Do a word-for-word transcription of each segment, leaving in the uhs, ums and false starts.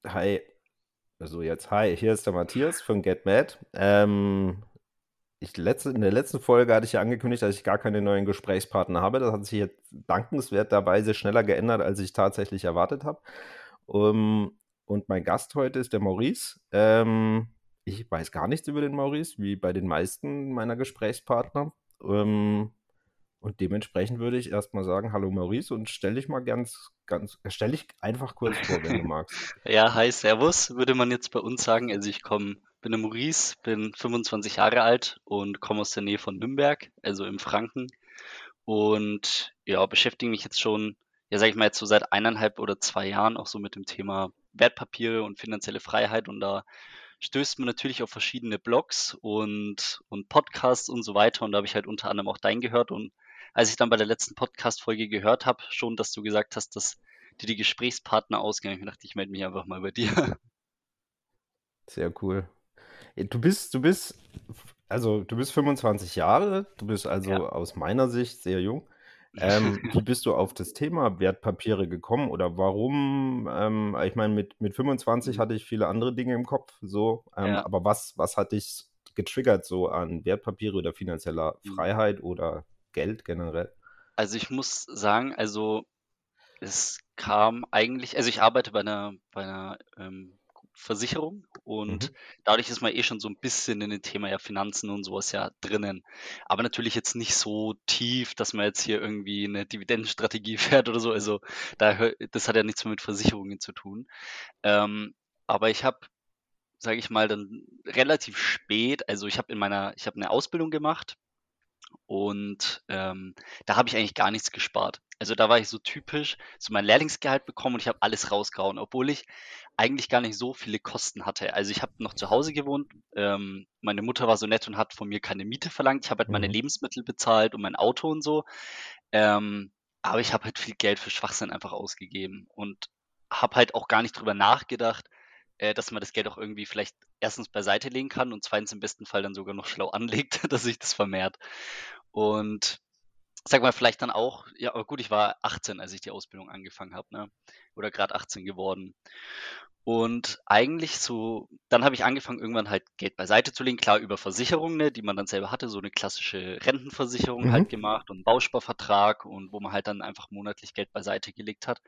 Hi, also jetzt hi, hier ist der Matthias von Get Mad. Ähm, ich letzte, in der letzten Folge hatte ich ja angekündigt, dass ich gar keine neuen Gesprächspartner habe. Das hat sich jetzt dankenswerterweise schneller geändert, als ich tatsächlich erwartet habe. Um, und mein Gast heute ist der Maurice. Ähm, ich weiß gar nichts über den Maurice, wie bei den meisten meiner Gesprächspartner. Ähm, und dementsprechend würde ich erstmal sagen, hallo Maurice und stell dich mal ganz, ganz, stell dich einfach kurz vor, wenn du magst. Ja, hi, Servus, würde man jetzt bei uns sagen. Also ich komme, bin der Maurice, bin fünfundzwanzig Jahre alt und komme aus der Nähe von Nürnberg, also im Franken. Und ja, beschäftige mich jetzt schon, ja, sage ich mal jetzt so seit eineinhalb oder zwei Jahren auch so mit dem Thema Wertpapiere und finanzielle Freiheit. Und da stößt man natürlich auf verschiedene Blogs und, und Podcasts und so weiter. Und da habe ich halt unter anderem auch deinen gehört. Und als ich dann bei der letzten Podcast-Folge gehört habe, schon, dass du gesagt hast, dass dir die Gesprächspartner ausgehen, hab ich mir gedacht, ich melde mich einfach mal bei dir. Sehr cool. Äh, Du bist, du bist, also du bist fünfundzwanzig Jahre, du bist Ja. also aus meiner Sicht sehr jung. Ähm, wie bist du auf das Thema Wertpapiere gekommen oder warum? Ähm, ich meine, mit, mit fünfundzwanzig Mhm. hatte ich viele andere Dinge im Kopf, so, ähm, Ja. aber was, was hat dich getriggert so an Wertpapiere oder finanzieller Mhm. Freiheit oder Geld generell? Also ich muss sagen, also es kam eigentlich, also ich arbeite bei einer, bei einer ähm, Versicherung und Mhm. dadurch ist man eh schon so ein bisschen in dem Thema ja Finanzen und sowas ja drinnen. Aber natürlich jetzt nicht so tief, dass man jetzt hier irgendwie eine Dividendenstrategie fährt oder so. Also da hör, das hat ja nichts mehr mit Versicherungen zu tun. Ähm, aber ich habe, sage ich mal, dann relativ spät, also ich habe in meiner, ich habe eine Ausbildung gemacht. Und, ähm, da habe ich eigentlich gar nichts gespart. Also, da war ich so typisch, so mein Lehrlingsgehalt bekommen und ich habe alles rausgehauen, obwohl ich eigentlich gar nicht so viele Kosten hatte. Also, ich habe noch zu Hause gewohnt. Ähm, meine Mutter war so nett und hat von mir keine Miete verlangt. Ich habe halt meine Mhm. Lebensmittel bezahlt und mein Auto und so. Ähm, aber ich habe halt viel Geld für Schwachsinn einfach ausgegeben und habe halt auch gar nicht drüber nachgedacht, äh, dass man das Geld auch irgendwie vielleicht erstens beiseite legen kann und zweitens im besten Fall dann sogar noch schlau anlegt, dass sich das vermehrt. Und sag mal, vielleicht dann auch, ja, aber gut, ich war achtzehn, als ich die Ausbildung angefangen habe, ne? Oder gerade achtzehn geworden. Und eigentlich so, dann habe ich angefangen, irgendwann halt Geld beiseite zu legen, klar über Versicherungen, ne, die man dann selber hatte, so eine klassische Rentenversicherung Mhm. halt gemacht und 'n Bausparvertrag und wo man halt dann einfach monatlich Geld beiseite gelegt hat.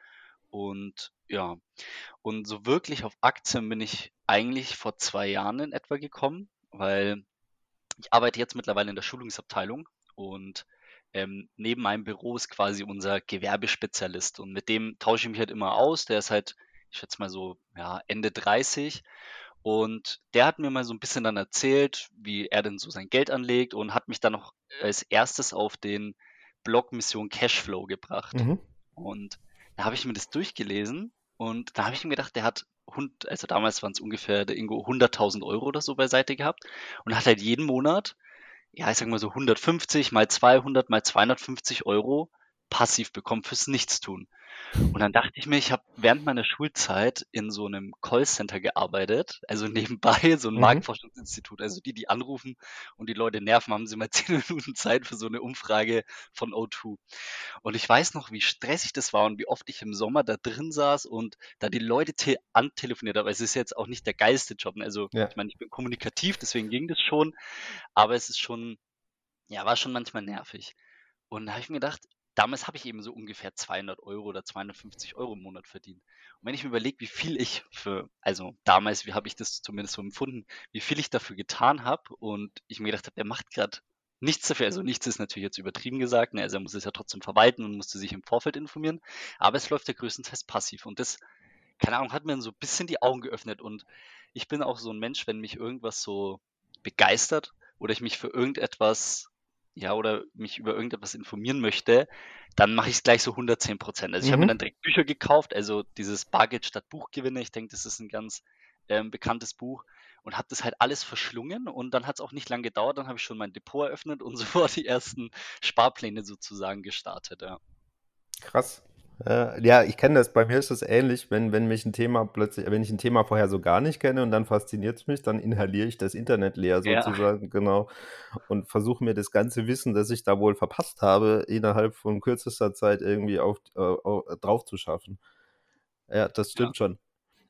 Und ja, und so wirklich auf Aktien bin ich eigentlich vor zwei Jahren in etwa gekommen, weil ich arbeite jetzt mittlerweile in der Schulungsabteilung und, ähm, neben meinem Büro ist quasi unser Gewerbespezialist und mit dem tausche ich mich halt immer aus. Der ist halt, ich schätze mal so, ja, Ende dreißig und der hat mir mal so ein bisschen dann erzählt, wie er denn so sein Geld anlegt und hat mich dann noch als Erstes auf den Blog Mission Cashflow gebracht. Mhm. Und da habe ich mir das durchgelesen und da habe ich mir gedacht, der hat hund also damals waren es ungefähr der Ingo hunderttausend Euro oder so beiseite gehabt und hat halt jeden Monat, ja, ich sage mal so hundertfünfzig mal zweihundert mal zweihundertfünfzig Euro passiv bekommen fürs Nichtstun. Und dann dachte ich mir, ich habe während meiner Schulzeit in so einem Callcenter gearbeitet, also nebenbei so ein Mhm. Marktforschungsinstitut. Also die, die anrufen und die Leute nerven, haben sie mal zehn Minuten Zeit für so eine Umfrage von O zwei. Und ich weiß noch, wie stressig das war und wie oft ich im Sommer da drin saß und da die Leute te antelefoniert habe. Es ist jetzt auch nicht der geilste Job, ne? Also, Ja. ich meine, ich bin kommunikativ, deswegen ging das schon, aber es ist schon, ja, war schon manchmal nervig. Und da habe ich mir gedacht, damals habe ich eben so ungefähr zweihundert Euro oder zweihundertfünfzig Euro im Monat verdient. Und wenn ich mir überlege, wie viel ich für, also damals, wie habe ich das zumindest so empfunden, wie viel ich dafür getan habe und ich mir gedacht habe, der macht gerade nichts dafür. Also nichts ist natürlich jetzt übertrieben gesagt, ne? Also er muss es ja trotzdem verwalten und musste sich im Vorfeld informieren, aber es läuft ja größtenteils passiv. Und das, keine Ahnung, hat mir so ein bisschen die Augen geöffnet. Und ich bin auch so ein Mensch, wenn mich irgendwas so begeistert oder ich mich für irgendetwas, ja, oder mich über irgendetwas informieren möchte, dann mache ich es gleich so hundertzehn Prozent. Also ich habe mir dann Mhm. direkt Bücher gekauft, also dieses Bargeld statt Buchgewinne. Ich denke, das ist ein ganz ähm, bekanntes Buch und habe das halt alles verschlungen und dann hat es auch nicht lange gedauert. Dann habe ich schon mein Depot eröffnet und sofort die ersten Sparpläne sozusagen gestartet. Ja, Krass. Äh, ja, ich kenne das. Bei mir ist es ähnlich, wenn, wenn mich ein Thema plötzlich, wenn ich ein Thema vorher so gar nicht kenne und dann fasziniert es mich, dann inhaliere ich das Internet leer ja, sozusagen, genau, und versuche mir das ganze Wissen, das ich da wohl verpasst habe, innerhalb von kürzester Zeit irgendwie auf, äh, au- drauf zu schaffen. Ja, das ja. stimmt schon.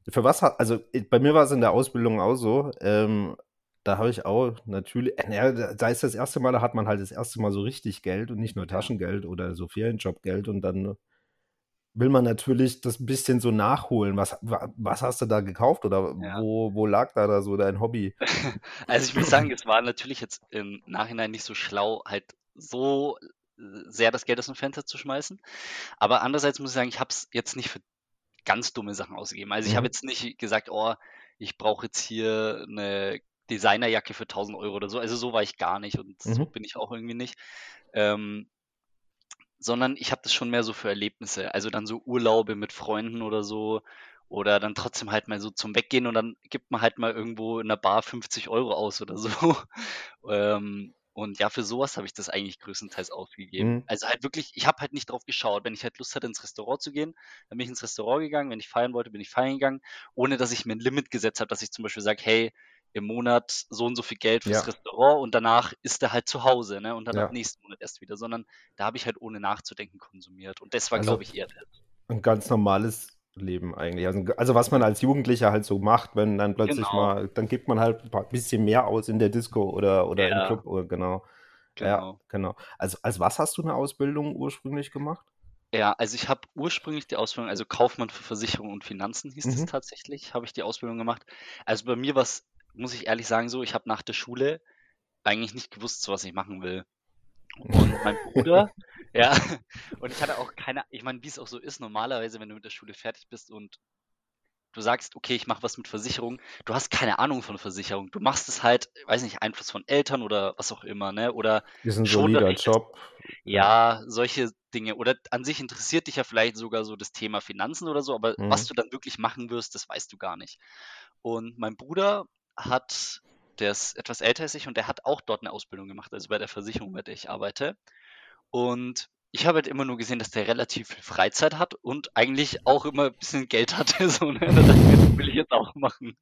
Für was hat, also ich- bei mir war es in der Ausbildung auch so, ähm, da habe ich auch natürlich, äh, naja, da da ist das erste Mal, da hat man halt das erste Mal so richtig Geld und nicht nur Ja, Taschengeld oder so Ferienjobgeld und dann will man natürlich das ein bisschen so nachholen. Was, wa- was hast du da gekauft oder ja. wo, wo lag da, da so dein Hobby? Also ich muss sagen, es war natürlich jetzt im Nachhinein nicht so schlau, halt so äh, sehr das Geld aus dem Fenster zu schmeißen. Aber andererseits muss ich sagen, ich habe es jetzt nicht für ganz dumme Sachen ausgegeben. Also ich habe Mhm, jetzt nicht gesagt, oh, ich brauche jetzt hier eine Designerjacke für tausend Euro oder so. Also so war ich gar nicht und so mhm, bin ich auch irgendwie nicht. Ähm, sondern ich habe das schon mehr so für Erlebnisse. Also dann so Urlaube mit Freunden oder so. Oder dann trotzdem halt mal so zum Weggehen und dann gibt man halt mal irgendwo in der Bar fünfzig Euro aus oder so. Ähm, und ja, für sowas habe ich das eigentlich größtenteils ausgegeben. mhm. Also halt wirklich, ich habe halt nicht drauf geschaut. Wenn ich halt Lust hatte, ins Restaurant zu gehen, dann bin ich ins Restaurant gegangen. Wenn ich feiern wollte, bin ich feiern gegangen, ohne dass ich mir ein Limit gesetzt habe, dass ich zum Beispiel sage, hey, im Monat so und so viel Geld fürs Ja, Restaurant und danach ist er halt zu Hause, ne? Und dann ab ja. nächsten Monat erst wieder, sondern da habe ich halt ohne nachzudenken konsumiert. Und das war, Also glaube ich, eher das. ein ganz normales Leben eigentlich. Also, also was man als Jugendlicher halt so macht, wenn dann plötzlich Genau. mal, dann gibt man halt ein paar- bisschen mehr aus in der Disco oder, oder im Ja, Club, oder genau. Ja, genau. genau. Also als was hast du eine Ausbildung ursprünglich gemacht? Ja, also ich habe ursprünglich die Ausbildung, also Kaufmann für Versicherung und Finanzen hieß das Mhm. tatsächlich, habe ich die Ausbildung gemacht. Also bei mir war's, muss ich ehrlich sagen, so, ich habe nach der Schule eigentlich nicht gewusst, so was ich machen will. Und mein Bruder, ja, und ich hatte auch keine, ich meine, wie es auch so ist, normalerweise, wenn du mit der Schule fertig bist und du sagst, okay, ich mache was mit Versicherung, du hast keine Ahnung von Versicherung. Du machst es halt, weiß nicht, Einfluss von Eltern oder was auch immer, ne? Oder Ist ein schon, dass solider ich das, Job. Ja. ja, solche Dinge. Oder an sich interessiert dich ja vielleicht sogar so das Thema Finanzen oder so, aber was Mhm. du dann wirklich machen wirst, das weißt du gar nicht. Und mein Bruder hat, der ist etwas älter als ich und der hat auch dort eine Ausbildung gemacht, also bei der Versicherung, bei der ich arbeite. Und ich habe halt immer nur gesehen, dass der relativ viel Freizeit hat und eigentlich auch immer ein bisschen Geld hatte, so, ne? Da dachte ich mir, das will ich jetzt auch machen.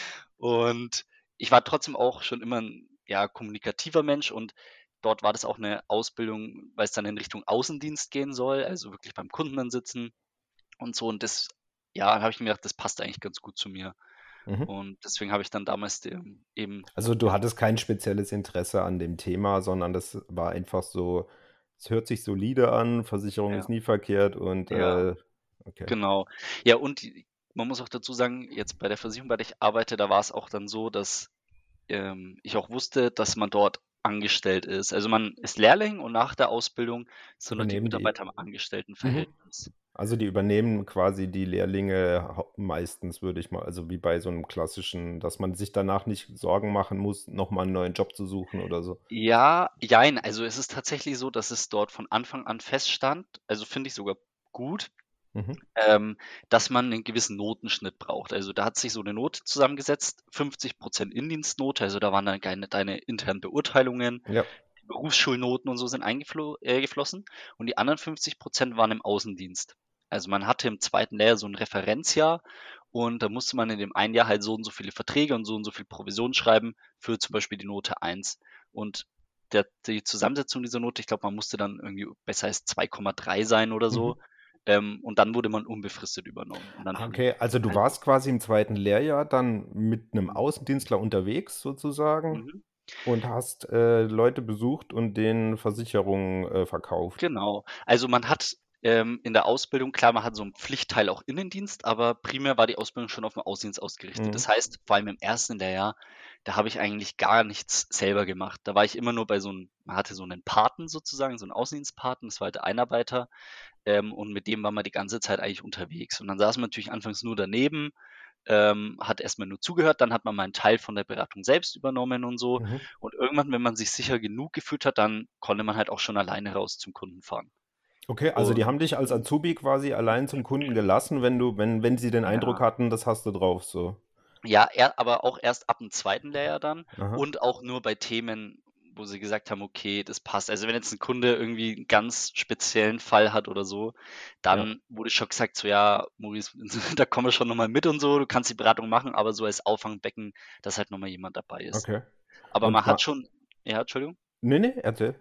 Und ich war trotzdem auch schon immer ein, ja, kommunikativer Mensch und dort war das auch eine Ausbildung, weil es dann in Richtung Außendienst gehen soll, also wirklich beim Kunden dann sitzen und so. Und das, ja, habe ich mir gedacht, das passt eigentlich ganz gut zu mir. Mhm. Und deswegen habe ich dann damals dem eben, Also du ja, hattest kein spezielles Interesse an dem Thema, sondern das war einfach so, es hört sich solide an, Versicherung ja, ist nie verkehrt und ja, äh, okay. genau. Ja, und die, man muss auch dazu sagen, jetzt bei der Versicherung, bei der ich arbeite, da war es auch dann so, dass ähm, ich auch wusste, dass man dort angestellt ist. Also man ist Lehrling und nach der Ausbildung sind dort die Übernehmen die. Mitarbeiter im Mhm. Angestelltenverhältnis. Also die übernehmen quasi die Lehrlinge hau- meistens, würde ich mal, also wie bei so einem klassischen, dass man sich danach nicht Sorgen machen muss, nochmal einen neuen Job zu suchen oder so. Ja, jein. Also es ist tatsächlich so, dass es dort von Anfang an feststand, also finde ich sogar gut, Mhm. ähm, dass man einen gewissen Notenschnitt braucht. Also da hat sich so eine Note zusammengesetzt, fünfzig Prozent Indienstnote, also da waren dann deine, deine internen Beurteilungen, Ja. die Berufsschulnoten und so sind eingeflossen äh, geflossen und die anderen fünfzig Prozent waren im Außendienst. Also man hatte im zweiten Lehrjahr so ein Referenzjahr und da musste man in dem einen Jahr halt so und so viele Verträge und so und so viel Provision schreiben für zum Beispiel die Note eins. Und der, die Zusammensetzung dieser Note, ich glaube, man musste dann irgendwie besser als zwei Komma drei sein oder Mhm. so. Ähm, und dann wurde man unbefristet übernommen. Und dann Ah, von okay, also du halt, warst quasi im zweiten Lehrjahr dann mit einem mhm, Außendienstler unterwegs sozusagen mhm. und hast äh, Leute besucht und denen Versicherungen äh, verkauft. Genau. Also man hat ähm, in der Ausbildung, klar, man hat so einen Pflichtteil auch Innendienst, aber primär war die Ausbildung schon auf den Außendienst ausgerichtet. Mhm. Das heißt, vor allem im ersten Lehrjahr, da habe ich eigentlich gar nichts selber gemacht. Da war ich immer nur bei so einem, man hatte so einen Paten sozusagen, so einen Außendienstpaten, das war halt der Einarbeiter, ähm, und mit dem war man die ganze Zeit eigentlich unterwegs. Und dann saß man natürlich anfangs nur daneben, ähm, hat erstmal nur zugehört, dann hat man mal einen Teil von der Beratung selbst übernommen und so. Mhm. Und irgendwann, wenn man sich sicher genug gefühlt hat, dann konnte man halt auch schon alleine raus zum Kunden fahren. Okay, also die Und haben dich als ähm, Azubi quasi allein zum Kunden gelassen, wenn du, wenn, wenn sie den Eindruck ja, hatten, das hast du drauf, so. ja, er, aber auch erst ab dem zweiten Lehrjahr dann Aha. und auch nur bei Themen, wo sie gesagt haben, okay, das passt. Also wenn jetzt ein Kunde irgendwie einen ganz speziellen Fall hat oder so, Ja, dann wurde schon gesagt, so ja, Maurice, da kommen wir schon nochmal mit und so, du kannst die Beratung machen, aber so als Auffangbecken, dass halt nochmal jemand dabei ist. okay. Aber man Und hat ma schon, ja, Entschuldigung. nee, nee, erzähl.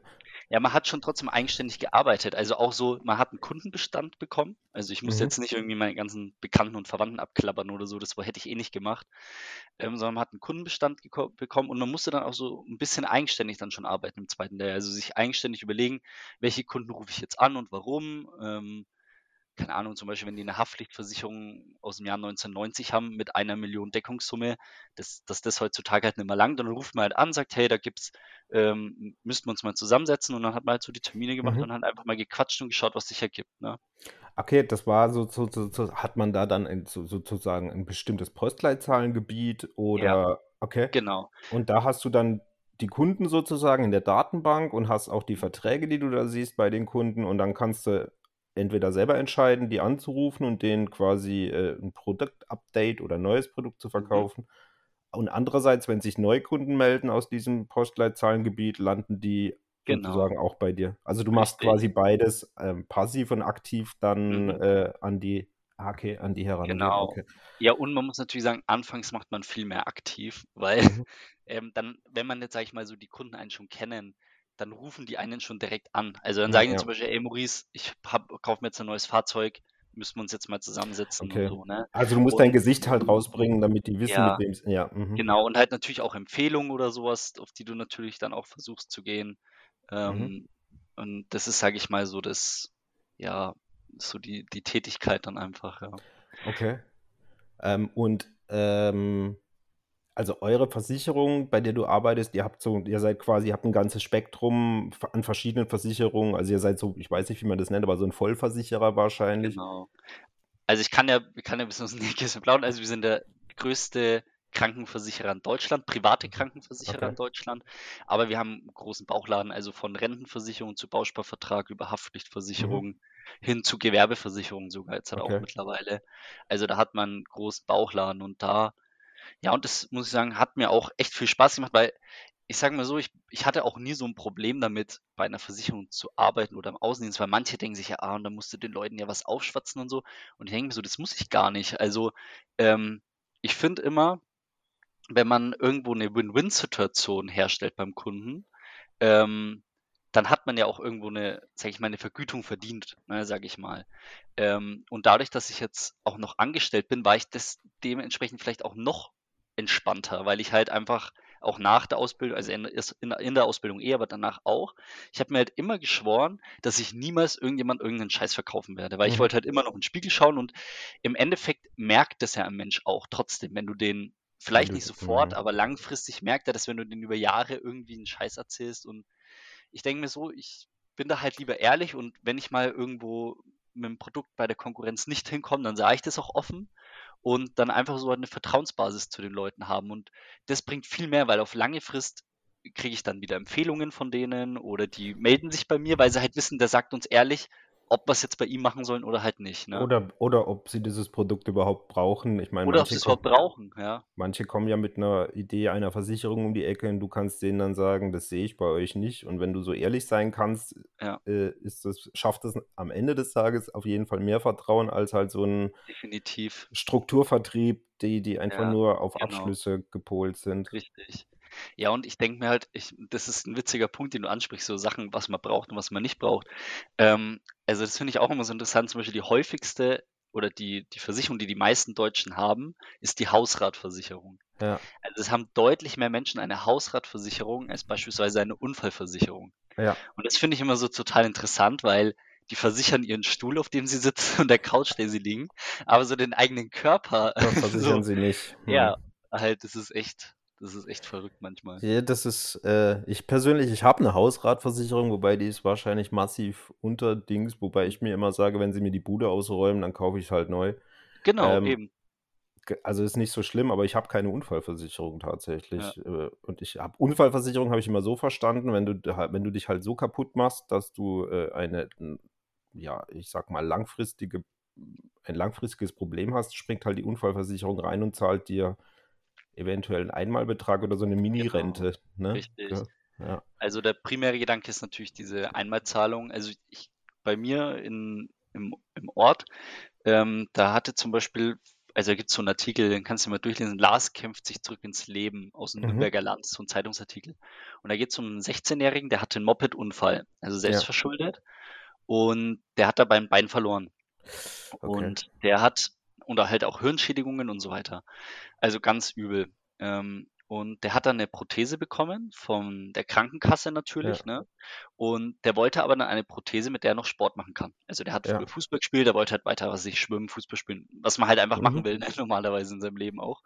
Ja, man hat schon trotzdem eigenständig gearbeitet. Also auch so, man hat einen Kundenbestand bekommen. Also ich musste Mhm. jetzt nicht irgendwie meine ganzen Bekannten und Verwandten abklappern oder so, das hätte ich eh nicht gemacht, ähm, sondern man hat einen Kundenbestand geko bekommen und man musste dann auch so ein bisschen eigenständig dann schon arbeiten im zweiten Lehrjahr. Also sich eigenständig überlegen, welche Kunden rufe ich jetzt an und warum. Ähm, keine Ahnung, zum Beispiel, wenn die eine Haftpflichtversicherung aus dem Jahr neunzehnhundertneunzig haben mit einer Million Deckungssumme, dass dass das heutzutage halt nicht mehr langt. Dann ruft man halt an, sagt: „Hey, da gibt's ähm, müssten wir uns mal zusammensetzen?“ Und dann hat man halt so die Termine gemacht Mhm. und halt einfach mal gequatscht und geschaut, was sich ergibt, ne? Okay, das war so, so, so, so hat man da dann ein, so, sozusagen ein bestimmtes Postleitzahlengebiet Ja, oder okay. genau. Und da hast du dann die Kunden sozusagen in der Datenbank und hast auch die Verträge, die du da siehst bei den Kunden und dann kannst du entweder selber entscheiden, die anzurufen und denen quasi äh, ein Produktupdate oder ein neues Produkt zu Mhm, verkaufen. Und andererseits, wenn sich Neukunden melden aus diesem Postleitzahlengebiet, landen die genau, sozusagen auch bei dir. Also du machst richtig. quasi beides ähm, passiv und aktiv dann Mhm, äh, an die, ah, okay, an die herangehen. genau. Okay. Ja, und man muss natürlich sagen, anfangs macht man viel mehr aktiv, weil, Mhm. ähm, dann wenn man jetzt, sage ich mal, so die Kunden einen schon kennen, dann rufen die einen schon direkt an. Also, dann Ja, sagen die ja, zum Beispiel: „Ey Maurice, ich habe kaufe mir jetzt ein neues Fahrzeug, müssen wir uns jetzt mal zusammensetzen“ und okay. so, ne? Also du musst dein Und Gesicht halt rausbringen, damit die wissen, mit ja, wem es. Ja, mhm, genau. Und halt natürlich auch Empfehlungen oder sowas, auf die du natürlich dann auch versuchst zu gehen. mhm, Ähm, und das ist, sage ich mal, so das ja, so die die Tätigkeit dann einfach, ja. okay. Ähm, und ähm, also eure Versicherung, bei der du arbeitest, ihr habt so, ihr seid quasi, ihr habt ein ganzes Spektrum an verschiedenen Versicherungen. Also ihr seid so, ich weiß nicht, wie man das nennt, aber so ein Vollversicherer wahrscheinlich. Genau. Also, ich kann ja ich kann ja 'n bisschen aus dem Nähkästchen plaudern. Also, wir sind der größte Krankenversicherer in Deutschland, private Mhm. Krankenversicherer Okay. in Deutschland, aber wir haben 'n großen Bauchladen, also von Rentenversicherung zu Bausparvertrag über Mhm. Haftpflichtversicherung hin zu Gewerbeversicherung sogar jetzt halt auch Okay. mittlerweile. Also, da hat man 'n großen Bauchladen und da ja, und das muss ich sagen, hat mir auch echt viel Spaß gemacht, weil ich sage mal so, ich ich hatte auch nie so 'n Problem damit, bei 'ner Versicherung zu arbeiten oder im Außendienst, weil manche denken sich ja: „Ah, und dann musst du den Leuten ja was aufschwatzen und so.“ Und ich denke mir so: „Das muss ich gar nicht.“ Also, ähm, ich finde immer, wenn man irgendwo 'ne Win-Win-Situation herstellt beim Kunden, ähm, dann hat man ja auch irgendwo 'ne, sage ich mal, 'ne Vergütung verdient, ne, sage ich mal. Ähm, und dadurch, dass ich jetzt auch noch angestellt bin, war ich das dementsprechend vielleicht auch noch entspannter, weil ich halt einfach auch nach der Ausbildung, also in ist in in der Ausbildung eh, aber danach auch, ich habe mir halt immer geschworen, dass ich niemals irgendjemand irgend 'nen Scheiß verkaufen werde, weil ich Mhm. wollte halt immer noch in 'n Spiegel schauen und im Endeffekt merkt das ja ein Mensch auch trotzdem, wenn du den Wenn vielleicht du, nicht sofort, mhm. aber langfristig merkt er das, wenn du den über Jahre irgendwie 'n Scheiß erzählst und ich denke mir so, ich bin da halt lieber ehrlich und wenn ich mal irgendwo mit dem Produkt bei der Konkurrenz nicht hinkomme, dann sage ich das auch offen und dann einfach so eine Vertrauensbasis zu den Leuten haben. Und das bringt viel mehr, weil auf lange Frist kriege ich dann wieder Empfehlungen von denen oder die melden sich bei mir, weil sie halt wissen, der sagt uns ehrlich, ob wir es jetzt bei ihm machen sollen oder halt nicht, ne? Oder, oder ob sie dieses Produkt überhaupt brauchen. Ich meine, Oder ob sie manche es überhaupt kommen, brauchen, ja, manche kommen ja mit einer Idee einer Versicherung um die Ecke und du kannst denen dann sagen, das sehe ich bei euch nicht. Und wenn du so ehrlich sein kannst, ja, äh, ist das, schafft es am Ende des Tages auf jeden Fall mehr Vertrauen als halt so ein definitiv. Strukturvertrieb, die, die einfach Ja, nur auf genau. Abschlüsse gepolt sind. Richtig. Ja, und ich denke mir halt, ich das ist 'n witziger Punkt, den du ansprichst, so Sachen, was man braucht und was man nicht braucht. Ähm, also, das finde ich auch immer so interessant. Zum Beispiel die häufigste oder die die Versicherung, die die meisten Deutschen haben, ist die Hausratversicherung. Ja, Also, es haben deutlich mehr Menschen eine Hausratversicherung als beispielsweise eine Unfallversicherung. ja. Und das finde ich immer so total interessant, weil die versichern ihren Stuhl, auf dem sie sitzen und der Couch, der sie liegen, aber so den eigenen Körper, Das versichern so sie nicht. Hm. ja, halt, das ist echt das ist echt verrückt manchmal. Ja, das ist, äh, ich persönlich, ich habe eine Hausratversicherung, wobei die ist wahrscheinlich massiv unter Dings, wobei Mhm. ich mir immer sage, wenn sie mir die Bude ausräumen, dann kaufe ich halt neu. Genau, Ähm, eben. ge also ist nicht so schlimm, aber ich habe keine Unfallversicherung Ja, tatsächlich. Äh, und ich habe Unfallversicherung habe ich immer so verstanden, wenn du d halt wenn du dich halt so kaputt machst, dass du, äh, eine, hm, ja, ich sage mal, langfristige ein langfristiges Problem hast, springt halt die Unfallversicherung rein und zahlt dir eventuell 'n Einmalbetrag oder so 'ne genau, Minirente, ne? richtig. Ge Ja. Also, der primäre Gedanke ist natürlich diese Einmalzahlung. Also, ich bei mir in im im Ort, ähm, da hatte zum Beispiel also da gibt es so einen Artikel, den kannst du mal durchlesen. Lars kämpft sich zurück ins Leben aus dem Mhm. Nürnberger Land, so ein Zeitungsartikel. Und da geht es um einen sechzehnjährigen, der hatte einen Moped-Unfall, also Ja, selbstverschuldet. Und der hat dabei ein Bein verloren. okay. Und der hat, und halt auch Hirnschädigungen und so weiter. Also ganz übel. Ähm, und der hat dann eine Prothese bekommen von der Krankenkasse Ja, natürlich, ne? Und der wollte aber dann eine Prothese, mit der er noch Sport machen kann. Also der hat früher ja. Fußball gespielt, der wollte halt weiter, was weiß ich, schwimmen, Fußball spielen, was man halt einfach Mhm. machen will, ne? Normalerweise in seinem Leben auch.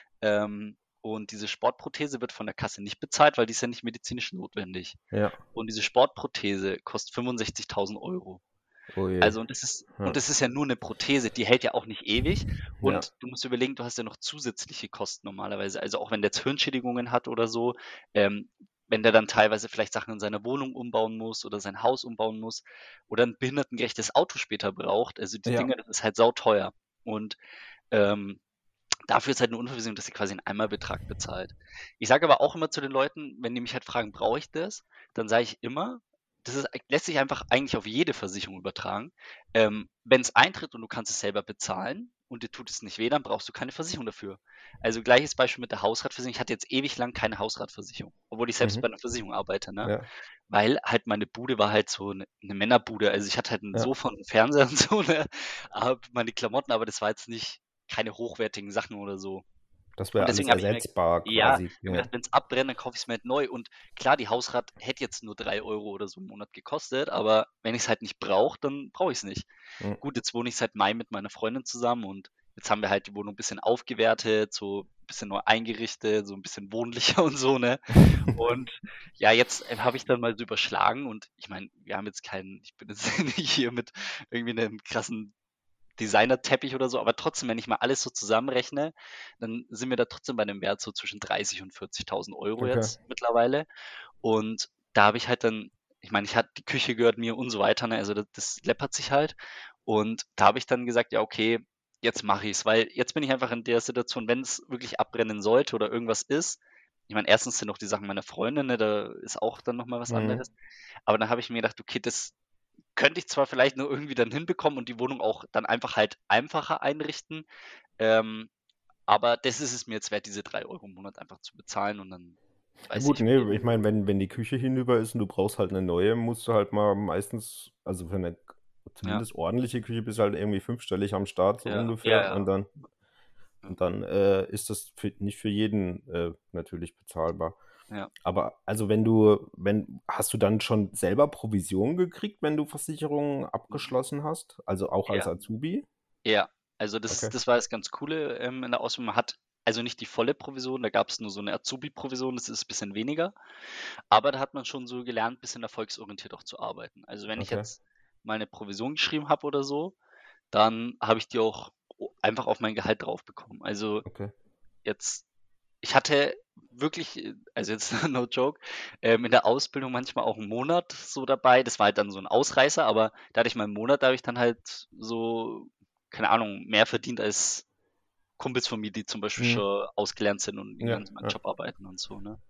Ähm, und diese Sportprothese wird von der Kasse nicht bezahlt, weil die ist ja nicht medizinisch notwendig. Ja. Und diese Sportprothese kostet fünfundsechzigtausend Euro. Oh je. Also und das ist Ja. und das ist ja nur eine Prothese, die hält ja auch nicht ewig Ja. und du musst überlegen, du hast ja noch zusätzliche Kosten normalerweise. Also, auch wenn der jetzt Hirnschädigungen hat oder so, ähm, wenn der dann teilweise vielleicht Sachen in seiner Wohnung umbauen muss oder sein Haus umbauen muss oder ein behindertengerechtes Auto später braucht. Also, die Ja. Dinger, das ist halt sauteuer. Und, ähm, dafür ist halt 'ne Unversicherung, dass sie quasi 'n Einmalbetrag bezahlt. Ich sage aber auch immer zu den Leuten, wenn die mich halt fragen: „Brauche ich das?“ Dann sage ich immer, das ist lässt sich einfach eigentlich auf jede Versicherung übertragen. Ähm, wenn's eintritt und du kannst es selber bezahlen und dir tut es nicht weh, dann brauchst du keine Versicherung dafür. Also, gleiches Beispiel mit der Hausratversicherung. Ich hatte jetzt ewig lang keine Hausratversicherung, obwohl ich selbst Mhm. bei 'ner Versicherung arbeite, ne? Ja. Weil halt meine Bude war halt so 'ne 'ne Männerbude. Also, ich hatte halt 'n Ja. Sofa und 'n Fernseher und so, ne? Aber meine Klamotten, aber das war jetzt nicht keine hochwertigen Sachen oder so. Das Und wäre alles deswegen habe ich mir ersetzbar ja, quasi. ich habe mir Ja. gedacht, wenn's abbrennt, dann kaufe ich's mir halt neu. Und klar, die Hausrat hätte jetzt nur drei Euro oder so im Monat gekostet, aber wenn ich's halt nicht brauche, dann brauche ich's nicht. Mhm. Gut, jetzt wohne ich seit Mai mit meiner Freundin zusammen und jetzt haben wir halt die Wohnung 'n bisschen aufgewertet, so 'n bisschen neu eingerichtet, so 'n bisschen wohnlicher und so, ne? Und ja, jetzt, äh, habe ich dann mal so überschlagen und ich meine, wir haben jetzt keinen ich bin jetzt nicht hier mit irgendwie 'nem krassen Designerteppich oder so, aber trotzdem, wenn ich mal alles so zusammenrechne, dann sind wir da trotzdem bei 'nem Wert so zwischen dreißig und vierzigtausend Euro Okay. jetzt mittlerweile. Und da habe ich halt dann ich meine, ich hatte die Küche gehört mir und so weiter, ne? Also, da das läppert sich halt. Und da habe ich dann gesagt: „Ja, okay, jetzt mache ich's“, weil jetzt bin ich einfach in der Situation, wenn's wirklich abbrennen sollte oder irgendwas ist ich meine, erstens sind noch die Sachen meiner Freundin, ne, da ist auch dann noch mal was Mhm. anderes. Aber dann habe ich mir gedacht: „Okay, das könnte ich zwar vielleicht noch irgendwie dann hinbekommen und die Wohnung auch dann einfach halt einfacher einrichten, ähm, aber das ist es mir jetzt wert, diese drei Euro im Monat einfach zu bezahlen und dann Ja weiß gut, ich, okay, ne, ich meine, wenn wenn die Küche hinüber ist und du brauchst halt 'ne neue, musst du halt mal meistens also für 'ne ja, zumindest ordentliche Küche bist du halt irgendwie fünfstellig am Start so ja, ja, ungefähr und ja, dann ja, und dann, äh, ist das für nicht für jeden, äh, natürlich bezahlbar. ja. Aber also wenn du wenn hast du dann schon selber Provision gekriegt, wenn du Versicherungen Mhm. abgeschlossen hast? Also auch als Ja, Azubi? ja. Also, das Okay. ist das war das ganz Coole, ähm, in der Ausbildung. Man hat also nicht die volle Provision, da gab's nur so 'ne Azubi-Provision, das ist bisschen weniger. Aber da hat man schon so gelernt, bisschen erfolgsorientiert auch zu arbeiten. Also, wenn ich Okay. jetzt mal 'ne Provision geschrieben habe oder so, dann habe ich die auch o einfach auf mein Gehalt drauf bekommen. Also, Okay. jetzt ich hatte wirklich, äh also jetzt no joke, ähm, in der Ausbildung manchmal auch 'n Monat so dabei. Das war halt dann so 'n Ausreißer, aber da hatte ich mal 'n Monat, da habe ich dann halt so, keine Ahnung, mehr verdient als Kumpels von mir, die zum Beispiel Mhm. schon ausgelernt sind und in Ja, ganz normalen ja. Job arbeiten und so, ne?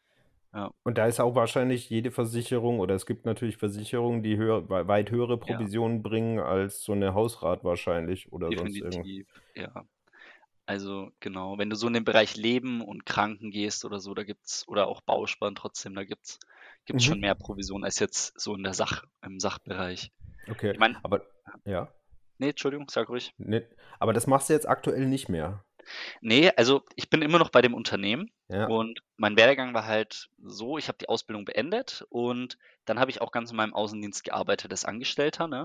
Ja, Und da ist auch wahrscheinlich jede Versicherung oder es gibt natürlich Versicherungen, die höher wei weit höhere ja, Provisionen bringen als so 'ne Hausrat wahrscheinlich oder sonst irgend definitiv, ja. Also, genau, wenn du so in den Bereich Leben und Kranken gehst oder so, da gibt's oder auch Bausparen trotzdem, da gibt's gibt's Mhm. schon mehr Provision als jetzt so in der Sach im Sachbereich. Okay, Ich meine aber ja, ne, Entschuldigung, sag ruhig. ne, aber das machst du jetzt aktuell nicht mehr? Ne, also, ich bin immer noch bei dem Unternehmen Ja, und mein Werdegang war halt so, ich habe die Ausbildung beendet und dann habe ich auch ganz normal im Außendienst gearbeitet als Angestellter, ne?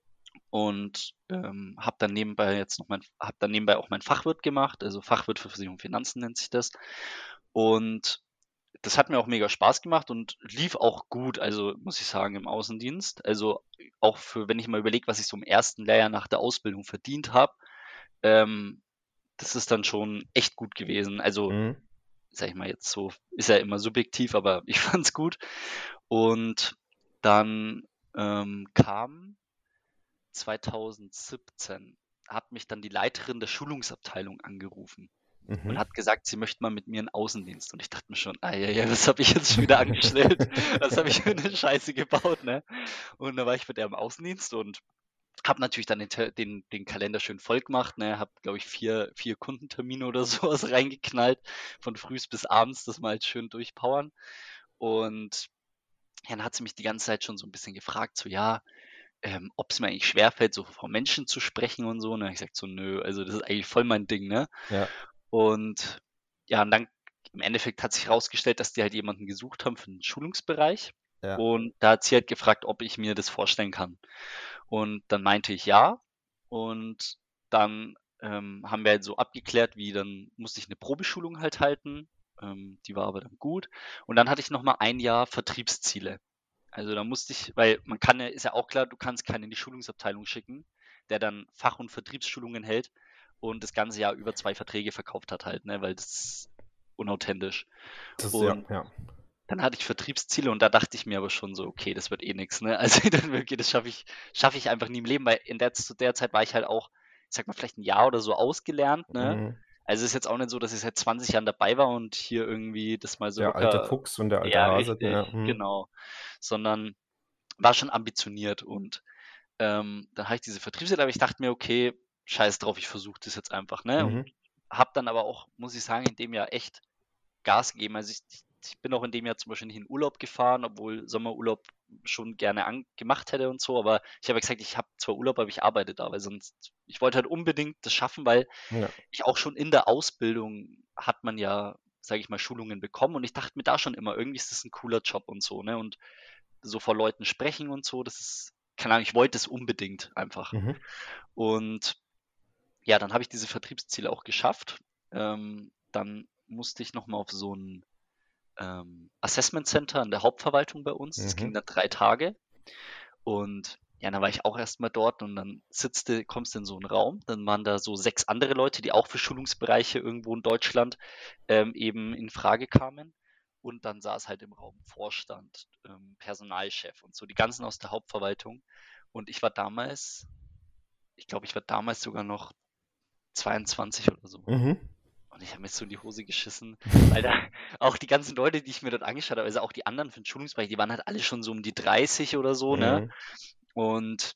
Und, ähm, habe dann nebenbei jetzt noch mein habe dann nebenbei auch meinen Fachwirt gemacht, also Fachwirt für Versicherung und Finanzen nennt sich das. Und das hat mir auch mega Spaß gemacht und lief auch gut, also, muss ich sagen, im Außendienst. Also, auch für wenn ich mal überlege, was ich so im ersten Lehrjahr nach der Ausbildung verdient habe, ähm, das ist dann schon echt gut gewesen. Also, mhm, sage ich mal jetzt so ist ja immer subjektiv, aber ich fand's gut. Und dann, ähm, kam zweitausendsiebzehn hat mich dann die Leiterin der Schulungsabteilung angerufen und mhm. hat gesagt, sie möchte mal mit mir in Außendienst. Und ich dachte mir schon: „Ei, ei, ei, was habe ich jetzt schon wieder angestellt? Was habe ich für 'ne Scheiße gebaut“, ne? Und da war ich mit der im Außendienst und habe natürlich dann den, Te- den, den Kalender schön voll gemacht, ne? Habe, glaube ich, vier, vier Kundentermine oder sowas reingeknallt, von frühs bis abends, das mal halt schön durchpowern. Und ja, dann hat sie mich die ganze Zeit schon so ein bisschen gefragt, so ja, ähm, ob es mir eigentlich schwerfällt, so vor Menschen zu sprechen und so. Ne? Ich sag so, nö, also das ist eigentlich voll mein Ding, ne? Ja, Und ja, und dann im Endeffekt hat sich herausgestellt, dass die halt jemanden gesucht haben für den Schulungsbereich. ja, Und da hat sie halt gefragt, ob ich mir das vorstellen kann. Und dann meinte ich ja. Und dann ähm, haben wir halt so abgeklärt, wie dann musste ich eine Probeschulung halt halten. Ähm, die war aber dann gut. Und dann hatte ich noch mal ein Jahr Vertriebsziele. Also da musste ich, weil man kann ja, ist ja auch klar, du kannst keinen in die Schulungsabteilung schicken, der dann Fach- und Vertriebsschulungen hält und das ganze Jahr über zwei Verträge verkauft hat halt, ne, weil das ist unauthentisch. das ist ja, Und ja. dann hatte ich Vertriebsziele und da dachte ich mir aber schon so, okay, das wird eh nix, ne? Also dann wirklich, das schaffe ich, schaffe ich einfach nie im Leben, weil in der, zu der Zeit war ich halt auch, ich sag mal, vielleicht ein Jahr oder so ausgelernt, ne? Mhm. Also es ist jetzt auch nicht so, dass ich seit zwanzig Jahren dabei war und hier irgendwie das mal so Der alte locker, Fuchs und der alte ja, Hase, richtig, ja. Mhm. genau. Sondern war schon ambitioniert und ähm, dann habe ich diese Vertriebsseite, aber ich dachte mir, okay, scheiß drauf, ich versuche das jetzt einfach, ne? Und Mhm. habe dann aber auch, muss ich sagen, in dem Jahr echt Gas gegeben. Also ich, ich bin auch in dem Jahr zum Beispiel nicht in Urlaub gefahren, obwohl Sommerurlaub schon gerne an, gemacht hätte und so, aber ich habe gesagt, ich habe zwar Urlaub, aber ich arbeite da, weil sonst, ich wollte halt unbedingt das schaffen, weil Ja. ich auch schon in der Ausbildung hat man ja, sage ich mal, Schulungen bekommen und ich dachte mir da schon immer, irgendwie ist das ein cooler Job und so, ne? Und so vor Leuten sprechen und so, das ist, keine Ahnung, ich wollte es unbedingt einfach. Mhm. Und ja, dann habe ich diese Vertriebsziele auch geschafft. Ähm, dann musste ich nochmal auf so ein ähm, Assessment Center in der Hauptverwaltung bei uns. Das ging Mhm. dann drei Tage. Und ja, dann war ich auch erstmal dort und dann sitzt du, kommst du in so einen Raum. Dann waren da so sechs andere Leute, die auch für Schulungsbereiche irgendwo in Deutschland ähm, eben in Frage kamen. Und dann saß halt im Raum Vorstand, ähm, Personalchef und so, die ganzen aus der Hauptverwaltung. Und ich war damals, ich glaube, ich war damals sogar noch zweiundzwanzig oder so. Mhm. Und ich habe mir so in die Hose geschissen, weil da auch die ganzen Leute, die ich mir dort angeschaut habe, also auch die anderen für den Schulungsbereich, die waren halt alle schon so um die dreißig oder so, ne? Mhm. Und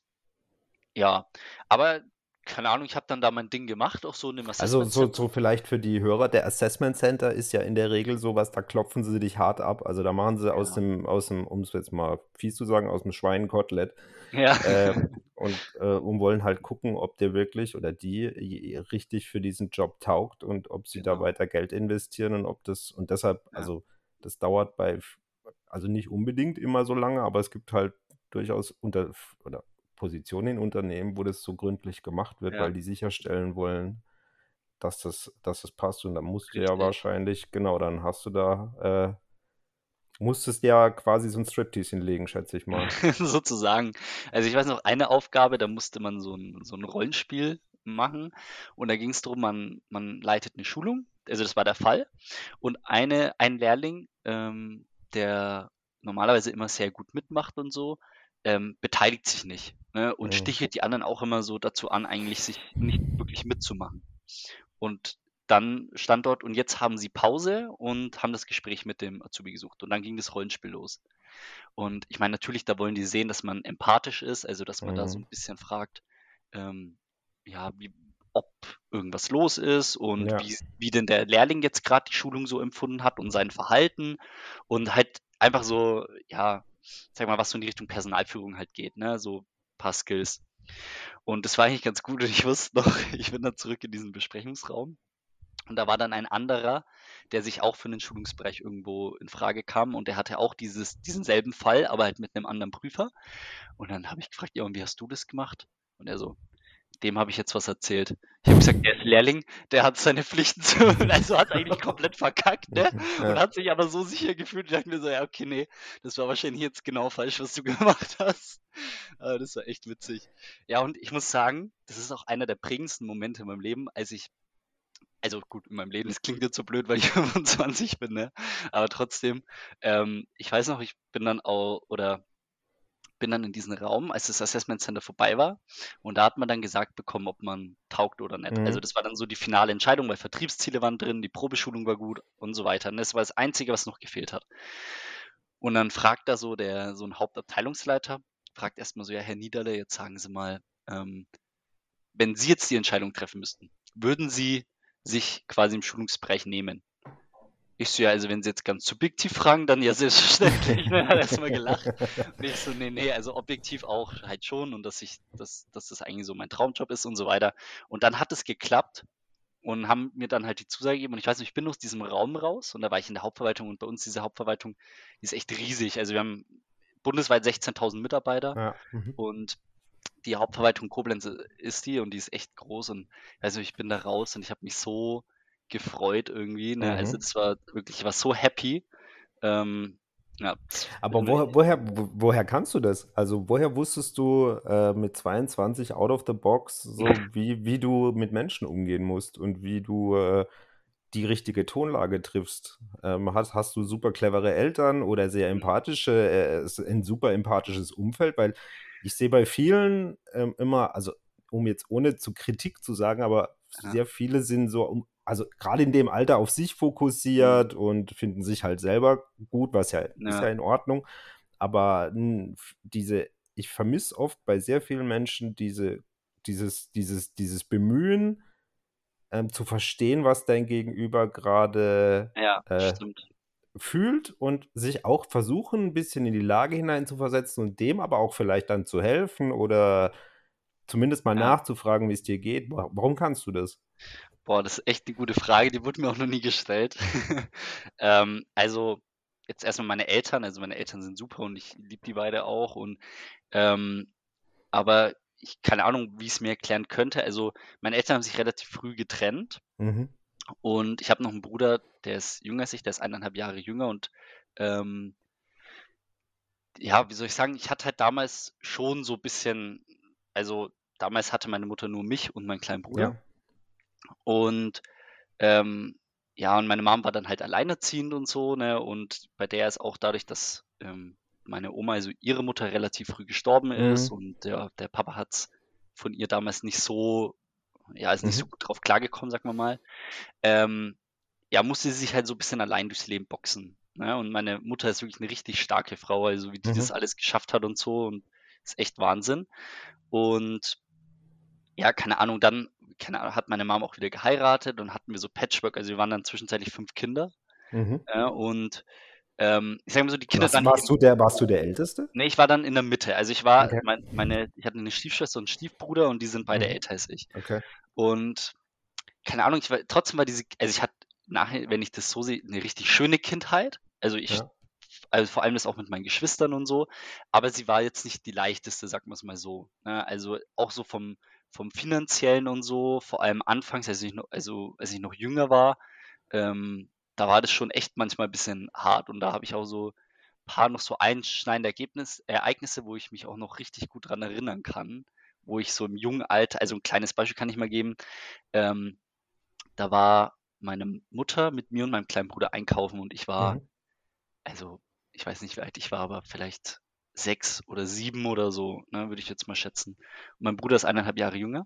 ja, aber keine Ahnung, ich habe dann da mein Ding gemacht, auch so in dem Also Assessment so, Center. so vielleicht für die Hörer, der Assessment Center ist ja in der Regel sowas, da klopfen sie dich hart ab. Also da machen sie aus Ja, dem, aus dem, um es jetzt mal fies zu sagen, aus dem Schweinekotelett ja, äh, und, äh, und wollen halt gucken, ob der wirklich oder die j- richtig für diesen Job taugt und ob sie da genau. weiter Geld investieren und ob das, und deshalb, Ja, also das dauert bei, also nicht unbedingt immer so lange, aber es gibt halt durchaus unter oder Positionen in Unternehmen, wo das so gründlich gemacht wird, ja, weil die sicherstellen wollen, dass das, dass das passt. Und dann musst du ja richtig. wahrscheinlich, genau, dann hast du da, äh, musstest ja quasi so ein Striptease hinlegen, schätze ich mal. Sozusagen. Also ich weiß noch, eine Aufgabe, da musste man so ein, so ein Rollenspiel machen und da ging es darum, man, man leitet eine Schulung, also das war der Fall. Und eine, ein Lehrling, ähm, der normalerweise immer sehr gut mitmacht und so, ähm, beteiligt sich nicht, ne? Und Mhm. stichelt die anderen auch immer so dazu an, eigentlich sich nicht wirklich mitzumachen. Und dann stand dort, und jetzt haben sie Pause und haben das Gespräch mit dem Azubi gesucht. Und dann ging das Rollenspiel los. Und ich meine, natürlich, da wollen die sehen, dass man empathisch ist, also dass man da so Mhm. ein bisschen fragt, ähm, ja, wie, ob irgendwas los ist und Ja. wie, wie denn der Lehrling jetzt gerade die Schulung so empfunden hat und sein Verhalten und halt einfach so, ja, sag mal, was so in die Richtung Personalführung halt geht, ne, so ein paar Skills. Und das war eigentlich ganz gut und ich wusste noch, ich bin dann zurück in diesen Besprechungsraum und da war dann ein anderer, der sich auch für den Schulungsbereich irgendwo in Frage kam und der hatte auch dieses, diesen selben Fall, aber halt mit einem anderen Prüfer. Und dann habe ich gefragt, ja, und wie hast du das gemacht? Und er so, dem habe ich jetzt was erzählt. Ich habe gesagt, der ist Lehrling, der hat seine Pflichten zu, also hat eigentlich komplett verkackt, ne? Und Ja. hat sich aber so sicher gefühlt. Ich dachte mir so, ja, okay, nee, das war wahrscheinlich jetzt genau falsch, was du gemacht hast. Aber das war echt witzig. Ja, und ich muss sagen, das ist auch einer der prägendsten Momente in meinem Leben, als ich also gut, in meinem Leben, das klingt jetzt so blöd, weil ich fünfundzwanzig bin, ne? Aber trotzdem, ähm, ich weiß noch, ich bin dann auch oder bin dann in diesen Raum, als das Assessment Center vorbei war und da hat man dann gesagt bekommen, ob man taugt oder nicht. Also Mhm. das war dann so die finale Entscheidung, weil Vertriebsziele waren drin, die Probeschulung war gut und so weiter. Und das war das Einzige, was noch gefehlt hat. Und dann fragt da so der so ein Hauptabteilungsleiter, fragt erstmal so, ja, Herr Niederle, jetzt sagen Sie mal, ähm, wenn Sie jetzt die Entscheidung treffen müssten, würden Sie sich quasi im Schulungsbereich nehmen? Ich so, ja, also wenn Sie jetzt ganz subjektiv fragen, dann ja selbstverständlich. Ne? Hat erstmal gelacht. Und ich so, nee, nee, also objektiv auch halt schon und dass ich, dass, dass das eigentlich so mein Traumjob ist und so weiter. Und dann hat es geklappt und haben mir dann halt die Zusage gegeben. Und ich weiß nicht, ich bin aus diesem Raum raus und da war ich in der Hauptverwaltung und bei uns diese Hauptverwaltung, die ist echt riesig. Also wir haben bundesweit sechzehntausend Mitarbeiter Ja. Mhm. und die Hauptverwaltung Koblenz ist die und die ist echt groß und also ich bin da raus und ich habe mich so gefreut irgendwie, ne? Also Mhm. das war wirklich, ich war so happy. Ähm, ja, das Aber bin woher, woher, wo- woher kannst du das? Also woher wusstest du äh, mit zweiundzwanzig out of the box, so wie, wie du mit Menschen umgehen musst und wie du äh, die richtige Tonlage triffst? Ähm, hast, hast du super clevere Eltern oder sehr empathische, äh, s- ein super empathisches Umfeld? Weil ich sehe bei vielen ähm, immer, also um jetzt ohne zu Kritik zu sagen, aber ja, sehr viele sind so, um, also gerade in dem Alter auf sich mhm, fokussiert und finden sich halt selber gut, was ja ist ja, ja in Ordnung. Aber n, f- diese, ich vermisse oft bei sehr vielen Menschen diese, dieses, dieses, dieses Bemühen, ähm, zu verstehen, was dein Gegenüber gerade ja, äh, stimmt. fühlt und sich auch versuchen, ein bisschen in die Lage hineinzuversetzen und dem aber auch vielleicht dann zu helfen oder zumindest mal Ja. nachzufragen, wie es dir geht. Wa- Warum kannst du das? Boah, das ist echt eine gute Frage, die wurde mir auch noch nie gestellt. Ähm, also jetzt erstmal meine Eltern, also meine Eltern sind super und ich liebe die beide auch und ähm, aber ich keine Ahnung, wie ich es mir erklären könnte. Also, meine Eltern haben sich relativ früh getrennt Mhm. und ich habe noch einen Bruder, der ist jünger als ich, der ist eineinhalb Jahre jünger und, ähm, ja, wie soll ich sagen, ich hatte halt damals schon so ein bisschen also, damals hatte meine Mutter nur mich und meinen kleinen Bruder Ja. und, ähm, ja, und meine Mom war dann halt alleinerziehend und so, ne? Und bei der ist auch dadurch, dass, ähm, meine Oma, also ihre Mutter relativ früh gestorben ist Mhm. und der der Papa hat's von ihr damals nicht so ja, ist nicht Mhm. so gut drauf klargekommen, sagen wir mal. Ähm, ja, musste sie sich halt so ein bisschen allein durchs Leben boxen, ne? Und meine Mutter ist wirklich eine richtig starke Frau, also wie die das Mhm. alles geschafft hat und so und ist echt Wahnsinn. Und ja, keine Ahnung, dann keine Ahnung, hat meine Mom auch wieder geheiratet und hatten wir so Patchwork, also wir waren dann zwischenzeitlich fünf Kinder, Mhm. ja, und, ähm, ich sage mal so, die Kinder Warst, dann warst eben du der, warst du der Älteste? ne, ich war dann in der Mitte. Also, ich war Okay. mein meine ich hatte eine Stiefschwester und 'n Stiefbruder und die sind beide Mhm. älter als ich. Okay. Und keine Ahnung, ich war trotzdem war diese also, ich hatte nachher, wenn ich das so sehe, 'ne richtig schöne Kindheit. Also, ich Ja. also, vor allem das auch mit meinen Geschwistern und so, aber sie war jetzt nicht die leichteste, sagen wir's mal so, ne? Also, auch so vom vom Finanziellen und so, vor allem anfangs, als ich noch also, als ich noch jünger war, ähm, da war das schon echt manchmal bisschen hart und da habe ich auch so paar noch so einschneidende Ergebnis Ereignisse, wo ich mich auch noch richtig gut dran erinnern kann, wo ich so im jungen Alter also, 'n kleines Beispiel kann ich mal geben. Ähm, da war meine Mutter mit mir und meinem kleinen Bruder einkaufen und ich war Mhm. also, ich weiß nicht, wie alt ich war, aber vielleicht sechs oder sieben oder so, ne, würde ich jetzt mal schätzen. Und mein Bruder ist eineinhalb Jahre jünger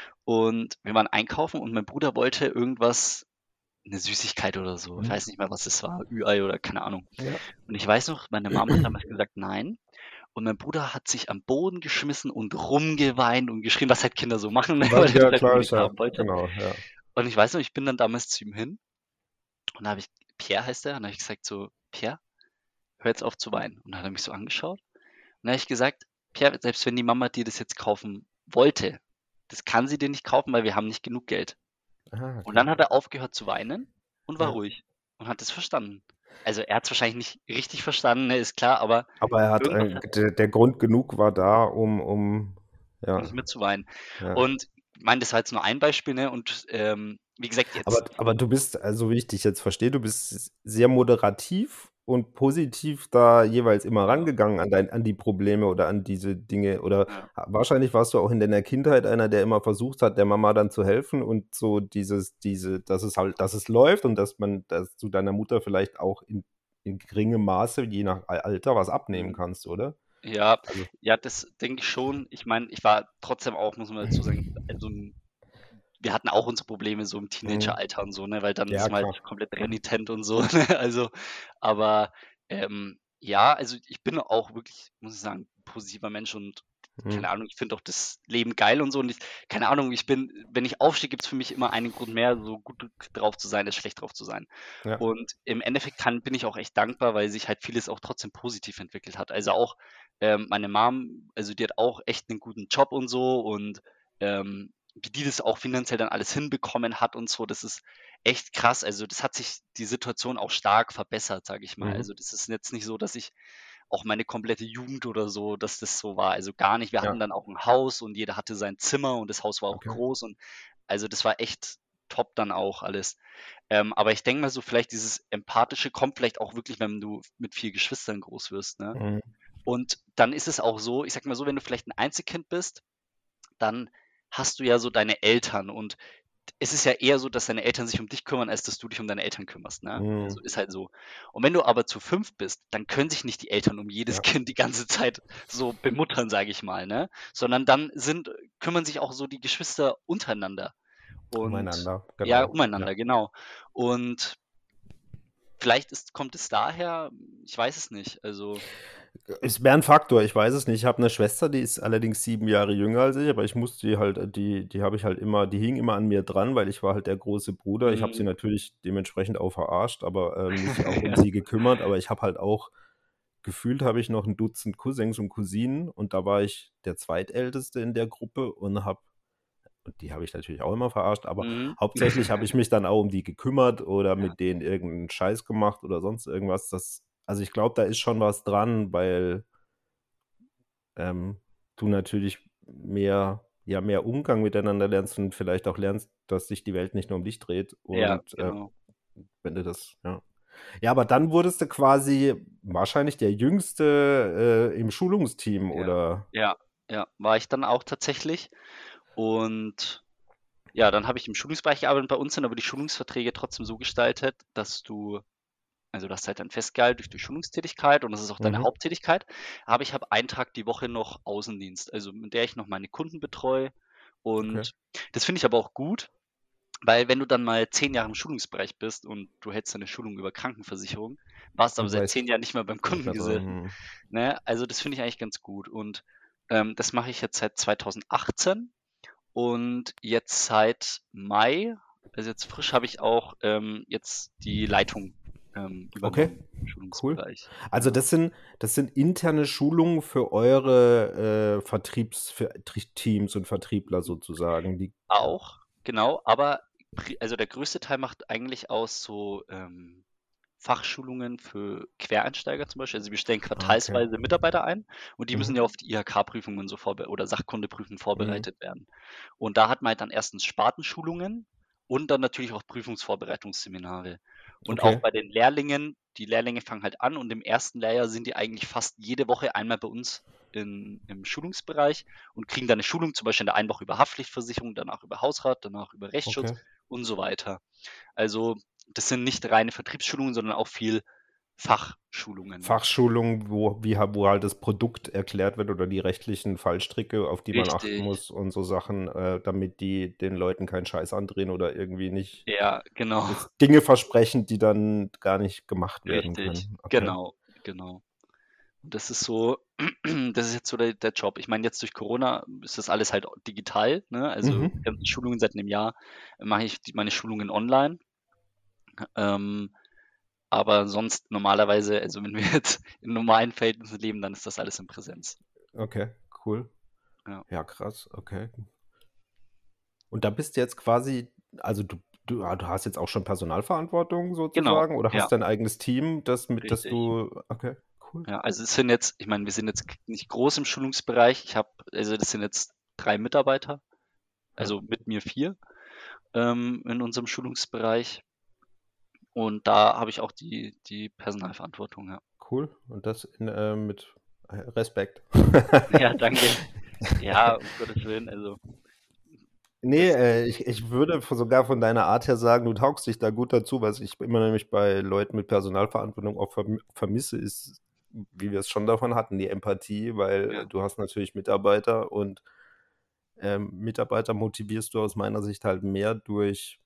und wir waren einkaufen und mein Bruder wollte irgendwas 'ne Süßigkeit oder so. Ich Mhm. weiß nicht mehr, was es war, Ü-Ei oder keine Ahnung. Ja. Und ich weiß noch, meine Mom hat damals gesagt: „Nein.“ Und mein Bruder hat sich am Boden geschmissen und rumgeweint und geschrien, was halt Kinder so machen, ne, Was, weil er das ja, halt klar, unbedingt ist ja, haben wollte. genau, ja. Und ich weiß noch, ich bin dann damals zu ihm hin und da habe ich Pierre heißt er, und da habe ich gesagt so: „Pierre, hör jetzt auf zu weinen.“ Und dann hat er mich so angeschaut und dann habe ich gesagt: „Pierre, selbst wenn die Mama dir das jetzt kaufen wollte, das kann sie dir nicht kaufen, weil wir haben nicht genug Geld.“ Ah, Und okay. dann hat er aufgehört zu weinen und war Ja. ruhig und hat es verstanden. Also, er hat's wahrscheinlich nicht richtig verstanden, ne, ist klar, aber Aber er hat irgendwas ein, hat der, der Grund genug war da, um, um, nicht ja, mitzuweinen. ja. Und ich meine, das war jetzt nur ein Beispiel, ne? Und, ähm, wie gesagt, Aber, jetzt aber du bist, also wie ich dich jetzt verstehe, du bist sehr moderativ und positiv da jeweils immer ja, rangegangen an dein, an die Probleme oder an diese Dinge. Oder ja. wahrscheinlich warst du auch in deiner Kindheit einer, der immer versucht hat, der Mama dann zu helfen und so dieses, diese, dass es halt, dass es läuft und dass man, dass du deiner Mutter vielleicht auch in, in geringem Maße, je nach Alter, was abnehmen Mhm. kannst, oder? Ja, Also, ja, das denke ich schon. Ich meine, ich war trotzdem auch, muss man dazu sagen, also 'n wir hatten auch unsere Probleme so im mhm. Teenageralter und so, ne, weil dann Ja, ist man klar. halt komplett renitent und so, ne? Also, aber, ähm, ja, also ich bin auch wirklich, muss ich sagen, 'n positiver Mensch und keine Mhm. Ahnung, ich finde doch das Leben geil und so und ich keine Ahnung, ich bin wenn ich aufstehe, gibt's für mich immer einen Grund mehr, so gut drauf zu sein, als schlecht drauf zu sein. Ja. Und im Endeffekt kann bin ich auch echt dankbar, weil sich halt vieles auch trotzdem positiv entwickelt hat. Also auch, ähm, meine Mom, also die hat auch echt 'nen guten Job und so und, ähm, wie die das auch finanziell dann alles hinbekommen hat und so, das ist echt krass. Also, das hat sich die Situation auch stark verbessert, sage ich mal. Mhm. Also, das ist jetzt nicht so, dass ich auch meine komplette Jugend oder so, dass das so war. Also, gar nicht. Wir hatten Ja, dann auch 'n Haus und jeder hatte sein Zimmer und das Haus war auch okay. groß und also, das war echt top dann auch alles. Ähm, aber ich denke mal so, vielleicht dieses Empathische kommt vielleicht auch wirklich, wenn du mit vier Geschwistern groß wirst, ne? Mhm. Und dann ist es auch so, ich sage mal so, wenn du vielleicht 'n Einzelkind bist, dann hast du ja so deine Eltern und es ist ja eher so, dass deine Eltern sich um dich kümmern, als dass du dich um deine Eltern kümmerst, ne? Mhm. Also, ist halt so. Und wenn du aber zu fünf bist, dann können sich nicht die Eltern um jedes Ja, Kind die ganze Zeit so bemuttern, sage ich mal, ne? Sondern dann sind kümmern sich auch so die Geschwister untereinander und umeinander, ja, genau. Ja. umeinander, genau. Und vielleicht ist kommt es daher, ich weiß es nicht. Also Es wäre 'n Faktor, ich weiß es nicht. Ich habe 'ne Schwester, die ist allerdings sieben Jahre jünger als ich, aber ich musste die halt die die habe ich halt immer die hing immer an mir dran, weil ich war halt der große Bruder. Ich habe sie mhm. natürlich dementsprechend auch verarscht, aber, ähm, mich auch um sie gekümmert. Aber ich habe halt auch gefühlt habe ich noch 'n Dutzend Cousins und Cousinen und da war ich der Zweitälteste in der Gruppe und habe und die habe ich natürlich auch immer verarscht, aber Mhm. hauptsächlich habe ich mich dann auch um die gekümmert oder Ja, mit denen irgend 'n Scheiß gemacht oder sonst irgendwas. Das also, ich glaube, da ist schon was dran, weil ähm, du natürlich mehr ja, mehr Umgang miteinander lernst und vielleicht auch lernst, dass sich die Welt nicht nur um dich dreht ja, und, äh, genau. wenn du das ja. Ja, aber dann wurdest du quasi wahrscheinlich der Jüngste, äh, im Schulungsteam Ja, oder ja, ja, war ich dann auch tatsächlich. Und ja, dann habe ich im Schulungsbereich gearbeitet und bei uns sind aber die Schulungsverträge trotzdem so gestaltet, dass du also, du hast halt dein Festgehalt durch die Schulungstätigkeit und das ist auch deine mhm, Haupttätigkeit, aber ich habe einen Tag die Woche noch Außendienst, also, mit der ich noch meine Kunden betreue okay, und das finde ich aber auch gut, weil wenn du dann mal zehn Jahre im Schulungsbereich bist und du hältst deine Schulung über Krankenversicherung, warst aber und seit zehn weißt Jahren nicht mehr beim nicht Kunden mehr so, gesessen, mhm, ne? Also, das finde ich eigentlich ganz gut und, ähm, das mache ich jetzt seit zweitausendachtzehn und jetzt seit Mai, also jetzt frisch, habe ich auch, ähm, jetzt die Leitung, ähm, okay, übernommen im cool. Schulungsbereich, Also, genau. das sind das sind interne Schulungen für eure, äh, Vertriebs für Tri Teams und Vertriebler sozusagen, die Auch, genau, aber pri also der größte Teil macht eigentlich aus so, ähm, Fachschulungen für Quereinsteiger zum Beispiel. Also, wir stellen ah, okay. quartalsweise Mitarbeiter ein und die müssen Mhm, ja auf die I H K-Prüfungen so vorbe oder Sachkundeprüfungen mhm, vorbereitet werden. Und da hat man halt dann erstens Spartenschulungen und dann natürlich auch Prüfungsvorbereitungsseminare. Und auch okay, bei den Lehrlingen die Lehrlinge fangen halt an und im ersten Lehrjahr sind die eigentlich fast jede Woche einmal bei uns in im Schulungsbereich und kriegen dann 'ne Schulung, zum Beispiel in der einen Woche über Haftpflichtversicherung, danach über Hausrat, danach über Rechtsschutz okay. und so weiter. Also, das sind nicht reine Vertriebsschulungen, sondern auch viel Fachschulungen. Fachschulung, wo wie ha wo halt das Produkt erklärt wird oder die rechtlichen Fallstricke, auf die man achten Richtig, muss und so Sachen, äh, damit die den Leuten keinen Scheiß andrehen oder irgendwie nicht ja, genau, jetzt Dinge versprechen, die dann gar nicht gemacht werden richtig, können. Okay, genau, genau. Und das ist so das ist jetzt so der der Job. Ich meine, jetzt durch Corona ist das alles halt digital, ne? Also, die mhm. ganzen Schulungen seit 'nem Jahr mache ich die meine Schulungen online. Ähm, aber sonst normalerweise also, wenn wir jetzt in normalen Verhältnissen leben, dann ist das alles in Präsenz. Okay, cool. Ja, Ja, krass, okay. Und da bist du jetzt quasi also du du ah, du hast jetzt auch schon Personalverantwortung genau, sozusagen oder ja, hast dein eigenes Team, das mit das richtig. du okay, cool. Ja, also es sind jetzt ich meine, wir sind jetzt k nicht groß im Schulungsbereich. Ich habe also das sind jetzt drei Mitarbeiter, Ja, also mit mir vier ähm, in unserem Schulungsbereich und da habe ich auch die die Personalverantwortung, ja. cool. Und das in, äh, mit, äh, Respekt. Ja, danke. Ja, um Gottes Willen, also Ne, das äh, ich ich würde v sogar von deiner Art her sagen, du taugst dich da gut dazu. Was ich immer nämlich bei Leuten mit Personalverantwortung auch verm vermisse, ist, wie wir es schon davon hatten, die Empathie, weil ja, du hast natürlich Mitarbeiter und, ähm, Mitarbeiter motivierst du aus meiner Sicht halt mehr durch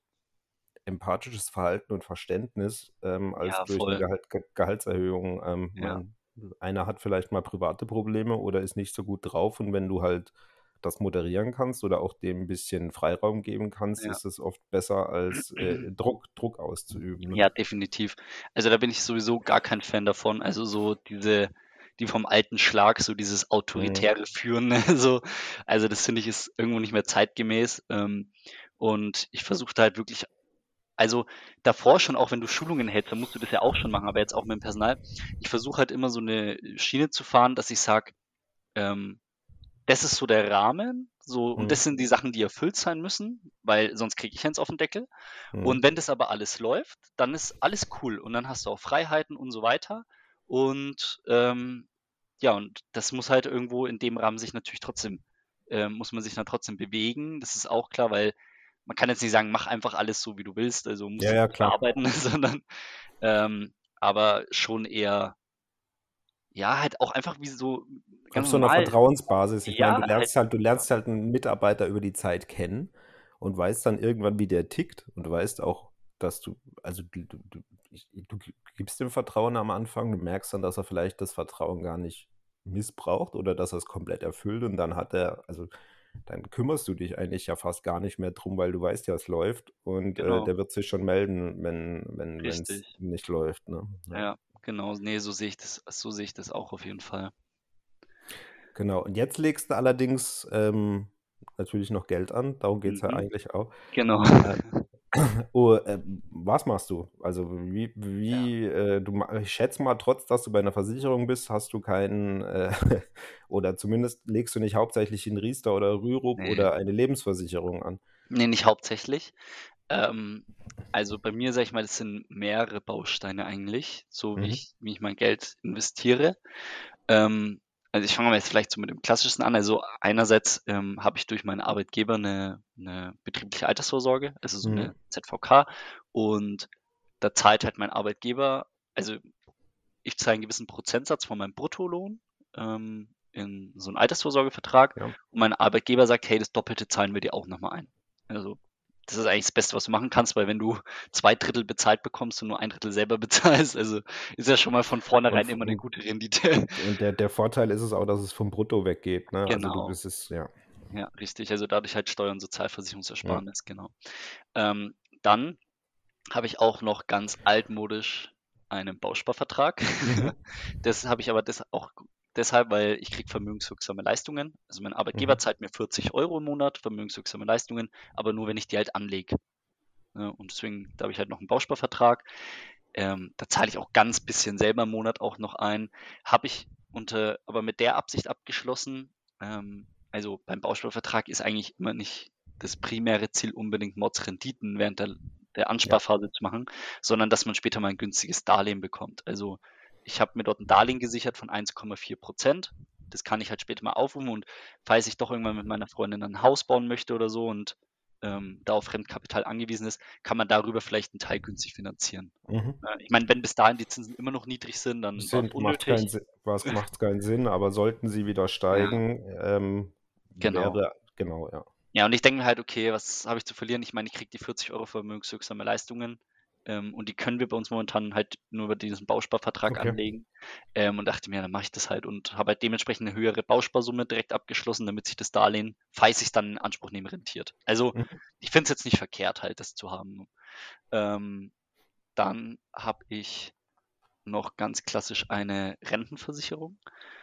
empathisches Verhalten und Verständnis, ähm, als ja, durch 'ne voll. Gehalt Ge Gehaltserhöhung. Ähm, Ja, mein einer hat vielleicht mal private Probleme oder ist nicht so gut drauf und wenn du halt das moderieren kannst oder auch dem 'n bisschen Freiraum geben kannst, Ja. ist es oft besser als, äh, Druck Druck auszuüben, ne? Ja, definitiv. Also, da bin ich sowieso gar kein Fan davon. Also, so diese die vom alten Schlag, so dieses Mhm. autoritäre Führen, ne, so. Also, das finde ich, ist irgendwo nicht mehr zeitgemäß. Ähm, und ich versuche da halt wirklich also, davor schon, auch wenn du Schulungen hältst, dann musst du das ja auch schon machen, aber jetzt auch mit dem Personal. Ich versuche halt immer so 'ne Schiene zu fahren, dass ich sage, ähm: „Das ist so der Rahmen, so und Mhm. das sind die Sachen, die erfüllt sein müssen, weil sonst kriege ich eins auf 'n Deckel. Mhm. Und wenn das aber alles läuft, dann ist alles cool und dann hast du auch Freiheiten und so weiter. Und, ähm, ja, und das muss halt irgendwo in dem Rahmen sich natürlich trotzdem ähm, muss man sich dann trotzdem bewegen. Das ist auch klar, weil man kann jetzt nicht sagen: „Mach einfach alles so, wie du willst, also musst Ja, jetzt ja, nicht klar. arbeiten“, sondern, ähm aber schon eher ja, halt auch einfach wie so Auf ganz so 'ner normal Vertrauensbasis. Ich meine, ja, du halt lernst halt du lernst halt 'n Mitarbeiter über die Zeit kennen und weißt dann irgendwann, wie der tickt und weißt auch, dass du also, du du du ich du gi gibst dem Vertrauen am Anfang, du merkst dann, dass er vielleicht das Vertrauen gar nicht missbraucht oder dass er's komplett erfüllt und dann hat er also, dann kümmerst du dich eigentlich ja fast gar nicht mehr drum, weil du weißt ja, es läuft und, äh, Genau. der wird sich schon melden, wenn wenn wenn's Richtig. nicht läuft, ne? Ja. Ja, genau. Ne, so sehe ich das so sehe ich das auch auf jeden Fall. Genau. Und jetzt legst du allerdings, ähm, natürlich noch Geld an, darum geht's ja Mhm. eigentlich auch. Genau. Äh, oh, ähm, was machst du? Also, wie Ja. wie, äh, du ma ich schätze mal, trotz dass du bei 'ner Versicherung bist, hast du keinen, äh oder zumindest legst du nicht hauptsächlich in Riester oder Rürup Ne. oder eine Lebensversicherung an? Ne, nicht hauptsächlich. Ähm, also, bei mir, sage ich mal, das sind mehrere Bausteine eigentlich, so wie Mhm. ich wie ich mein Geld investiere. Ähm, also, ich fange mal jetzt vielleicht so mit dem Klassischsten an. Also, einerseits, ähm, habe ich durch meinen Arbeitgeber 'ne 'ne betriebliche Altersvorsorge, also, so Mhm. 'ne ZVK und da zahlt halt mein Arbeitgeber also, ich zahle 'n gewissen Prozentsatz von meinem Bruttolohn, ähm, in so 'n Altersvorsorgevertrag Ja. und mein Arbeitgeber sagt: „Hey, das Doppelte zahlen wir dir auch noch mal ein.“ Also, das ist eigentlich das Beste, was du machen kannst, weil wenn du zwei Drittel bezahlt bekommst und nur ein Drittel selber bezahlst, also, ist ja schon mal von Und vornherein v immer 'ne und gute Rendite. und der der Vorteil ist es auch, dass es vom Brutto weggeht, ne? Also, du Genau. das ist ja. Ja, richtig. Also, dadurch halt Steuer und Ja. Sozialversicherungsersparnis, genau. Ähm, dann habe ich auch noch ganz altmodisch einen Bausparvertrag. Mhm. Das habe ich aber des auch deshalb, weil ich kriege vermögenswirksame Leistungen. Also, mein Arbeitgeber Mhm. zahlt mir vierzig Euro im Monat vermögenswirksame Leistungen, aber nur, wenn ich die halt anlege, ne? Und deswegen da habe ich halt noch 'n Bausparvertrag. Ähm, da zahle ich auch ganz bisschen selber im Monat auch noch ein. Habe ich unter aber mit der Absicht abgeschlossen ähm, also, beim Bausparvertrag ist eigentlich immer nicht das primäre Ziel unbedingt Mordsrenditen während der der Ja. Ansparphase zu machen, sondern dass man später mal 'n günstiges Darlehen bekommt. Also, ich habe mir dort 'n Darlehen gesichert von eins Komma vier Prozent. Das kann ich halt später mal aufrufen und falls ich doch irgendwann mit meiner Freundin 'n Haus bauen möchte oder so und, ähm, da auf Fremdkapital angewiesen ist, kann man darüber vielleicht 'n Teil günstig finanzieren. Mhm. Ne, ich meine, wenn bis dahin die Zinsen immer noch niedrig sind, dann war's Sind macht keinen unnötig. Si was macht's keinen Sinn, aber sollten sie wieder Ja. steigen, ähm, Genau. wäre genau, ja. Ja, und ich denke mir halt: „Okay, was habe ich zu verlieren?“ Ich meine, ich kriege die vierzig Euro vermögenswirksame Leistungen, ähm, und die können wir bei uns momentan halt nur über diesen Bausparvertrag Okay. anlegen. Ähm, und dachte mir: „Dann mache ich das halt“ und habe halt dementsprechend 'ne höhere Bausparsumme direkt abgeschlossen, damit sich das Darlehen, falls ich's dann in Anspruch nehme, rentiert. Also, Mhm. ich finde es jetzt nicht verkehrt halt, das zu haben. Ähm, dann habe ich noch ganz klassisch eine Rentenversicherung.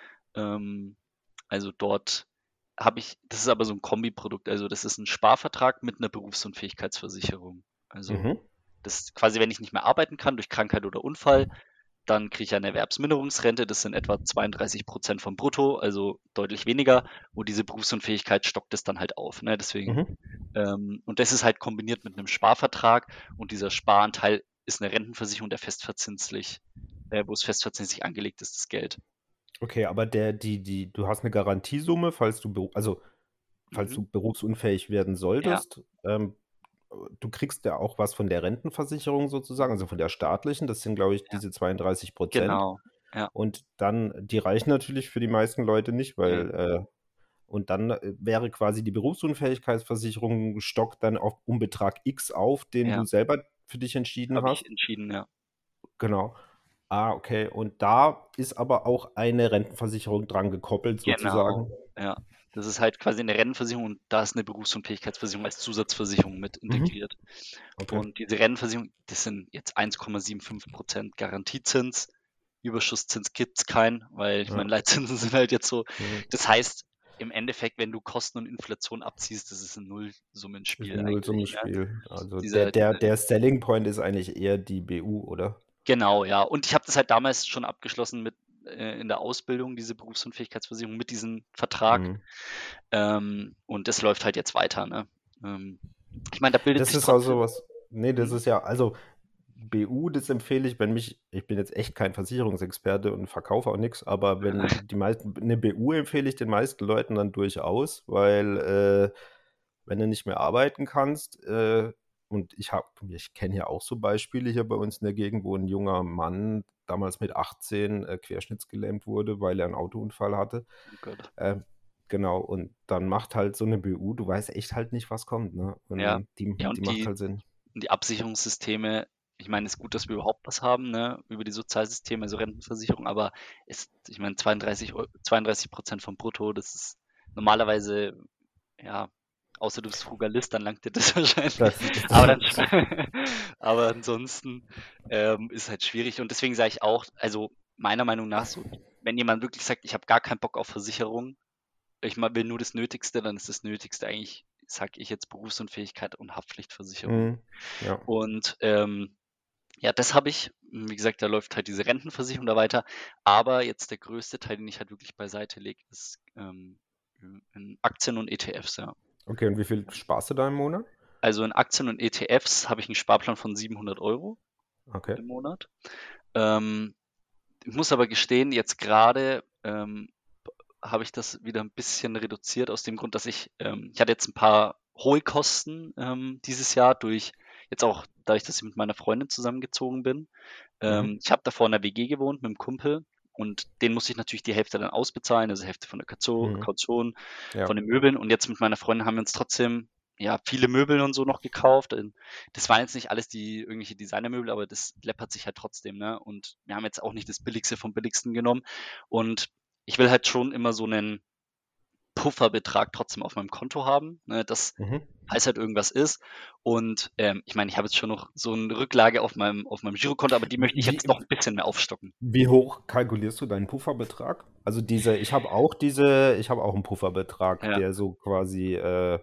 Ähm, also, dort habe ich das ist aber so 'n Kombiprodukt. Also, das ist 'n Sparvertrag mit 'ner Berufsunfähigkeitsversicherung. Also, Mhm. das quasi, wenn ich nicht mehr arbeiten kann durch Krankheit oder Unfall, dann kriege ich eine Erwerbsminderungsrente. Das sind etwa zweiunddreißig Prozent vom Brutto, also, deutlich weniger und diese Berufsunfähigkeit stockt das dann halt auf, ne? Deswegen Mhm. ähm, und das ist halt kombiniert mit 'nem Sparvertrag und dieser Sparanteil ist 'ne Rentenversicherung, der festverzinslich äh, wo's festverzinslich angelegt ist, das Geld. Okay, aber der die die du hast 'ne Garantiesumme, falls du beru also, falls Mhm. du berufsunfähig werden Ja. solltest. Ähm, äh, du kriegst ja auch was von der Rentenversicherung sozusagen, also, von der staatlichen. Das sind, glaube ich, Ja. diese zweiunddreißig Prozent. Genau, ja. Und dann die reichen natürlich für die meisten Leute nicht, Ne. weil, äh und dann, äh, wäre quasi die Berufsunfähigkeitsversicherung stockt dann auf um Betrag X auf, den Ja. du selber für dich entschieden Habe ich hast. entschieden, ja. Genau. Ah, okay. Und da ist aber auch eine Rentenversicherung dran gekoppelt Genau, sozusagen? ja. Das ist halt quasi eine Rentenversicherung und da ist eine Berufsunfähigkeitsversicherung als Zusatzversicherung mit Mhm. integriert. Okay. Und diese Rentenversicherung, das sind jetzt eins Komma fünfundsiebzig Garantiezins. Überschusszins gibt's keinen, weil ich Ja. meine, Leitzinsen sind halt jetzt so. Mhm. Das heißt, im Endeffekt, wenn du Kosten und Inflation abziehst, das ist ein Ist Nullsummenspiel ein eigentlich, ne? Nullsummenspiel. Also der, Dieser, der, diese, der Selling Point ist eigentlich eher die B U, oder? genau, ja. Und ich habe das halt damals schon abgeschlossen mit äh, in der Ausbildung, diese Berufsunfähigkeitsversicherung mit diesem Vertrag. Mhm. Ähm, und das läuft halt jetzt weiter, ne? Ähm, ich meine, da bildet Das sich ist auch trotzdem. sowas. Nee, das Hm? ist ja, also B U, das empfehle ich, wenn mich, ich bin jetzt echt kein Versicherungsexperte und verkaufe auch nichts, aber wenn die meisten, eine B U empfehle ich den meisten Leuten dann durchaus, weil äh, wenn du nicht mehr arbeiten kannst, äh, und ich habe, ich kenne ja auch so Beispiele hier bei uns in der Gegend, wo ein junger Mann damals mit achtzehn äh, querschnittsgelähmt wurde, weil er einen Autounfall hatte. Oh Gott. Ähm, genau, und dann macht halt so eine B U, du weißt echt halt nicht, was kommt, ne? Ja. Und die, Ja, die und macht die, halt Sinn. die Absicherungssysteme, ich meine, es ist gut, dass wir überhaupt was haben, ne, über die Sozialsysteme, also Rentenversicherung, aber ist, ich meine, zweiunddreißig, Eu- zweiunddreißig Prozent vom Brutto, das ist normalerweise, ja, außer du bist Frugalist, dann langt dir das wahrscheinlich. Das, Aber dann, aber ansonsten ähm, ist halt schwierig und deswegen sage ich auch, also meiner Meinung nach so, wenn jemand wirklich sagt, ich habe gar keinen Bock auf Versicherung, ich mal will nur das Nötigste, dann ist das Nötigste eigentlich, sage ich jetzt, Berufsunfähigkeit und Haftpflichtversicherung. Mhm. Ja. Und ähm, ja, das habe ich. Wie gesagt, da läuft halt diese Rentenversicherung da weiter. Aber jetzt der größte Teil, den ich halt wirklich beiseite lege, ist ähm, in Aktien und E T Fs, ja. Okay, und wie viel sparst du da im Monat? Also in Aktien und E T Fs habe ich einen Sparplan von siebenhundert Euro Okay. im Monat. Ähm, ich muss aber gestehen, jetzt gerade ähm, habe ich das wieder ein bisschen reduziert aus dem Grund, dass ich, ähm, ich hatte jetzt ein paar hohe Kosten ähm, dieses Jahr durch, jetzt auch dadurch, dass ich mit meiner Freundin zusammengezogen bin. Mhm. Ähm, ich habe davor in der W G gewohnt mit einem Kumpel und den musste ich natürlich die Hälfte dann ausbezahlen, also Hälfte von der Kaution, Mhm. Kaution Ja. von den Möbeln. Und jetzt mit meiner Freundin haben wir uns trotzdem ja viele Möbel und so noch gekauft. Ähm, Das waren jetzt nicht alles die irgendwelche Designermöbel, aber das läppert sich halt trotzdem, ne? Und wir haben jetzt auch nicht das Billigste vom Billigsten genommen. Und ich will halt schon immer so einen Pufferbetrag trotzdem auf meinem Konto haben, ne, dass Mhm. falls halt irgendwas ist. Und ähm, ich meine, ich habe jetzt schon noch so eine Rücklage auf meinem, auf meinem Girokonto, aber die möchte ich Wie, jetzt noch ein bisschen mehr aufstocken. wie hoch kalkulierst du deinen Pufferbetrag? Also diese, ich habe auch diese, ich habe auch einen Pufferbetrag, Ja, der so quasi äh,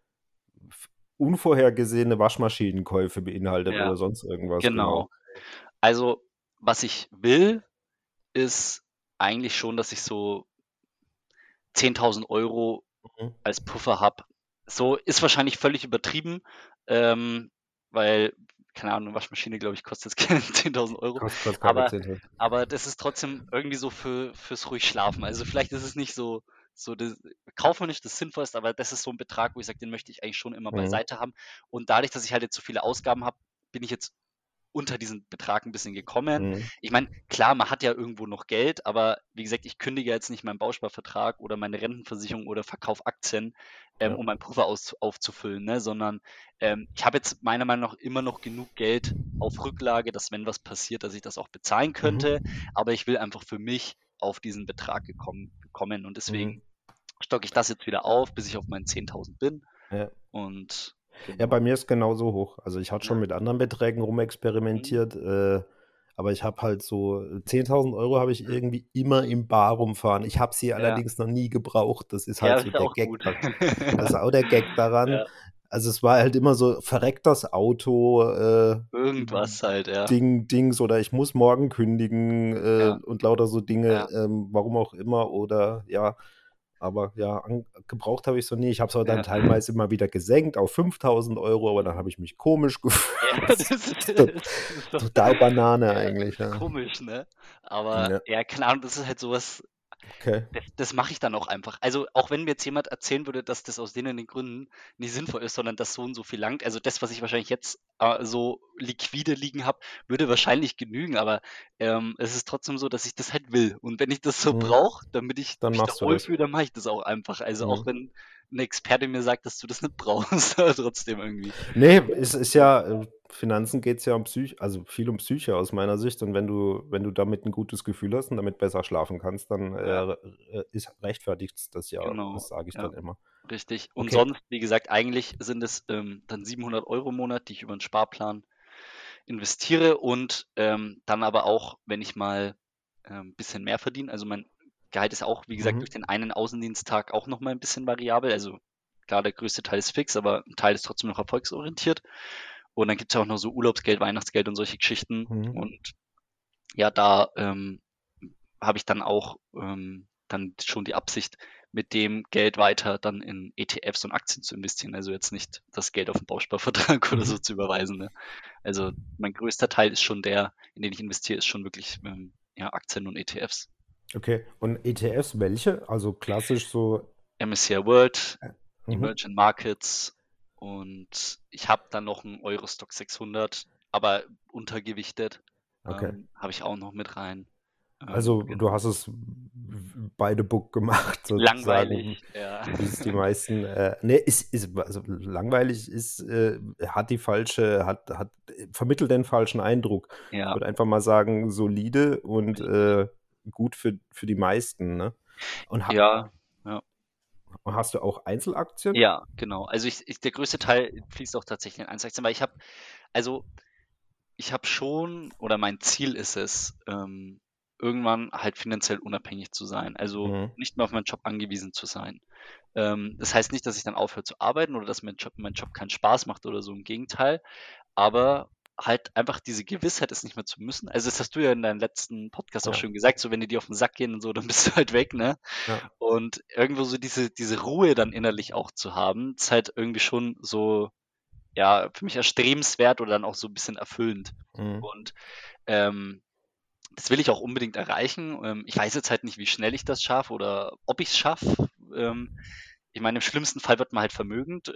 f- unvorhergesehene Waschmaschinenkäufe beinhaltet ja, oder sonst irgendwas, genau. genau. Also, was ich will, ist eigentlich schon, dass ich so zehntausend Euro Mhm. als Puffer habe. So ist wahrscheinlich völlig übertrieben, ähm, weil, keine Ahnung, 'ne Waschmaschine, glaube ich, kostet jetzt keine zehntausend Euro. Kostet, kostet keine Aber Zehntel. aber das ist trotzdem irgendwie so für fürs ruhig Schlafen. Also, vielleicht ist es nicht so so das kaufmännisch das Sinnvollste, aber das ist so ein Betrag, wo ich sage, den möchte ich eigentlich schon immer Mhm. beiseite haben. Und dadurch, dass ich halt jetzt so viele Ausgaben habe, bin ich jetzt unter diesen Betrag ein bisschen gekommen. Mhm. Ich meine, klar, man hat ja irgendwo noch Geld, aber wie gesagt, ich kündige jetzt nicht meinen Bausparvertrag oder meine Rentenversicherung oder verkaufe Aktien, ähm, Ja. um meinen Puffer aus aufzufüllen, ne? Sondern, ähm, ich habe jetzt meiner Meinung nach immer noch genug Geld auf Rücklage, dass wenn was passiert, dass ich das auch bezahlen könnte, Mhm. aber ich will einfach für mich auf diesen Betrag gekommen kommen und Mhm. deswegen stocke ich das jetzt wieder auf, bis ich auf meinen zehntausend bin Ja. und Ja, bei genau. mir ist genauso hoch. Also ich hatte schon Ja. mit anderen Beträgen Mhm. rumexperimentiert, äh, aber ich habe halt so zehntausend Euro habe ich irgendwie immer im Bar rumfahren. Ich habe sie Ja. allerdings noch nie gebraucht. Das ist Ja, halt das so ist ja der auch Gag. gut. da- Das ist auch der Gag daran. Ja, Also es war halt immer so verreckt das Auto, äh, irgendwas halt, ja. Ding, Dings oder ich muss morgen kündigen Ja, äh, und lauter so Dinge, ja, ähm, warum auch immer oder ja. Aber ja, an, gebraucht habe ich so nie. Ich habe es aber dann ja. teilweise immer wieder gesenkt auf fünftausend Euro, aber dann Mhm. habe ich mich komisch Ja, gefühlt. das Das ist ist to- das ist doch total Banane ja, eigentlich. Ja. komisch, ne? Aber Ja, ja, keine Ahnung, das ist halt so was, okay. das das mache ich dann auch einfach. Also, auch wenn mir jetzt jemand erzählen würde, dass das aus den und den Gründen nicht sinnvoll ist, sondern dass so und so viel langt, also das, was ich wahrscheinlich jetzt, äh, so liquide liegen habe, würde wahrscheinlich genügen, aber, ähm, es ist trotzdem so, dass ich das halt will. Und wenn ich das so Mhm. brauche, damit ich Dann mich da machst du das. wohlfühle, dann mache ich das auch einfach. Also, auch Mhm. wenn 'n Experte mir sagt, dass du das nicht brauchst, aber trotzdem irgendwie. Ne, es ist ja äh, Finanzen geht's ja um Psych also viel um Psyche aus meiner Sicht und wenn du wenn du damit 'n gutes Gefühl hast und damit besser schlafen kannst, dann, Ja. äh, äh, ist rechtfertigt's das ja. Genau, Das sage ich ja, dann immer. richtig. Und Okay. sonst, wie gesagt, eigentlich sind es, ähm, dann siebenhundert Euro im Monat, die ich über 'n Sparplan investiere und, ähm, dann aber auch, wenn ich mal, ähm, bisschen mehr verdiene also mein Gehalt ist auch, wie gesagt, durch Mhm. den einen Außendiensttag auch noch mal 'n bisschen variabel. Also klar, der größte Teil ist fix, aber 'n Teil ist trotzdem noch erfolgsorientiert. Und dann gibt's ja auch noch so Urlaubsgeld, Weihnachtsgeld und solche Geschichten. Mhm. Und ja, da, ähm, habe ich dann auch, ähm, dann schon die Absicht, mit dem Geld weiter dann in E T Fs und Aktien zu investieren. Also jetzt nicht das Geld auf 'n Bausparvertrag oder so Mhm. zu überweisen, ne? Also mein größter Teil ist schon der, in den ich investiere, ist schon wirklich, ähm, ja, Aktien und E T Fs. Okay. Und E T Fs, welche? Also klassisch so M S C I World, Äh, mhm. Emerging Markets und ich habe dann noch 'n Euro Stoxx sechshundert, aber untergewichtet, Okay. ähm, habe ich auch noch mit rein. Ähm, Also, du genau. hast es w by the book gemacht sozusagen, Langweilig, ja. wie es die meisten äh, ne, ist ist also langweilig ist, äh hat die falsche hat hat vermittelt den falschen Eindruck. Ich Ja. würde einfach mal sagen, solide und, Richtig. äh, gut für für die meisten, ne? Und ha Ja, ja. hast du auch Einzelaktien? Ja, genau. Also ich ich der größte Teil fließt auch tatsächlich in Einzelaktien, weil ich habe also ich habe schon oder mein Ziel ist es, ähm, irgendwann halt finanziell unabhängig zu sein, also Mhm. nicht mehr auf meinen Job angewiesen zu sein. Ähm, das heißt nicht, dass ich dann aufhöre zu arbeiten oder dass mein Job mein Job keinen Spaß macht oder so, im Gegenteil, aber halt einfach diese Gewissheit, es nicht mehr zu müssen. Also, das hast du ja in deinem letzten Podcast auch Ja. schon gesagt, so wenn die dir auf 'n Sack gehen und so, dann bist du halt weg, ne? Ja. Und irgendwo so diese diese Ruhe dann innerlich auch zu haben, ist halt irgendwie schon so, ja, für mich erstrebenswert oder dann auch so 'n bisschen erfüllend. Mhm. Und, ähm, das will ich auch unbedingt erreichen. Ähm, ich weiß jetzt halt nicht, wie schnell ich das schaffe oder ob ich's schaffe. Ähm, ich meine, im schlimmsten Fall wird man halt vermögend.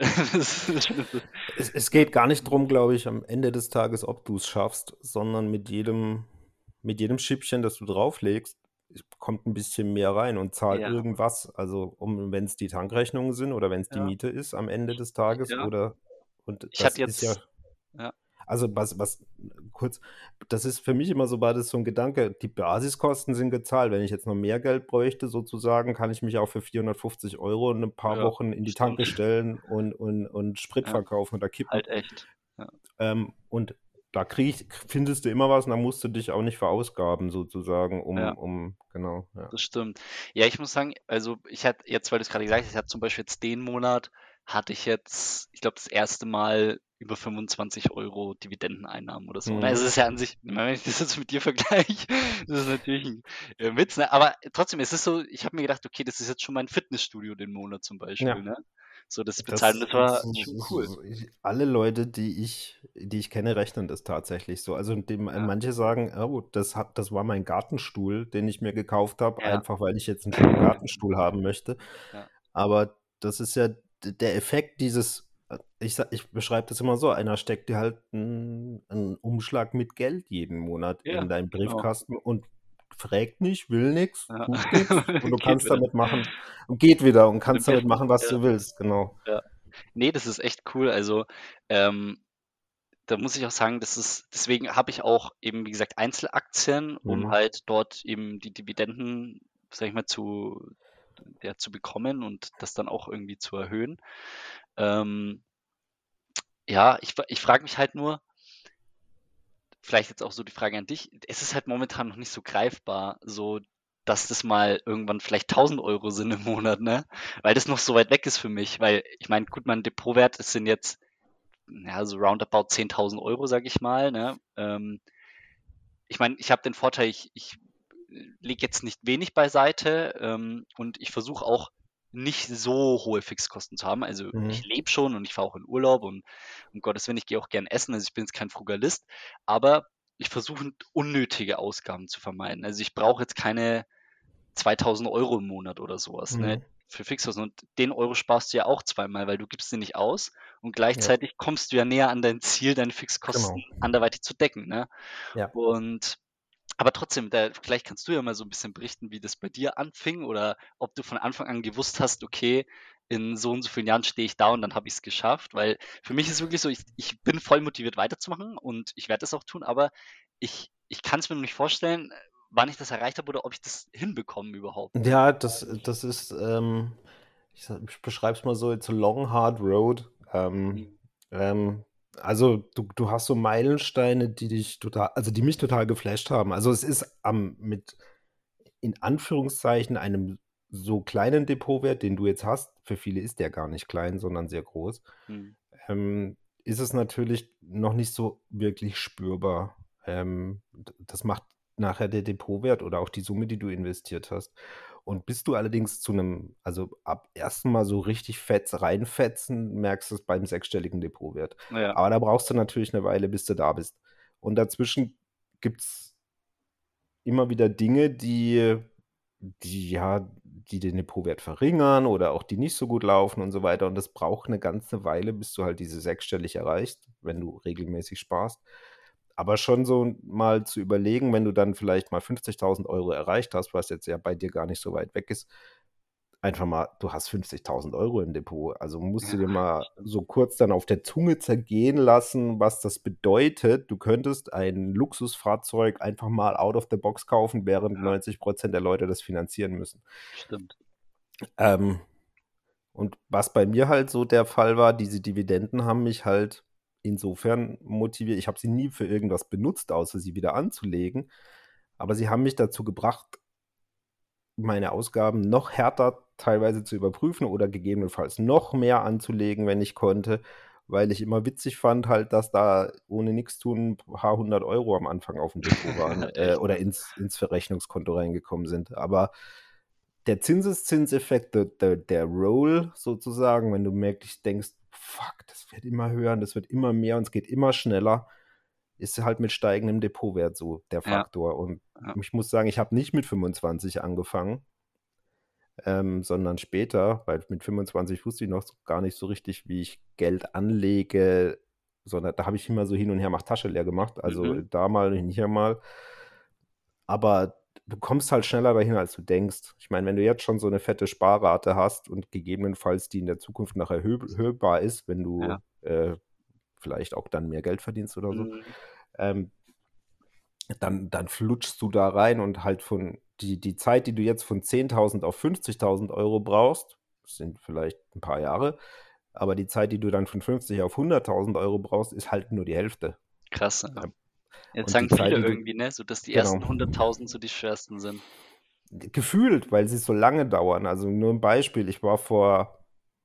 Es es Ja. geht gar nicht drum, glaube ich, am Ende des Tages, ob du's schaffst, sondern mit jedem mit jedem Schippchen, das du drauflegst, kommt 'n bisschen mehr rein und zahlt Ja. irgendwas. Also, um wenn's die Tankrechnungen sind oder wenn's die Ja. Miete ist am Ende des Tages Ja. oder und Ich das hatte ist ja jetzt ja. also was was kurz das ist für mich immer so war das so 'n Gedanke, die Basiskosten sind gezahlt. Wenn ich jetzt noch mehr Geld bräuchte sozusagen, kann ich mich auch für vierhundertfünfzig Euro 'ne paar Ja, Wochen in die stimmt. Tanke stellen und und und Sprit Ja, verkaufen oder kippen. halt echt, ja. Ähm, und da kriege ich findest du immer was und da musst du dich auch nicht verausgaben sozusagen, Ja. um um genau, ja. Das stimmt. Ja, ich muss sagen, also ich hatte jetzt, weil du's grade gesagt hast, ich hatte zum Beispiel jetzt den Monat hatte ich jetzt, ich glaube, das erste Mal über fünfundzwanzig Euro Dividendeneinnahmen oder so, ne? Mhm. Also, es ist ja an sich wenn ich das jetzt mit dir vergleiche, das ist natürlich 'n, äh, Witz, ne? Aber trotzdem, es ist so, ich habe mir gedacht: „Okay, das ist jetzt schon mein Fitnessstudio den Monat zum Beispiel“, Ja. ne? So das bezahlen, Das das ist war so schon so cool. so ich alle Leute, die ich die ich kenne, rechnen das tatsächlich so. Also, dem Ja. manche sagen: „Oh, das hat das war mein Gartenstuhl, den ich mir gekauft habe, Ja. einfach weil ich jetzt 'n schönen Gartenstuhl haben möchte.“ Ja. Aber das ist ja d der Effekt dieses äh, ich sa ich beschreibe das immer so, einer steckt dir halt 'n 'n Umschlag mit Geld jeden Monat Ja, in deinen genau. Briefkasten und fragt nicht, will nix, Ja, tut nix und du geht kannst wieder. damit machen und geht wieder und Und im kannst damit besten machen, was ja, du willst, genau. ja. Ne, das ist echt cool. Also, ähm, da muss ich auch sagen, das ist deswegen habe ich auch eben, wie gesagt, Einzelaktien, um Mhm. halt dort eben die Dividenden, sage ich mal, zu ja, zu bekommen und das dann auch irgendwie zu erhöhen. Ähm ja, ich f ich frage mich halt nur vielleicht jetzt auch so die Frage an dich. Es ist halt momentan noch nicht so greifbar, so, dass das mal irgendwann vielleicht tausend Euro sind im Monat, ne? Weil das noch so weit weg ist für mich, weil ich meine, gut, mein Depotwert, das sind jetzt, ja, so roundabout zehntausend Euro, sage ich mal, ne? Ähm ich meine, ich habe den Vorteil, ich ich lege jetzt nicht wenig beiseite, ähm, und ich versuche auch nicht so hohe Fixkosten zu haben. Also, ich Mhm. lebe schon und ich fahre auch in Urlaub und um Gottes Willen, ich gehe auch gern essen, also ich bin jetzt kein Frugalist, aber ich versuche unnötige Ausgaben zu vermeiden. Also, ich brauche jetzt keine zweitausend Euro im Monat oder so was, ne, Mhm. für Fixkosten und den Euro sparst du ja auch zweimal, weil du gibst den nicht aus und Ja. gleichzeitig kommst du ja näher an dein Ziel, deine Fixkosten Genau. anderweitig zu decken, ne? Ja. Und aber trotzdem, da vielleicht kannst du ja mal so 'n bisschen berichten, wie das bei dir anfing oder ob du von Anfang an gewusst hast: „Okay, in so und so vielen Jahren stehe ich da und dann habe ich es geschafft, weil für mich ist es wirklich so, ich, ich bin voll motiviert weiterzumachen und ich werde das auch tun, aber ich, ich kann es mir noch nicht vorstellen, wann ich das erreicht habe oder ob ich das hinbekomme überhaupt. Ja, das, das ist, ähm, ich, sag- ich beschreibe es mal so, it's a long, hard road. Ähm, Mhm. ähm, also du, du hast so Meilensteine, die dich total, also die mich total geflasht haben. Also es ist am mit in Anführungszeichen einem so kleinen Depotwert, den du jetzt hast, für viele ist der gar nicht klein, sondern sehr groß, Mhm. ähm, ist es natürlich noch nicht so wirklich spürbar. Ähm, d- das macht nachher der Depotwert oder auch die Summe, die du investiert hast. Und bist du allerdings zu einem, also ab ersten Mal so richtig fett reinfetzen, merkst du es beim sechsstelligen Depotwert. Ja, Aber da brauchst du natürlich eine Weile, bis du da bist. Und dazwischen gibt es immer wieder Dinge, die, die ja, die den Depotwert verringern oder auch die nicht so gut laufen und so weiter. Und das braucht eine ganze Weile, bis du halt diese sechsstellig erreichst, wenn du regelmäßig sparst. Aber schon so mal zu überlegen, wenn du dann vielleicht mal fünfzigtausend Euro erreicht hast, was jetzt ja bei dir gar nicht so weit weg ist, einfach mal, du hast fünfzigtausend Euro im Depot. Also musst du ja, dir mal stimmt. so kurz dann auf der Zunge zergehen lassen, was das bedeutet. Du könntest ein Luxusfahrzeug einfach mal out of the box kaufen, während Ja, neunzig Prozent der Leute das finanzieren müssen. stimmt. Ähm, und was bei mir halt so der Fall war, diese Dividenden haben mich halt insofern motiviert. Ich habe sie nie für irgendwas benutzt, außer sie wieder anzulegen. Aber sie haben mich dazu gebracht, meine Ausgaben noch härter teilweise zu überprüfen oder gegebenenfalls noch mehr anzulegen, wenn ich konnte, weil ich immer witzig fand halt, dass da ohne nichts tun ein paar hundert Euro am Anfang auf dem Depot waren äh, Echt, oder ne? ins, ins Verrechnungskonto reingekommen sind. Aber der Zinseszinseffekt, der, der, der Roll sozusagen, wenn du merklich denkst, fuck, das wird immer höher und das wird immer mehr und es geht immer schneller, ist halt mit steigendem Depotwert so der Ja, Faktor. Und ja. ich muss sagen, ich habe nicht mit fünfundzwanzig angefangen, ähm, sondern später, weil mit fünfundzwanzig wusste ich noch so gar nicht so richtig, wie ich Geld anlege, sondern da habe ich immer so hin und her mal Tasche leer gemacht, also Mhm. da mal, hier mal. Aber du kommst halt schneller dahin, als du denkst. Ich meine, wenn du jetzt schon so eine fette Sparrate hast und gegebenenfalls die in der Zukunft noch erhöhbar ist, wenn Ja. du äh, vielleicht auch dann mehr Geld verdienst oder so, Mhm. ähm, dann, dann flutschst du da rein und halt von die, die Zeit, die du jetzt von zehntausend auf fünfzigtausend Euro brauchst, das sind vielleicht ein paar Jahre, aber die Zeit, die du dann von fünfzig auf hunderttausend Euro brauchst, ist halt nur die Hälfte. Krass, ja. Ähm, Jetzt Und sagen die viele Zeit, die du, irgendwie, ne, so dass die genau, ersten hunderttausend so die schwersten sind. gefühlt, weil sie so lange dauern. Also nur ein Beispiel, ich war vor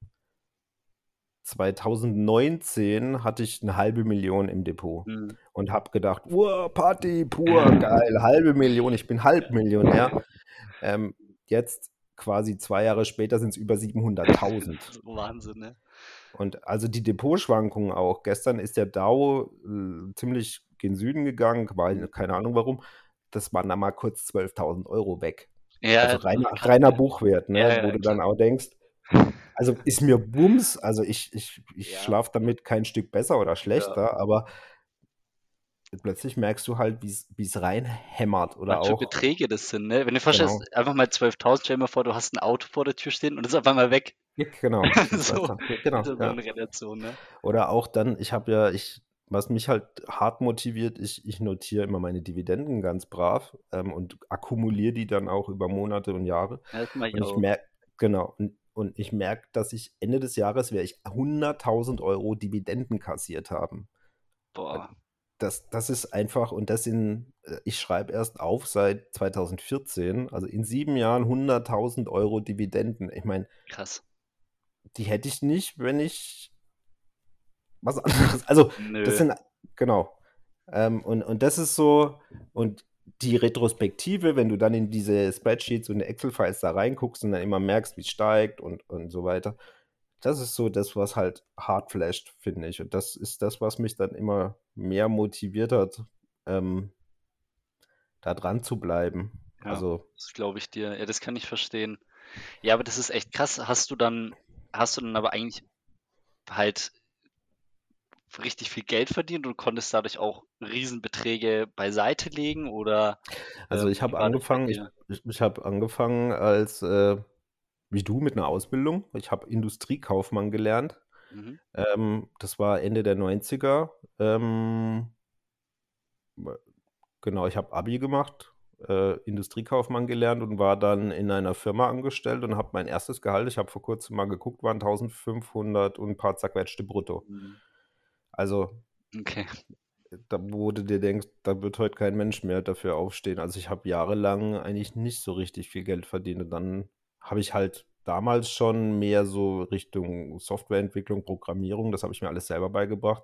zweitausendneunzehn hatte ich eine halbe Million im Depot Mhm. und habe gedacht, wow, Party pur, geil, halbe Million, ich bin Halbmillionär. Ähm, jetzt quasi zwei Jahre später sind es über siebenhunderttausend. So Wahnsinn, ne? Und also die Depotschwankungen auch. Gestern ist der Dow äh, ziemlich gen Süden gegangen, weil Mhm. keine Ahnung warum. Das waren dann mal kurz zwölftausend Euro weg. Ja, Also das reiner, ist krass, reiner gell? Buchwert, Ja, ne? Wo ja, du dann klar. auch denkst, also ist mir Bums, also ich, ich, ich Ja, schlafe damit kein Stück besser oder ja. schlechter, aber plötzlich merkst du halt, wie es reinhämmert Was oder für auch, Beträge das sind, ne? Wenn du dir genau, vorstellst, einfach mal zwölftausend, stell dir mal vor, du hast ein Auto vor der Tür stehen und es ist auf einmal weg. ja, genau, das weißt So, du, ja, ist genau, ja so ja. eine Relation, ne? Oder auch dann, ich habe ja, ich, was mich halt hart motiviert, ich, ich notiere immer meine Dividenden ganz brav ähm, und akkumuliere die dann auch über Monate und Jahre. Ja, das mache Und ich ich auch. merke, genau, und, und ich merke, dass ich Ende des Jahres werde ich hunderttausend Euro Dividenden kassiert haben. Boah, Das, das ist einfach, und das in, äh, ich schreibe erst auf seit zweitausendvierzehn, also in sieben Jahren hunderttausend Euro Dividenden. Ich meine, krass. die hätte ich nicht, wenn ich was anderes. Also, das Nö. sind, genau. Ähm, und, und das ist so, und die Retrospektive, wenn du dann in diese Spreadsheets und Excel-Files da reinguckst und dann immer merkst, wie es steigt und, und so weiter, das ist so das, was halt hart flasht, finde ich. Und das ist das, was mich dann immer mehr motiviert hat, ähm, da dran zu bleiben. Ja, Also, das glaube ich dir. Ja, das kann ich verstehen. Ja, aber das ist echt krass. Hast du dann hast du dann aber eigentlich halt richtig viel Geld verdient und konntest dadurch auch Riesenbeträge beiseite legen oder, also ähm, ich wie habe war das bei angefangen, ich, dir? ich, ich habe angefangen als äh, wie du mit einer Ausbildung. Ich habe Industriekaufmann gelernt. Mhm. Ähm, das war Ende der neunziger. Ähm, genau, ich habe Abi gemacht, äh, Industriekaufmann gelernt und war dann in einer Firma angestellt und habe mein erstes Gehalt, ich habe vor kurzem mal geguckt, waren eintausendfünfhundert und ein paar zerquetschte brutto. Mhm. Also Okay. da, wo du dir denkst, da wird heute kein Mensch mehr dafür aufstehen. Also ich habe jahrelang eigentlich nicht so richtig viel Geld verdient. Und dann habe ich halt damals schon mehr so Richtung Softwareentwicklung, Programmierung, das habe ich mir alles selber beigebracht.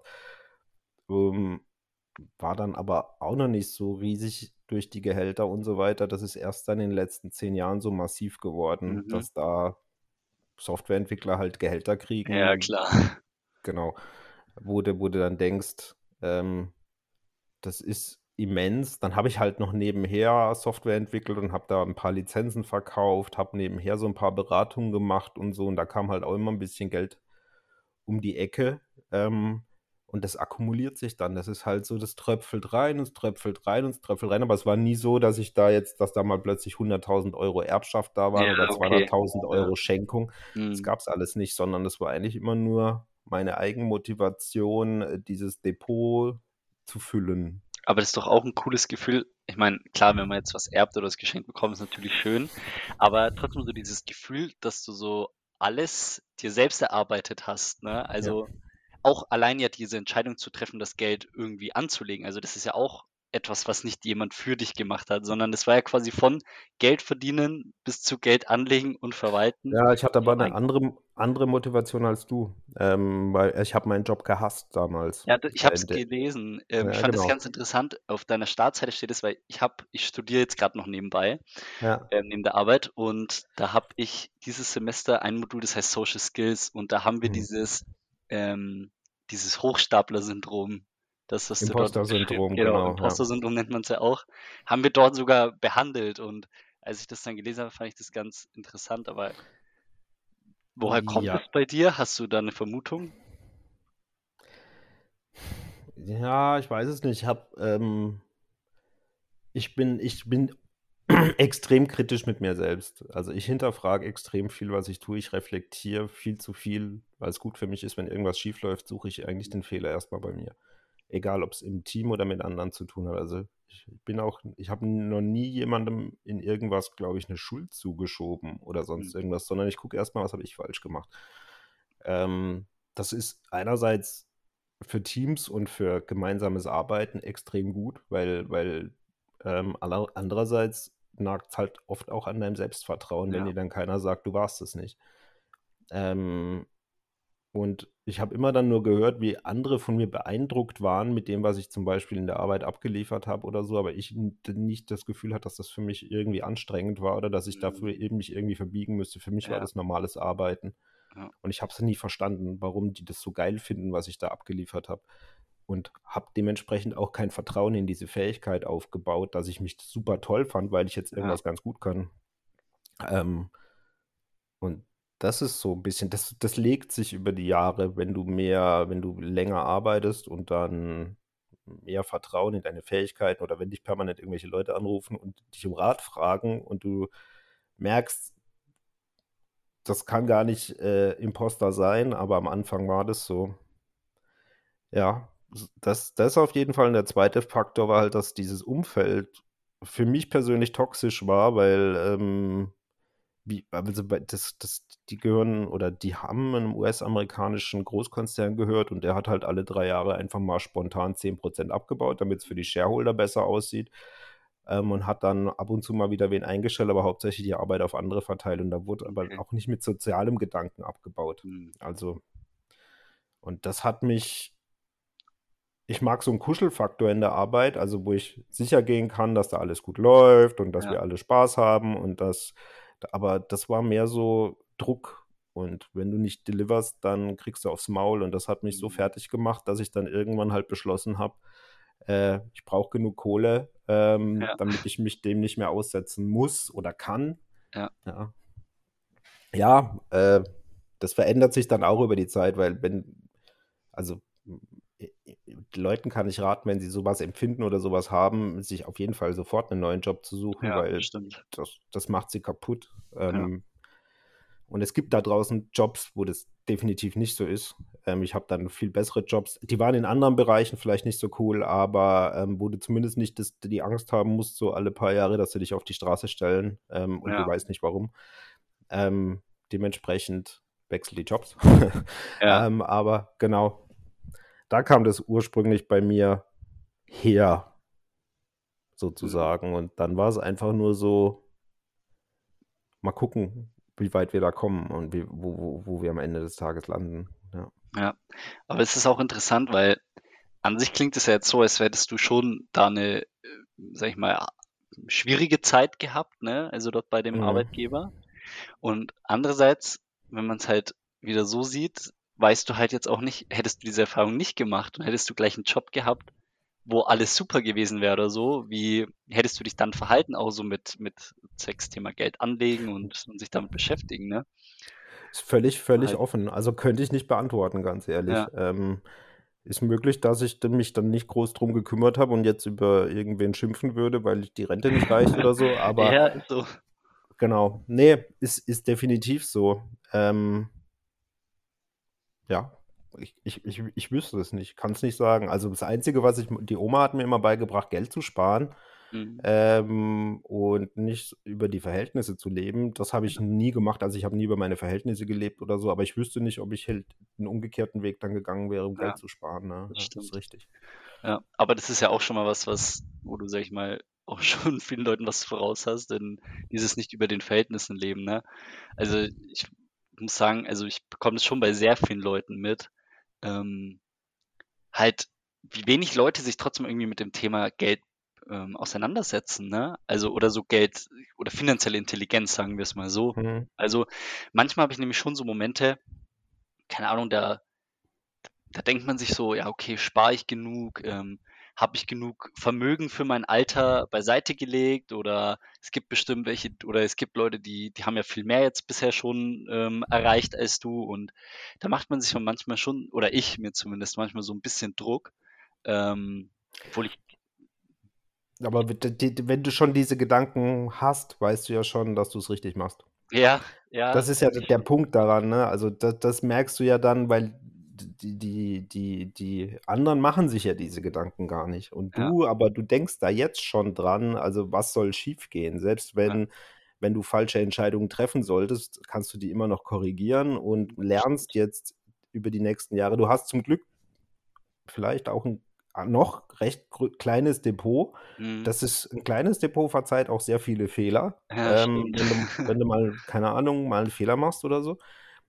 Ähm, war dann aber auch noch nicht so riesig durch die Gehälter und so weiter. Das ist erst dann in den letzten zehn Jahren so massiv geworden, Mhm. dass da Softwareentwickler halt Gehälter Ja, kriegen. klar. Genau. Wo du, wo du dann denkst, ähm, das ist immens. Dann habe ich halt noch nebenher Software entwickelt und habe da ein paar Lizenzen verkauft, habe nebenher so ein paar Beratungen gemacht und so. Und da kam halt auch immer ein bisschen Geld um die Ecke. Ähm, und das akkumuliert sich dann. Das ist halt so, das tröpfelt rein, es tröpfelt rein und es tröpfelt rein. Aber es war nie so, dass ich da jetzt, dass da mal plötzlich hunderttausend Euro Erbschaft da waren Ja, oder okay. zweihunderttausend Ja. Euro Schenkung. Das Mhm. gab es alles nicht, sondern das war eigentlich immer nur meine Eigenmotivation, äh, dieses Depot zu füllen. Aber das ist doch auch ein cooles Gefühl. Ich meine, klar, wenn man jetzt was erbt oder das Geschenk bekommt, ist natürlich schön, aber trotzdem so dieses Gefühl, dass du so alles dir selbst erarbeitet hast, ne? Ja. Also, auch allein ja diese Entscheidung zu treffen, das Geld irgendwie anzulegen. Also, das ist ja auch etwas, was nicht jemand für dich gemacht hat, sondern das war ja quasi von Geld verdienen bis zu Geld anlegen und verwalten Ja, ich hatte aber von eine eigen andere, andere Motivation als du, ähm, weil ich habe meinen Job gehasst damals. Ja, d ich Äh, habe in es der, gelesen. Ähm, ich ja, fand das genau. ganz interessant. Auf deiner Startseite steht es, weil ich habe ich studiere jetzt gerade noch nebenbei, Ja. ähm, neben der Arbeit, und da habe ich dieses Semester ein Modul, das heißt Social Skills, und da haben wir Mhm. dieses ähm, dieses Hochstapler-Syndrom, das, was du dort beschrieben Imposter-Syndrom, genau, genau, ja. Imposter-Syndrom nennt man's ja auch, haben wir dort sogar behandelt, und als ich das dann gelesen habe, fand ich das ganz interessant. Aber woher kommt Ja, es bei dir? Hast du da 'ne Vermutung? ja, ich weiß es nicht. Ich habe, ähm, ich bin, ich bin extrem kritisch mit mir selbst. Also ich hinterfrage extrem viel, was ich tue. Ich reflektiere viel zu viel, weil es gut für mich ist, wenn irgendwas schief läuft, suche ich eigentlich den Fehler erstmal bei mir. Egal, ob es im Team oder mit anderen zu tun hat. Also ich bin auch, ich habe noch nie jemandem in irgendwas, glaube ich, eine Schuld zugeschoben oder sonst Mhm. irgendwas, sondern ich gucke erstmal, was habe ich falsch gemacht. Ähm, das ist einerseits für Teams und für gemeinsames Arbeiten extrem gut, weil, weil ähm, aller- andererseits nagt es halt oft auch an deinem Selbstvertrauen, wenn Ja. dir dann keiner sagt, du warst es nicht. Ähm, und ich habe immer dann nur gehört, wie andere von mir beeindruckt waren mit dem, was ich zum Beispiel in der Arbeit abgeliefert habe oder so, aber ich n- nicht das Gefühl hatte, dass das für mich irgendwie anstrengend war oder dass ich Mhm. dafür eben mich irgendwie verbiegen müsste. Für mich war Ja, das normales Arbeiten. ja. Und ich habe es nie verstanden, warum die das so geil finden, was ich da abgeliefert habe. Und habe dementsprechend auch kein Vertrauen in diese Fähigkeit aufgebaut, dass ich mich super toll fand, weil ich jetzt Ja, irgendwas ganz gut kann. Ähm, und das ist so ein bisschen, das, das legt sich über die Jahre, wenn du mehr, wenn du länger arbeitest und dann mehr Vertrauen in deine Fähigkeiten oder wenn dich permanent irgendwelche Leute anrufen und dich um Rat fragen und du merkst, das kann gar nicht äh, Imposter sein, aber am Anfang war das so. Ja, s das das auf jeden Fall. Und der zweite Faktor war halt, dass dieses Umfeld für mich persönlich toxisch war, weil, ähm, wie also, bei das das die gehören oder die haben 'nem U S-amerikanischen Großkonzern gehört und der hat halt alle drei Jahre einfach mal spontan zehn Prozent abgebaut, damit's für die Shareholder besser aussieht, ähm, und hat dann ab und zu mal wieder wen eingestellt, aber hauptsächlich die Arbeit auf andere verteilt und da wurde aber okay. auch nicht mit sozialem Gedanken abgebaut. Mhm. Also und das hat mich ich mag so einen Kuschelfaktor in der Arbeit, also, wo ich sicher gehen kann, dass da alles gut läuft und dass Ja. wir alle Spaß haben und dass aber das war mehr so Druck und wenn du nicht deliverst, dann kriegst du aufs Maul und das hat mich so Mhm. fertig gemacht, dass ich dann irgendwann halt beschlossen habe, äh, ich brauche genug Kohle, ähm, Ja, damit ich mich dem nicht mehr aussetzen muss oder kann. ja, Ja. Ja, äh, das verändert sich dann auch über die Zeit, weil wenn also, hm, äh, äh, Leuten kann ich raten, wenn sie sowas empfinden oder sowas haben, sich auf jeden Fall sofort einen neuen Job zu suchen, ja, weil stimmt. das das macht sie kaputt. Ja. Ähm, Und es gibt da draußen Jobs, wo das definitiv nicht so ist. Ähm, ich habe dann viel bessere Jobs. Die waren in anderen Bereichen vielleicht nicht so cool, aber ähm, wo du zumindest nicht das, die Angst haben musst, so alle paar Jahre, dass sie dich auf die Straße stellen ähm, und du Ja, weißt nicht warum. Ähm, dementsprechend wechsel die Jobs. ja. ähm, aber genau, da kam das ursprünglich bei mir her, Mhm. sozusagen. Und dann war es einfach nur so, mal gucken, wie weit wir da kommen und wie, wo, wo, wo wir am Ende des Tages landen. Ja. Ja. Aber es ist auch interessant, weil an sich klingt es ja jetzt so, als hättest du schon da eine, äh, sag ich mal, schwierige Zeit gehabt, ne? Also dort bei dem Mhm. Arbeitgeber. Und andererseits, wenn man es halt wieder so sieht, weißt du halt jetzt auch nicht, hättest du diese Erfahrung nicht gemacht und hättest du gleich einen Job gehabt, wo alles super gewesen wäre oder so, wie hättest du dich dann verhalten, auch so mit, mit zwecks Thema Geld anlegen und, und sich damit beschäftigen, ne? Ist völlig, War völlig halt, offen. Also könnte ich nicht beantworten, ganz ja. ehrlich. Ähm, ist möglich, dass ich d- mich dann nicht groß drum gekümmert habe und jetzt über irgendwen schimpfen würde, weil die Rente nicht reicht oder so. Aber Ja, ist so. genau, nee, ist, ist definitiv so. Ähm, ja, ich, ich, ich, ich wüsste es nicht, kann es nicht sagen. Also das Einzige, was ich, die Oma hat mir immer beigebracht, Geld zu sparen. Mhm. Ähm, und nicht über die Verhältnisse zu leben. Das habe ich Ja, nie gemacht. Also ich habe nie über meine Verhältnisse gelebt oder so, aber ich wüsste nicht, ob ich halt einen umgekehrten Weg dann gegangen wäre, um Geld ja, zu sparen. Ne? das Ja, das ist stimmt. richtig. Ja, aber das ist ja auch schon mal was, was, wo du, sag ich mal, auch schon vielen Leuten was voraus hast, denn dieses nicht über den Verhältnissen leben, ne? Also ich muss sagen, also ich bekomme das schon bei sehr vielen Leuten mit, ähm, halt, wie wenig Leute sich trotzdem irgendwie mit dem Thema Geld ähm, auseinandersetzen, ne? Also oder so Geld oder finanzielle Intelligenz, sagen wir es mal so. Mhm. Also manchmal habe ich nämlich schon so Momente, keine Ahnung, da da denkt man sich so, ja, okay, spare ich genug? Ähm, habe ich genug Vermögen für mein Alter beiseite gelegt? Oder es gibt bestimmt welche, oder es gibt Leute, die, die haben ja viel mehr jetzt bisher schon ähm, erreicht als du. Und da macht man sich schon manchmal schon, oder ich mir zumindest manchmal so ein bisschen Druck. Ähm, obwohl ich, Aber d- d- wenn du schon diese Gedanken hast, weißt du ja schon, dass du es richtig machst. ja, ja, Das ist ja der Punkt daran, ne? Also das, das merkst du ja dann, weil die, die, die, die anderen machen sich ja diese Gedanken gar nicht. Und ja, du, aber du denkst da jetzt schon dran, also was soll schiefgehen? Selbst ja, wenn, wenn du falsche Entscheidungen treffen solltest, kannst du die immer noch korrigieren und lernst stimmt. jetzt über die nächsten Jahre. Du hast zum Glück vielleicht auch ein noch recht grö- kleines Depot. Mhm. Das ist ein kleines Depot, verzeiht auch sehr viele Fehler. Ja, Ähm, stimmt. wenn du, wenn du mal, keine Ahnung, mal einen Fehler machst oder so.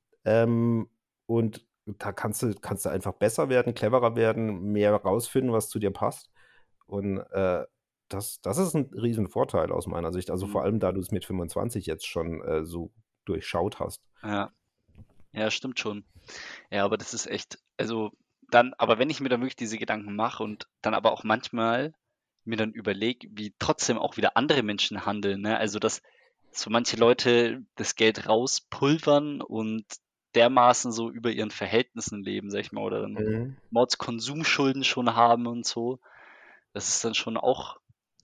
Ähm, und da kannst du, kannst du einfach besser werden, cleverer werden, mehr rausfinden, was zu dir passt. Und äh, das, das ist ein Riesenvorteil aus meiner Sicht. Also vor Mhm. allem, da du es mit fünfundzwanzig jetzt schon äh, so durchschaut hast. Ja, ja, stimmt schon. Ja, aber das ist echt, also dann, aber wenn ich mir dann wirklich diese Gedanken mache und dann aber auch manchmal mir dann überlege, wie trotzdem auch wieder andere Menschen handeln, ne? Also dass so manche Leute das Geld rauspulvern und dermaßen so über ihren Verhältnissen leben, sag ich mal, oder dann Mhm. Mordskonsumschulden schon haben und so. Das ist dann schon auch,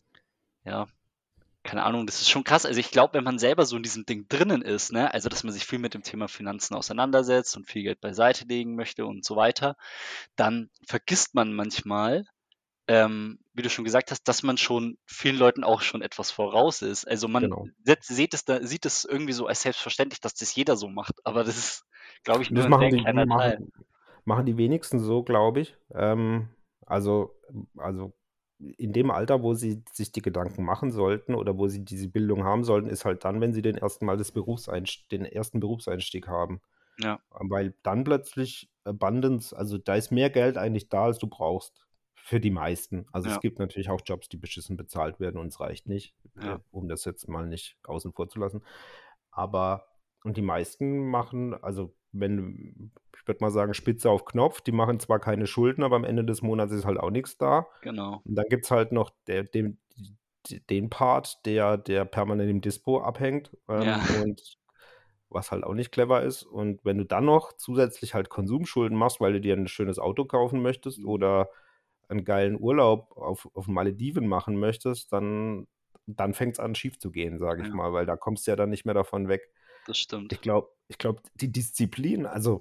ja, keine Ahnung, das ist schon krass. Also ich glaube, wenn man selber so in diesem Ding drinnen ist, ne, also dass man sich viel mit dem Thema Finanzen auseinandersetzt und viel Geld beiseite legen möchte und so weiter, dann vergisst man manchmal, ähm, wie du schon gesagt hast, dass man schon vielen Leuten auch schon etwas voraus ist. Also man Genau. setzt, sieht es da, sieht es irgendwie so als selbstverständlich, dass das jeder so macht, aber das ist, glaube ich, Und nur das ein machen sehr die, kleiner Teil. machen, machen die wenigsten so, glaube ich. Ähm, also, also in dem Alter, wo sie sich die Gedanken machen sollten oder wo sie diese Bildung haben sollten, ist halt dann, wenn sie den ersten Mal das Berufseinst den ersten Berufseinstieg haben. Ja, Weil dann plötzlich Abundance, also da ist mehr Geld eigentlich da, als du brauchst. Für die meisten. Also es ja, gibt natürlich auch Jobs, die beschissen bezahlt werden und es reicht nicht, äh, ja, um das jetzt mal nicht außen vor zu lassen. Aber, und die meisten machen, also wenn, ich würde mal sagen, Spitze auf Knopf, die machen zwar keine Schulden, aber am Ende des Monats ist halt auch nichts da. genau. Und dann gibt es halt noch der, den, den Part, der, der permanent im Dispo abhängt Ja, ähm, und was halt auch nicht clever ist. Und wenn du dann noch zusätzlich halt Konsumschulden machst, weil du dir ein schönes Auto kaufen möchtest mhm, oder einen geilen Urlaub auf, auf den Malediven machen möchtest, dann, dann fängt es an schief zu gehen, sage ich ja, mal, weil da kommst du ja dann nicht mehr davon weg. das stimmt. Ich glaube, ich glaube, die Disziplin, also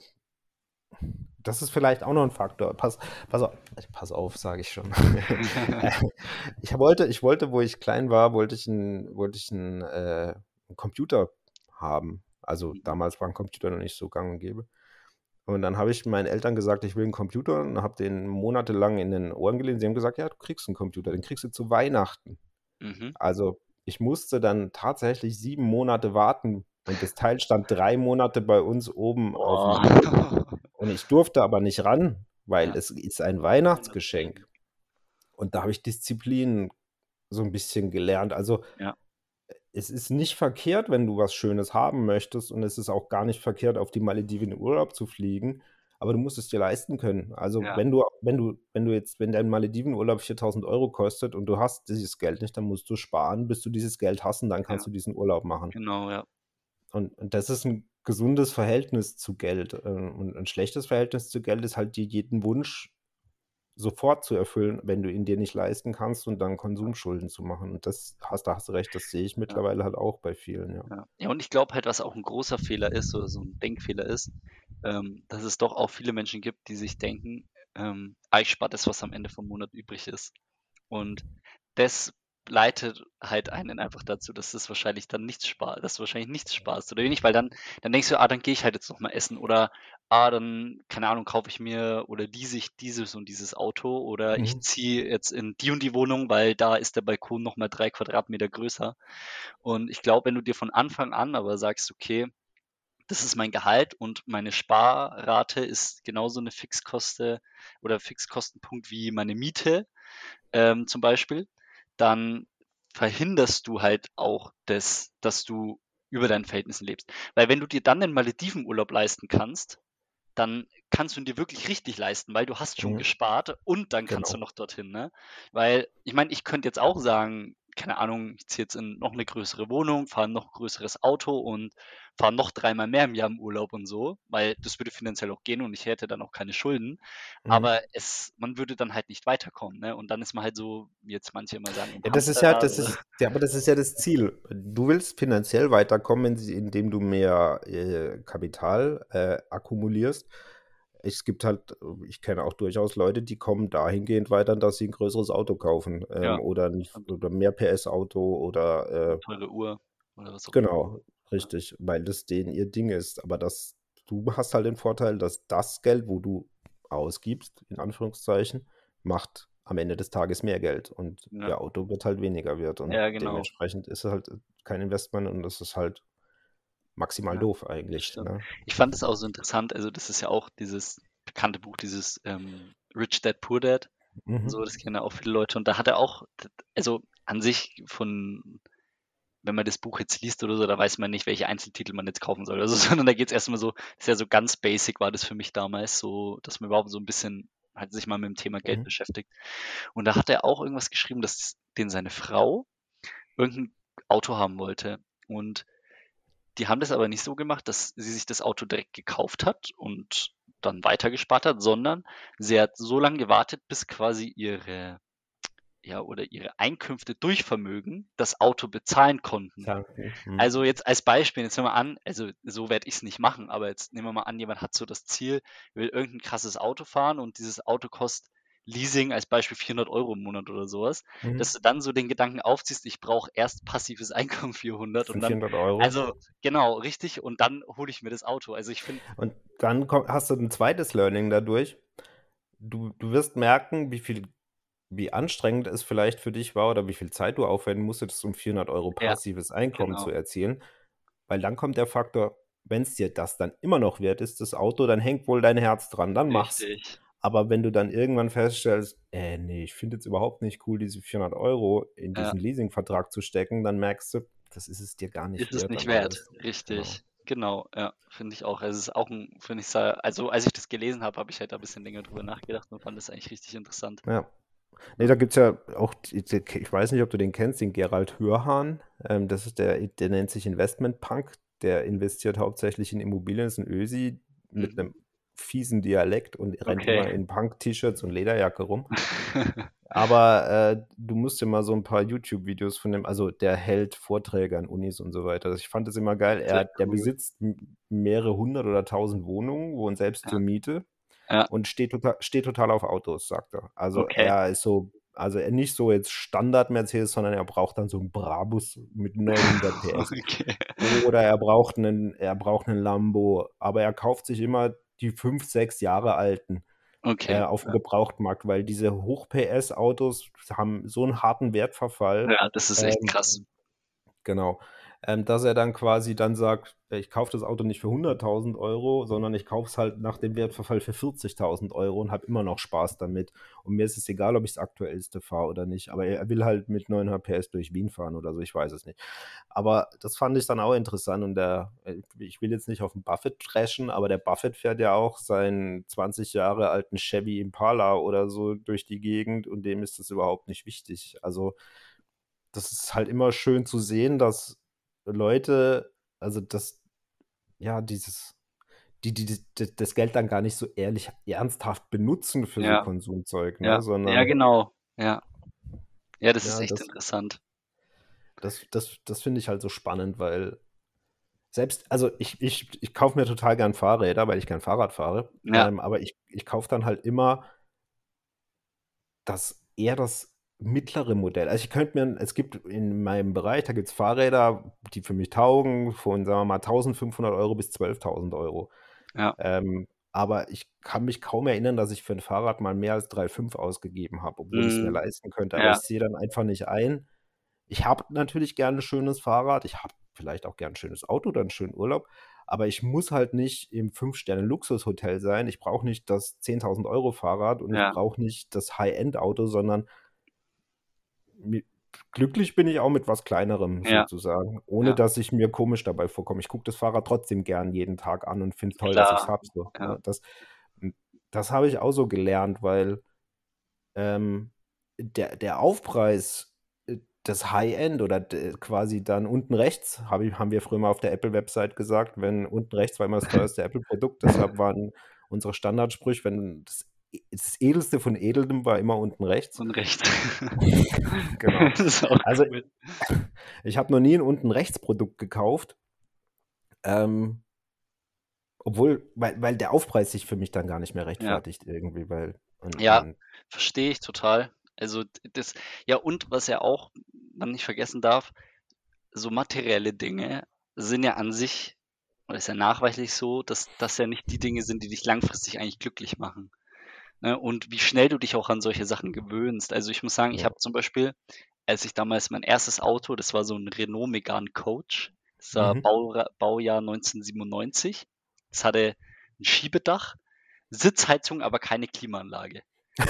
das ist vielleicht auch noch ein Faktor. Pass, pass auf, pass auf, sage ich schon. ich wollte, ich wollte, wo ich klein war, wollte ich einen, wollte ich einen, äh, einen Computer haben. Also Mhm. damals waren Computer noch nicht so gang und gäbe. Und dann habe ich meinen Eltern gesagt, ich will einen Computer und habe den monatelang in den Ohren gelesen. Sie haben gesagt, ja, du kriegst einen Computer, den kriegst du zu Weihnachten. Mhm. Also ich musste dann tatsächlich sieben Monate warten und das Teil stand drei Monate bei uns oben auf dem Boah. Boden. Und ich durfte aber nicht ran, weil Ja, es ist ein Weihnachtsgeschenk. Weihnachtsgeschenk. Und da habe ich Disziplin so ein bisschen gelernt. Also Ja, es ist nicht verkehrt, wenn du was Schönes haben möchtest und es ist auch gar nicht verkehrt, auf die Malediven in Urlaub zu fliegen, aber du musst es dir leisten können. Also ja, wenn du, wenn du, wenn du jetzt, wenn dein Maledivenurlaub viertausend Euro kostet und du hast dieses Geld nicht, dann musst du sparen, bis du dieses Geld hast und dann kannst ja, du diesen Urlaub machen. genau, ja. Und, und das ist ein gesundes Verhältnis zu Geld. äh, Und ein schlechtes Verhältnis zu Geld ist halt dir jeden Wunsch sofort zu erfüllen, wenn du ihn dir nicht leisten kannst und dann Konsumschulden zu machen. Und das hast, da hast du recht, das sehe ich Ja, mittlerweile halt auch bei vielen, ja. ja. Ja, und ich glaube halt, was auch ein großer Fehler ist oder so ein Denkfehler ist, ähm, dass es doch auch viele Menschen gibt, die sich denken, ähm: „Ah, ich spare das, was am Ende vom Monat übrig ist.“ Und das leitet halt einen einfach dazu, dass es wahrscheinlich dann nichts spart dass du wahrscheinlich nichts sparst oder wenig, weil dann dann denkst du: „Ah, dann gehe ich halt jetzt noch mal essen“ oder „Ah, dann, keine Ahnung, kaufe ich mir oder lease ich dieses und dieses Auto oder ich Mhm. ziehe jetzt in die und die Wohnung, weil da ist der Balkon noch mal drei Quadratmeter größer.“ Und ich glaube, wenn du dir von Anfang an aber sagst: „Okay, das ist mein Gehalt und meine Sparrate ist genauso eine Fixkoste oder Fixkostenpunkt wie meine Miete“, ähm, zum Beispiel, dann verhinderst du halt auch das, dass du über deinen Verhältnissen lebst. Weil wenn du dir dann den Maledivenurlaub leisten kannst, dann kannst du ihn dir wirklich richtig leisten, weil du hast schon Mhm. gespart und dann kannst du Genau. noch dorthin, ne? Weil ich meine, ich könnte jetzt auch sagen, keine Ahnung, ich ziehe jetzt in noch eine größere Wohnung, fahre 'n noch größeres Auto und fahre noch dreimal mehr im Jahr im Urlaub und so, weil das würde finanziell auch gehen und ich hätte dann auch keine Schulden. Mhm. Aber es man würde dann halt nicht weiterkommen, ne? Und dann ist man halt so, wie jetzt manche immer sagen, im Ja, das ist ja, Hamsterrad das oder ist, ja, aber das ist ja das Ziel. Du willst finanziell weiterkommen, indem du mehr äh, Kapital äh, akkumulierst. Es gibt halt, ich kenne auch durchaus Leute, die kommen dahingehend weiter, dass sie ein größeres Auto kaufen ähm, ja, oder, ein, stimmt. oder mehr P S-Auto oder 'Ne äh, teure Uhr oder was auch immer. genau, Ja, richtig, weil das denen ihr Ding ist. Aber das, du hast halt den Vorteil, dass das Geld, wo du ausgibst, in Anführungszeichen, macht am Ende des Tages mehr Geld und ja, ihr Auto wird halt weniger wert und ja, genau. dementsprechend ist es halt kein Investment und das ist halt maximal Ja, doof das eigentlich, stimmt. ne? Ich fand es auch so interessant, also, das ist ja auch dieses bekannte Buch, dieses, ähm, „Rich Dad, Poor Dad“ und Mhm. so, das kennen ja auch viele Leute und da hat er auch d also, an sich von wenn man das Buch jetzt liest oder so, da weiß man nicht, welche Einzeltitel man jetzt kaufen soll. Also, sondern da geht's erst mal so das ist ja so ganz basic war das für mich damals so, dass man überhaupt so 'n bisschen halt sich mal mit dem Thema Geld Mhm. beschäftigt. Und da hat er auch irgendwas geschrieben, dass den seine Frau irgend 'n Auto haben wollte. Und die haben das aber nicht so gemacht, dass sie sich das Auto direkt gekauft hat und dann weitergespart hat, sondern sie hat so lang gewartet, bis quasi ihre ja, oder ihre Einkünfte durch Vermögen das Auto bezahlen konnten. Tanken. Mhm. Also jetzt als Beispiel, jetzt nehmen wir an, also so werde ich es nicht machen, aber jetzt nehmen wir mal an, jemand hat so das Ziel, will irgendein krasses Auto fahren und dieses Auto kostet Leasing als Beispiel vierhundert Euro im Monat oder sowas, dass Mhm. du dann so den Gedanken aufziehst, ich brauche erst passives Einkommen vierhundert und Für dann, vierhundert Euro. also genau, richtig, und dann hole ich mir das Auto. Also ich finde, Und dann komm, hast du ein zweites Learning dadurch. Du, du wirst merken, wie viel, wie anstrengend es vielleicht für dich war oder wie viel Zeit du aufwenden musstest, um vierhundert Euro ja, passives Einkommen zu genau, erzielen. Weil dann kommt der Faktor, wenn es dir das dann immer noch wert ist, das Auto, dann hängt wohl dein Herz dran, dann mach's. richtig. Aber wenn du dann irgendwann feststellst, äh, nee, ich finde jetzt überhaupt nicht cool, diese vierhundert Euro in Ja, diesen Leasingvertrag zu stecken, dann merkst du, das ist es dir gar nicht ist es wert nicht dann wert, alles. Genau. richtig. Genau, ja, finde ich auch. Also, es ist auch 'n finde ich sehr also, als ich das gelesen habe, habe ich halt da bisschen länger drüber nachgedacht und fand das eigentlich richtig interessant. Ja. Ne, Ja. da gibt's ja auch, die- die- ich weiß nicht, ob du den kennst, den Gerald Hörhan. Ähm, das ist der, der nennt sich Investment Punk. Der investiert hauptsächlich in Immobilien, ist ein Ösi mit Mhm. einem fiesen Dialekt und rennt Okay. immer in Punk-T-Shirts und Lederjacke rum. Aber äh, du musst dir mal so ein paar YouTube-Videos von dem, also der hält Vorträge an Unis und so weiter. Also ich fand das immer geil. Sehr Er, der cool. besitzt m- mehrere hundert oder tausend Wohnungen, wohnt selbst Ja, zur Miete ja, und steht total, steht total auf Autos, sagt er. Also okay. er ist so, also er nicht so jetzt Standard-Mercedes, sondern er braucht dann so einen Brabus mit neunhundert P S. Okay. Oder er braucht einen, er braucht einen Lambo, aber er kauft sich immer die fünf, sechs Jahre alten äh, Okay. auf dem Gebrauchtmarkt, weil diese Hoch-P S-Autos haben so einen harten Wertverfall. Ja, das ist echt Ähm, krass. Genau. Ähm, dass er dann quasi dann sagt, äh, ich kaufe das Auto nicht für hunderttausend Euro, sondern ich kaufe es halt nach dem Wertverfall für vierzigtausend Euro und habe immer noch Spaß damit. Und mir ist es egal, ob ich das aktuellste fahre oder nicht. Aber er will halt mit neunhundert P S durch Wien fahren oder so, ich weiß es nicht. Aber das fand ich dann auch interessant. Und der, äh, ich will jetzt nicht auf den Buffett trashen, aber der Buffett fährt ja auch seinen zwanzig Jahre alten Chevy Impala oder so durch die Gegend und dem ist das überhaupt nicht wichtig. Also das ist halt immer schön zu sehen, dass Leute, also das, ja, dieses, die, die, die das Geld dann gar nicht so ehrlich, ernsthaft benutzen für so Ja, Konsumzeug, ja, ne, ja, sondern, genau. Ja, ja, das ist ja, echt das, interessant. das, das, das finde ich halt so spannend, weil selbst, also ich, ich, ich kaufe mir total gern Fahrräder, weil ich gern Fahrrad fahre, Ja, ähm, aber ich, ich kaufe dann halt immer das eher das mittlere Modell. Also ich könnte mir, es gibt in meinem Bereich, da gibt es Fahrräder, die für mich taugen, von, sagen wir mal, eintausendfünfhundert Euro bis zwölftausend Euro. ja, Ähm, aber ich kann mich kaum erinnern, dass ich für ein Fahrrad mal mehr als drei Komma fünf ausgegeben habe, obwohl ich es mir mhm, leisten könnte. Aber ja, ich sehe dann einfach nicht ein. Ich habe natürlich gerne ein schönes Fahrrad. Ich habe vielleicht auch gerne ein schönes Auto oder einen schönen Urlaub. Aber ich muss halt nicht im Fünf-Sterne-Luxushotel sein. Ich brauche nicht das zehntausend Euro Fahrrad und ich ja, brauche nicht das High-End-Auto, sondern mi- glücklich bin ich auch mit was Kleinerem ja, sozusagen, ohne ja, dass ich mir komisch dabei vorkomme. Ich gucke das Fahrrad trotzdem gern jeden Tag an und finde toll, dass ich es klar, habe. So, ja, ne? Das, das habe ich auch so gelernt, weil ähm, der, der Aufpreis, äh, das High-End oder d- quasi dann unten rechts, hab ich, haben wir früher mal auf der Apple-Website gesagt, wenn unten rechts war immer das teuerste Apple-Produkt, deshalb waren unsere Standardsprüche, wenn das, das Edelste von Edelem war immer unten rechts. und recht. Genau. Das ist auch Also cool. ich habe noch nie ein unten rechts Produkt gekauft, ähm, obwohl, weil, weil der Aufpreis sich für mich dann gar nicht mehr Ja, rechtfertigt irgendwie, weil und, ja, und verstehe ich total. Also d- das, ja, und was ja auch man nicht vergessen darf, so materielle Dinge sind ja an sich, oder ist ja nachweislich so, dass das ja nicht die Dinge sind, die dich langfristig eigentlich glücklich machen. Ne? Und wie schnell du dich auch an solche Sachen gewöhnst. Also ich muss sagen, ich ja. habe zum Beispiel, als ich damals mein erstes Auto, das war so ein Renault Megane Coach, das war Mhm. Bau, Baujahr neunzehnhundertsiebenundneunzig. Das hatte ein Schiebedach, Sitzheizung, aber keine Klimaanlage.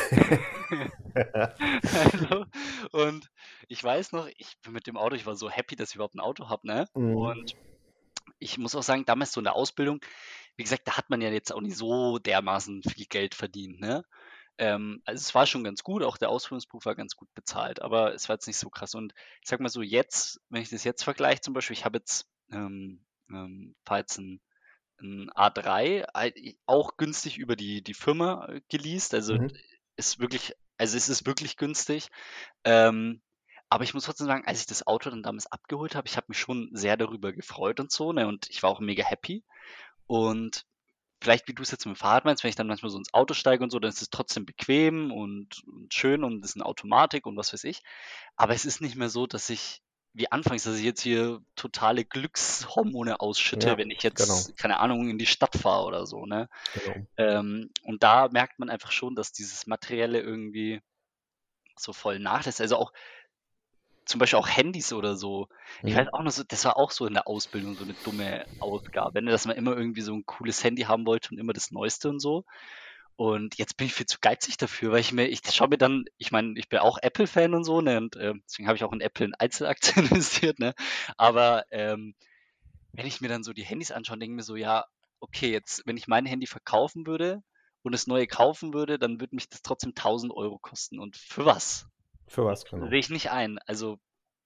Also, und ich weiß noch, ich bin mit dem Auto, ich war so happy, dass ich überhaupt ein Auto habe, ne? Mhm. Und ich muss auch sagen, damals so in der Ausbildung, wie gesagt, da hat man ja jetzt auch nicht so dermaßen viel Geld verdient, ne? Ähm, also es war schon ganz gut, auch der Ausbildungsberuf war ganz gut bezahlt, aber es war jetzt nicht so krass. Und ich sag mal so, jetzt, wenn ich das jetzt vergleiche, zum Beispiel, ich habe jetzt, ähm, ähm, fahre jetzt ein, ein A drei, ei- auch günstig über die, die Firma äh, geleast, also Mhm. ist wirklich, also es ist wirklich günstig. Ähm, aber ich muss trotzdem sagen, als ich das Auto dann damals abgeholt habe, ich habe mich schon sehr darüber gefreut und so, ne? Und ich war auch mega happy. Und vielleicht, wie du es jetzt mit dem Fahrrad meinst, wenn ich dann manchmal so ins Auto steige und so, dann ist es trotzdem bequem und, und schön und ist eine Automatik und was weiß ich. Aber es ist nicht mehr so, dass ich, wie anfangs, dass ich jetzt hier totale Glückshormone ausschütte, Ja, wenn ich genau, jetzt, keine Ahnung, in die Stadt fahre oder so, ne? genau. Ähm, und da merkt man einfach schon, dass dieses Materielle irgendwie so voll nachlässt. Also auch zum Beispiel auch Handys oder so. Ich weiß Mhm. auch noch so, das war auch so in der Ausbildung so eine dumme Ausgabe, ne, dass man immer irgendwie so ein cooles Handy haben wollte und immer das Neueste und so. Und jetzt bin ich viel zu geizig dafür, weil ich mir, ich schaue mir dann, ich meine, ich bin auch Apple-Fan und so, ne, und äh, deswegen habe ich auch in Apple in Einzelaktien investiert, ne. Aber ähm, wenn ich mir dann so die Handys anschaue, denke ich mir so, ja, okay, jetzt, wenn ich mein Handy verkaufen würde und das neue kaufen würde, dann würde mich das trotzdem tausend Euro kosten. Und für was? Für Und was das genau? sehe ich nicht ein. Also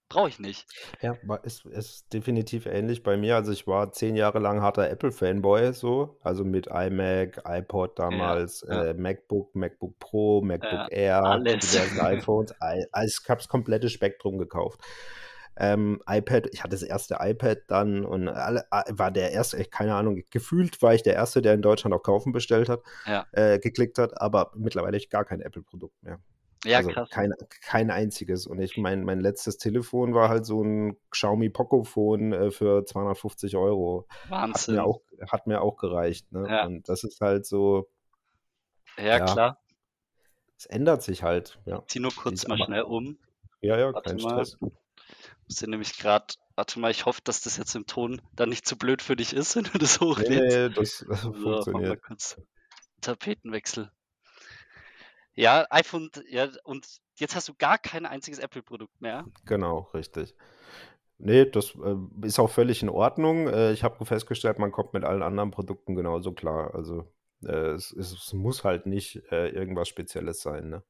Brauche ich nicht. Ja, war ist ist definitiv ähnlich bei mir. Also, ich war zehn Jahre lang harter Apple-Fanboy so, also mit iMac, iPod Ja, damals, ja, äh, MacBook, MacBook Pro, ja, MacBook Air, alles. diversen iPhones. Ei also, ich habe das komplette Spektrum gekauft. Ähm, iPad, ich hatte das erste iPad dann und alle a war der erste, ich keine Ahnung, gefühlt war ich der Erste, der in Deutschland auf Kaufen bestellt hat Ja. äh, geklickt hat, aber mittlerweile habe ich gar kein Apple-Produkt mehr. Ja, Also, krass. kein kein einziges. Und ich mein mein letztes Telefon war halt so 'n Xiaomi Pocophone, äh, für zweihundertfundfünfzig Euro. Hat mir Wahnsinn. auch hat mir auch gereicht, ne? Ja. Und das ist halt so Ja, ja, klar. es ändert sich halt, ja. Zieh nur Ist kurz mal aber schnell um. ja, ja, Warte kein mal. Stress. Muss hier nämlich grad warte mal, ich hoffe, dass das jetzt im Ton dann nicht zu blöd für dich ist, wenn du das Ne, hochlädst. ne, das So, mach mal funktioniert. kurz Tapetenwechsel. Ja, iPhone ja, und jetzt hast du gar kein einziges Apple-Produkt mehr? Genau, richtig. Ne, das, äh, ist auch völlig in Ordnung. Äh, ich habe festgestellt, man kommt mit allen anderen Produkten genauso klar. Also, äh, es es es muss halt nicht, äh, irgendwas Spezielles sein, ne?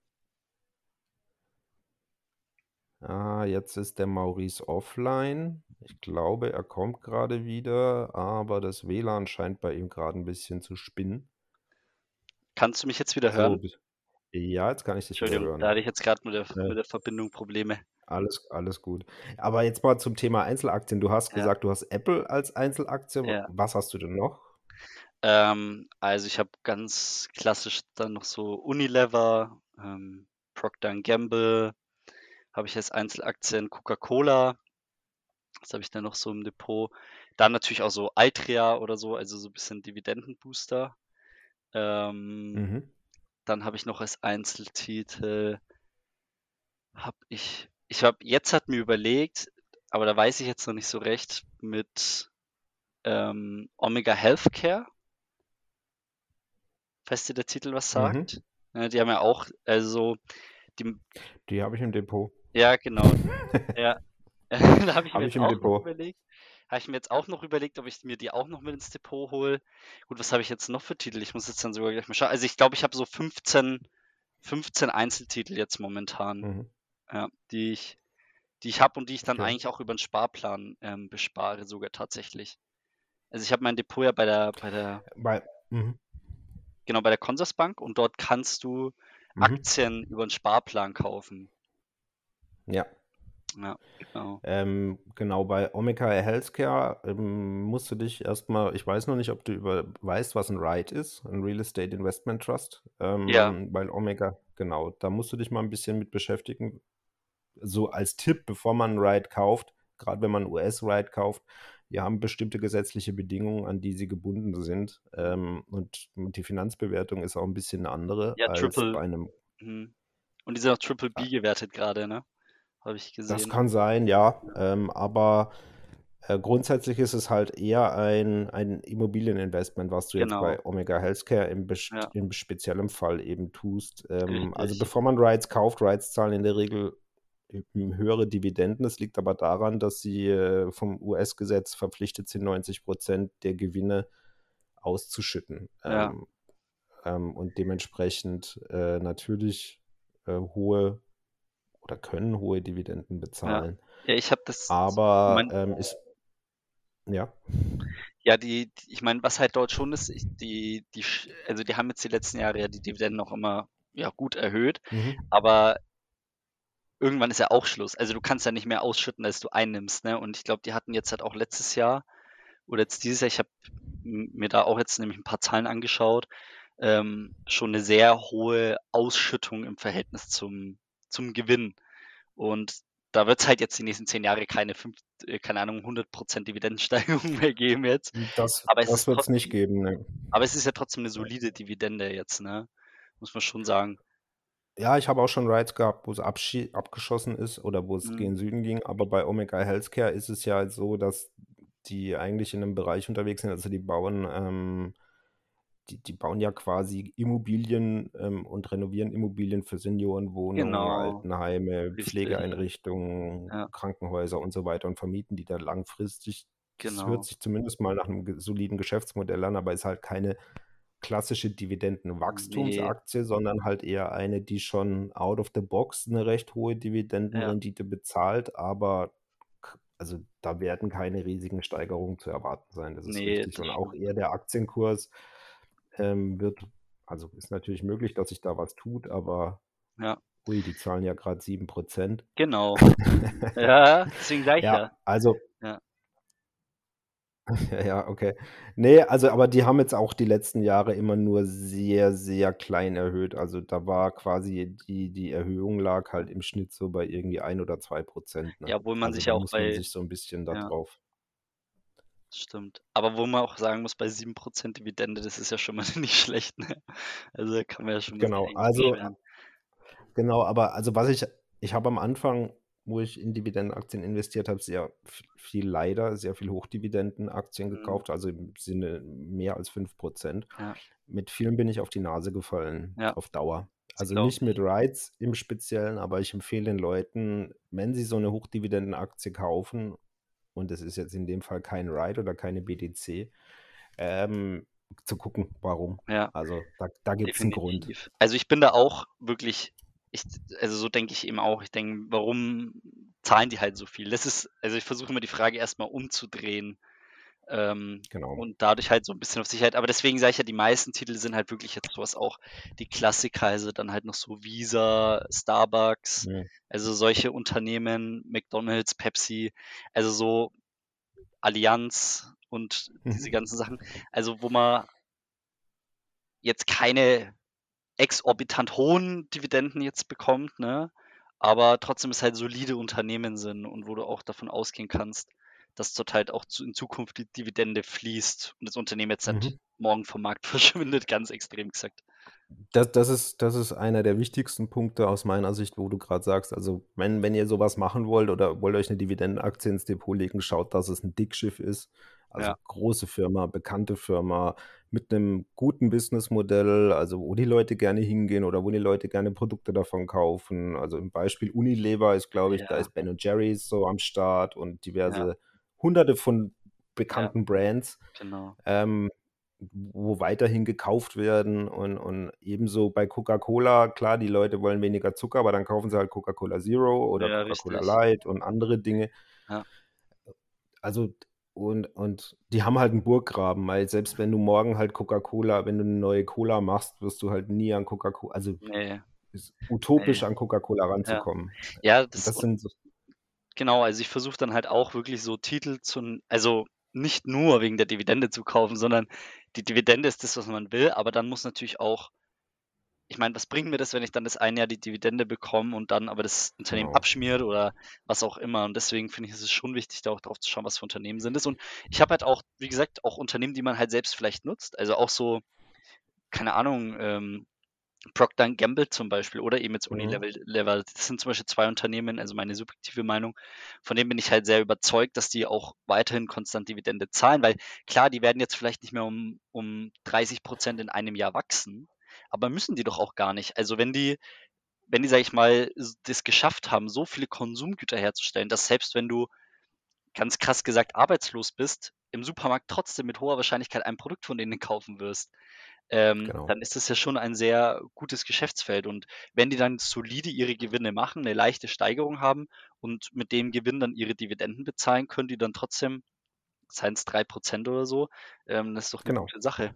Ah, jetzt ist der Maurice offline. Ich glaube, er kommt grade wieder, aber das W L A N scheint bei ihm grad 'n bisschen zu spinnen. Kannst du mich jetzt wieder So, hören? b ja, jetzt kann ich dich wieder Entschuldigung, da hören. hatte ich jetzt grad mit der Äh, mit der Verbindung Probleme. alles alles gut. Aber jetzt mal zum Thema Einzelaktien. Du hast Ja, gesagt, du hast Apple als Einzelaktie. W ja. was hast du denn noch? Ähm, also, ich habe ganz klassisch dann noch so Unilever, ähm, Procter& and Gamble habe ich als Einzelaktien, Coca-Cola, das habe ich dann noch so im Depot. Dann natürlich auch so Altria oder so, also so 'n bisschen Dividendenbooster. Ähm, Mhm. dann habe ich noch als Einzeltitel habe ich ich habe jetzt hat mir überlegt, aber da weiß ich jetzt noch nicht so recht, mit, ähm, Omega Healthcare, falls dir der Titel was Mhm. sagt. Ne, die haben ja auch also, die Die habe ich im Depot. ja, genau. Ja, da habe ich mir Habe ich jetzt im auch noch Depot. überlegt habe ich mir jetzt auch noch überlegt, ob ich mir die auch noch mit ins Depot hole. Gut, was habe ich jetzt noch für Titel? Ich muss jetzt dann sogar gleich mal schauen. Also, ich glaube, ich habe so fünfzehn fünfzehn Einzeltitel jetzt momentan, Mhm. ja, die ich die ich habe und die ich dann Okay. eigentlich auch über 'n Sparplan, ähm, bespare sogar tatsächlich. Also, ich habe mein Depot ja bei der bei der Bei mhm. genau, bei der Consorsbank und dort kannst du Mhm. Aktien über 'n Sparplan kaufen. Ja. Ja, genau. Ähm, genau, bei Omega Healthcare, ähm, musst du dich erst mal ich weiß noch nicht, ob du über weißt, was 'n REIT ist, 'n Real Estate Investment Trust, Ja, ähm, weil Omega genau, da musst du dich mal 'n bisschen mit beschäftigen. So als Tipp, bevor man 'n REIT kauft, grad wenn man 'n U S-REIT kauft, die haben bestimmte gesetzliche Bedingungen, an die sie gebunden sind, mhm. ähm, und und die Finanzbewertung ist auch 'n bisschen 'ne andere Ja, als Triple bei 'nem mhm. Und die sind auch Triple a B gewertet grade, ne? Habe ich Das gesehen. kann sein, ja, Ja. ähm, aber, äh, grundsätzlich ist es halt eher ein ein Immobilieninvestment, was du jetzt Genau. bei Omega Healthcare im best Ja. im speziellen Fall eben tust. Ähm, also, Richtig. bevor man REITs kauft REITs zahlen in der Regel hm, höhere Dividenden. Das liegt aber daran, dass sie, äh, vom U S-Gesetz verpflichtet sind, neunzig Prozent der Gewinne auszuschütten, Ja. ähm, ähm, und dementsprechend, äh, natürlich, äh, hohe oder können hohe Dividenden Ja. bezahlen. Ja, ich habe das Aber, mein ähm, ist ja? Ja, die ich meine, was halt dort schon ist, ich die die sch also, die haben jetzt die letzten Jahre ja die Dividenden auch immer, ja, gut erhöht, Mhm. aber irgendwann ist ja auch Schluss. Also, du kannst ja nicht mehr ausschütten, als du einnimmst, ne? Und ich glaube, die hatten jetzt halt auch letztes Jahr oder jetzt dieses Jahr ich habe m mir da auch jetzt nämlich 'n paar Zahlen angeschaut, ähm, schon 'ne sehr hohe Ausschüttung im Verhältnis zum zum Gewinn. Und da wird's halt jetzt die nächsten zehn Jahre keine fünf äh, keine Ahnung, hundert Prozent Dividendensteigerung mehr geben jetzt. Das Aber es das ist wird's nicht trotzdem geben, ne. aber es ist ja trotzdem 'ne solide Dividende jetzt, ne? Muss man schon sagen. Ja, ich habe auch schon REITs gehabt, wo's abschi abgeschossen ist oder wo's Mhm. gen Süden ging, aber bei Omega Healthcare ist es ja so, dass die eigentlich in 'nem Bereich unterwegs sind also, die bauen, ähm die die bauen ja quasi Immobilien, ähm, und renovieren Immobilien für Seniorenwohnungen, Genau, Altenheime, richtig. Pflegeeinrichtungen, Ja. Krankenhäuser und so weiter und vermieten die dann langfristig. Das hört Genau. sich zumindest mal nach 'nem ge soliden Geschäftsmodell an, aber ist halt keine klassische Ne. Dividendenwachstumsaktie, sondern halt eher eine, die schon out of the box 'ne recht hohe Ja. Dividendenrendite bezahlt, aber k also, da werden keine riesigen Steigerungen zu erwarten sein. Das ist Ne, richtig. das Und auch stimmt. eher der Aktienkurs, ähm, wird also, ist natürlich möglich, dass sich da was tut, aber Ja. ui, die zahlen ja grad sieben Prozent. Genau. Ja, deswegen sage ich ja. Ja, also Ja. Ja, ja, okay. Ne, also, aber die haben jetzt auch die letzten Jahre immer nur sehr, sehr klein erhöht. Also, da war quasi die die Erhöhung lag halt im Schnitt so bei irgendwie ein oder zwei Prozent, ne? Ja, obwohl man Also, sich da ja auch muss man bei sich so 'n bisschen da ja. drauf Stimmt. Aber wo man auch sagen muss, bei sieben Prozent Dividende, das ist ja schon mal nicht schlecht, ne? Also, da kann man ja schon mal sich Genau, eigentlich nicht also a beschweren. genau, aber also, was ich ich habe am Anfang, wo ich in Dividendenaktien investiert habe, sehr v viel leider sehr viel Hochdividendenaktien Mhm. gekauft, also, im Sinne mehr als fünf Prozent. Ja. Mit vielen bin ich auf die Nase gefallen, Ja. auf Dauer. Das Also, glaube nicht mit ich. Rights im Speziellen, aber ich empfehle den Leuten, wenn sie so 'ne Hochdividendenaktie kaufen, und das ist jetzt in dem Fall kein Right oder keine B T C, ähm, zu gucken, warum. Ja, Also, da da gibt's 'n Grund. definitiv. Also, ich bin da auch wirklich ich also, so denke ich eben auch. Ich denke: „Warum zahlen die halt so viel?“ Das ist also, ich versuche immer die Frage erst mal umzudrehen, ähm, Genau. und dadurch halt so 'n bisschen auf Sicherheit aber deswegen sage ich ja, die meisten Titel sind halt wirklich jetzt so was auch die Klassiker, also, dann halt noch so Visa, Starbucks, Mhm. also, solche Unternehmen, McDonald's, Pepsi, also, so Allianz und diese Mhm. ganzen Sachen. Also, wo man jetzt keine exorbitant hohen Dividenden jetzt bekommt, ne, aber trotzdem es halt solide Unternehmen sind und wo du auch davon ausgehen kannst, dass dort halt auch zu in Zukunft die Dividende fließt und das Unternehmen jetzt nicht Mhm. morgen vom Markt verschwindet, ganz extrem gesagt. Da das ist das ist einer der wichtigsten Punkte aus meiner Sicht, wo du grad sagst, also, wenn wenn ihr so was machen wollt oder wollt euch 'ne Dividendenaktie ins Depot legen, schaut, dass es 'n Dickschiff ist. Also, Ja. große Firma, bekannte Firma mit 'nem guten Businessmodell, also, wo die Leute gerne hingehen oder wo die Leute gerne Produkte davon kaufen. Also, im Beispiel Unilever ist, glaube ich da Ja. ist Ben& Jerry's so am Start und Ja. diverse Hunderte von Ja. bekannten Brands, Genau. ähm, wo weiterhin gekauft werden und und ebenso bei Coca-Cola. Klar, die Leute wollen weniger Zucker, aber dann kaufen sie halt Coca-Cola Zero oder Ja, Coca-Cola richtig. Light und andere Dinge. Ja. Also, und und die haben halt 'n Burggraben, weil selbst wenn du morgen halt Coca-Cola wenn du 'ne neue Cola machst, wirst du halt nie an Coca-Co also, Ne. ist utopisch, Ne. an Coca-Cola Ja. ranzukommen. Ja, Und das das und sind so genau, also, ich versuche dann halt auch wirklich so Titel zu 'n also, nicht nur wegen der Dividende zu kaufen, sondern die Dividende ist das, was man will, aber dann muss natürlich auch ich meine, was bringt mir das, wenn ich dann das eine Jahr die Dividende bekomme und dann aber das Unternehmen Genau. abschmiert oder was auch immer. Und deswegen finde ich, ist es schon wichtig, da auch drauf zu schauen, was für Unternehmen sind es. Und ich habe halt auch, wie gesagt, auch Unternehmen, die man halt selbst vielleicht nutzt. Also, auch so, keine Ahnung, ähm, Procter and Gamble zum Beispiel oder eben jetzt Mhm. Unilevel Level. Das sind zum Beispiel zwei Unternehmen, also, meine subjektive Meinung, von denen bin ich halt sehr überzeugt, dass die auch weiterhin konstant Dividende zahlen, weil klar, die werden jetzt vielleicht nicht mehr um um dreißig Prozent in einem Jahr wachsen, aber müssen die doch auch gar nicht. Also, wenn die wenn die, sage ich mal, s das geschafft haben, so viele Konsumgüter herzustellen, dass selbst wenn du, ganz krass gesagt, arbeitslos bist, im Supermarkt trotzdem mit hoher Wahrscheinlichkeit ein Produkt von denen kaufen wirst, ähm, Genau. dann ist das ja schon ein sehr gutes Geschäftsfeld. Und wenn die dann solide ihre Gewinne machen, 'ne leichte Steigerung haben und mit dem Gewinn dann ihre Dividenden bezahlen, können die dann trotzdem seien's drei Prozent oder so, ähm, das ist doch 'ne Genau. gute Sache.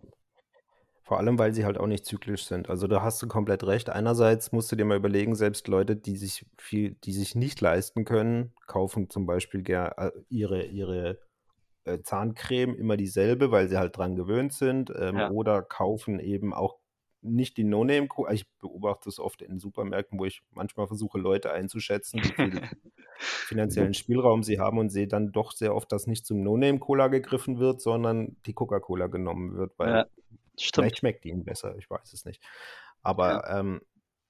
Vor allem, weil sie halt auch nicht zyklisch sind. Also, da hast du komplett recht. Einerseits musst du dir mal überlegen, selbst Leute, die sich viel die sich nicht leisten können, kaufen zum Beispiel ger äh, ihre ihre, äh, Zahncreme immer dieselbe, weil sie halt dran gewöhnt sind, ähm, Ja. oder kaufen eben auch nicht die No-Name-Co ich beobachte das oft in Supermärkten, wo ich manchmal versuche, Leute einzuschätzen, wie viel finanziellen Spielraum sie haben und sehe dann doch sehr oft, dass nicht zum No-Name-Cola gegriffen wird, sondern die Coca-Cola genommen wird, Ja, weil vielleicht stimmt. schmeckt die ihnen besser, ich weiß es nicht. Ja. Aber, ähm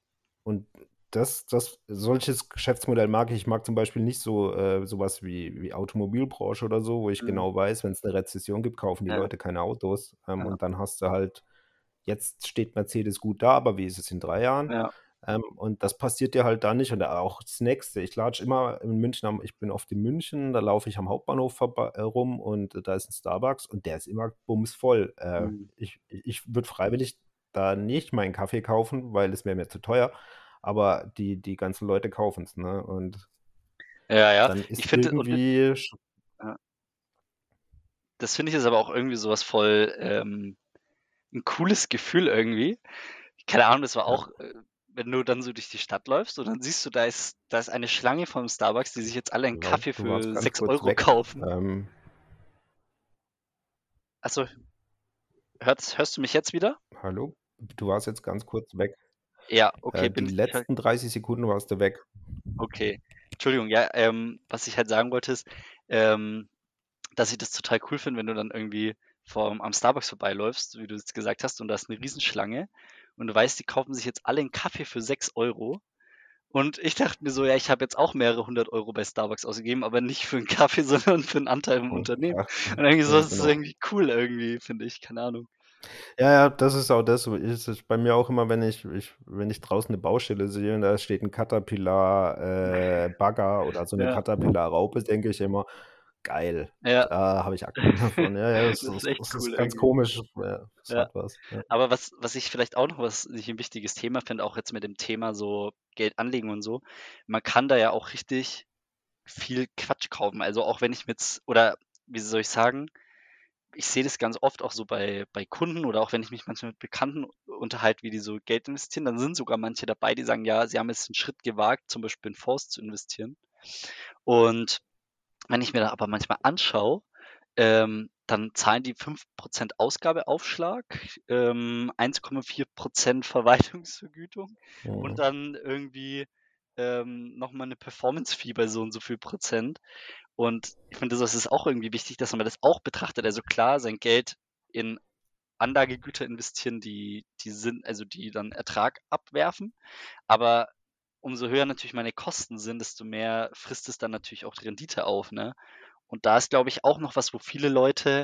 und das das solches Geschäftsmodell mag ich. Ich mag zum Beispiel nicht so äh, so was wie wie Automobilbranche oder so, wo ich Mhm. genau weiß, wenn's 'ne Rezession gibt, kaufen die Ja. Leute keine Autos. Ähm, Ja. und dann hast du halt jetzt steht Mercedes gut da, aber wie ist es in drei Jahren? Ja. Ähm, und das passiert dir halt da nicht. Und auch Snacks. Ich latsche immer in München, am, ich bin oft in München, da laufe ich am Hauptbahnhof vorbei, äh, rum und äh, da ist ein Starbucks und der ist immer bumsvoll. Äh, Mhm. ich ich würde freiwillig da nicht meinen Kaffee kaufen, weil es wäre mir zu teuer. Aber die, die ganzen Leute kaufen es, ne? Und Ja, ja. dann Ich ist finde, und das, irgendwie, sch- ja, das finde ich ist aber auch irgendwie sowas voll, ähm, ein cooles Gefühl irgendwie. Keine Ahnung, das war ja, auch, äh, wenn du dann so durch die Stadt läufst und dann siehst du, da ist, da ist eine Schlange vom Starbucks, die sich jetzt alle einen hallo, Kaffee du warst für ganz sechs kurz Euro weg. kaufen. Ähm, Achso, hörst, hörst du mich jetzt wieder? hallo, du warst jetzt ganz kurz weg. Ja, okay, Äh, bin die ich, ich hör- letzten dreißig Sekunden warst du weg. okay. Entschuldigung, ja, ähm, was ich halt sagen wollte ist, ähm, dass ich das total cool finde, wenn du dann irgendwie vorm, am Starbucks vorbeiläufst, wie du es gesagt hast, und da ist eine Riesenschlange und du weißt, die kaufen sich jetzt alle einen Kaffee für sechs Euro. Und ich dachte mir so, ja, ich habe jetzt auch mehrere hundert Euro bei Starbucks ausgegeben, aber nicht für einen Kaffee, sondern für einen Anteil im Hm, Unternehmen. ja, Und irgendwie so, ja, das ist genau. irgendwie cool irgendwie, finde ich, keine Ahnung. Ja, ja, das ist auch das. Ist es bei mir auch immer, wenn ich, ich, wenn ich draußen eine Baustelle sehe und da steht ein Caterpillar äh, Bagger oder so eine Ja, Caterpillar Raupe, denke ich immer, geil, ja, da habe ich Aktien davon. Ja, ja, das das ist ist, echt das ist cool ganz irgendwie. komisch. Ja, das Ja. hat was. Ja. Aber was, was ich vielleicht auch noch, was ich ein wichtiges Thema finde, auch jetzt mit dem Thema so Geld anlegen und so, man kann da ja auch richtig viel Quatsch kaufen. Also auch wenn ich mit, oder wie soll ich sagen, ich sehe das ganz oft auch so bei, bei Kunden oder auch wenn ich mich manchmal mit Bekannten unterhalte, wie die so Geld investieren, dann sind sogar manche dabei, die sagen, ja, sie haben jetzt einen Schritt gewagt, zum Beispiel in Fonds zu investieren. Und wenn ich mir da aber manchmal anschaue, ähm, dann zahlen die fünf Prozent Ausgabeaufschlag, ähm, eins Komma vier Prozent Verwaltungsvergütung und Mhm. dann irgendwie ähm, nochmal eine Performance-Fee bei so und so viel Prozent. Und ich finde, das ist auch irgendwie wichtig, dass man das auch betrachtet. Also klar, sein Geld in Anlagegüter investieren, die, die sind, also die dann Ertrag abwerfen. Aber umso höher natürlich meine Kosten sind, desto mehr frisst es dann natürlich auch die Rendite auf, ne? Und da ist, glaube ich, auch noch was, wo viele Leute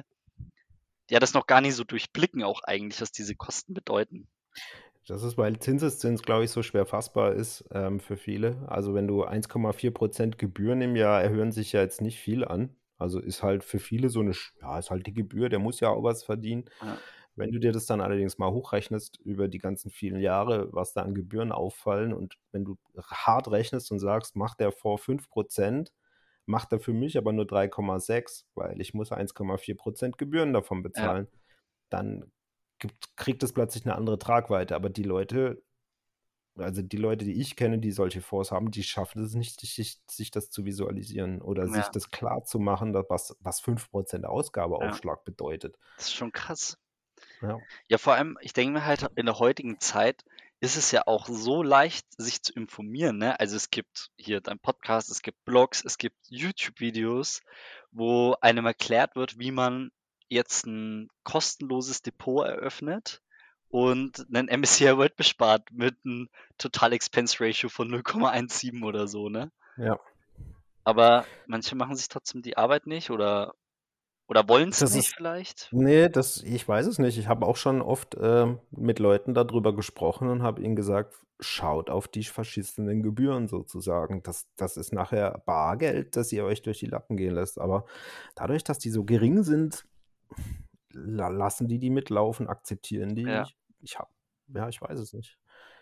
ja das noch gar nicht so durchblicken, auch eigentlich, was diese Kosten bedeuten. Das ist, weil Zinseszins, glaube ich, so schwer fassbar ist ähm, für viele. Also wenn du eins Komma vier Prozent Gebühren im Jahr erhöhen sich ja jetzt nicht viel an. Also ist halt für viele so eine, Sch- ja, ist halt die Gebühr, der muss ja auch was verdienen. Ja, Wenn du dir das dann allerdings mal hochrechnest über die ganzen vielen Jahre, was da an Gebühren auffallen und wenn du hart rechnest und sagst, macht der vor fünf Prozent, macht er für mich aber nur drei Komma sechs, weil ich muss eins Komma vier Prozent Gebühren davon ja, bezahlen, dann gibt, kriegt es plötzlich eine andere Tragweite. Aber die Leute, also die Leute, die ich kenne, die solche Fonds haben, die schaffen es nicht, sich, sich das zu visualisieren oder sich ja, das klar zu machen, dass was, was fünf Prozent ja. Ausgabeaufschlag bedeutet. Das ist schon krass. Ja, Ja, vor allem, ich denke mir halt, in der heutigen Zeit ist es ja auch so leicht, sich zu informieren, ne? Also es gibt hier dein Podcast, es gibt Blogs, es gibt YouTube-Videos, wo einem erklärt wird, wie man jetzt ein kostenloses Depot eröffnet und einen M S C I World bespart mit einem Total Expense Ratio von null Komma siebzehn oder so, ne? ja. Aber manche machen sich trotzdem die Arbeit nicht oder, oder wollen es Das nicht ist, vielleicht. nee, das, ich weiß es nicht. Ich habe auch schon oft ähm, mit Leuten darüber gesprochen und habe ihnen gesagt, schaut auf die verschissenen Gebühren sozusagen. Das, das ist nachher Bargeld, das ihr euch durch die Lappen gehen lässt. Aber dadurch, dass die so gering sind, la lassen die die mitlaufen, akzeptieren die. Ja, Ich, ich habe, ja, ich weiß es nicht.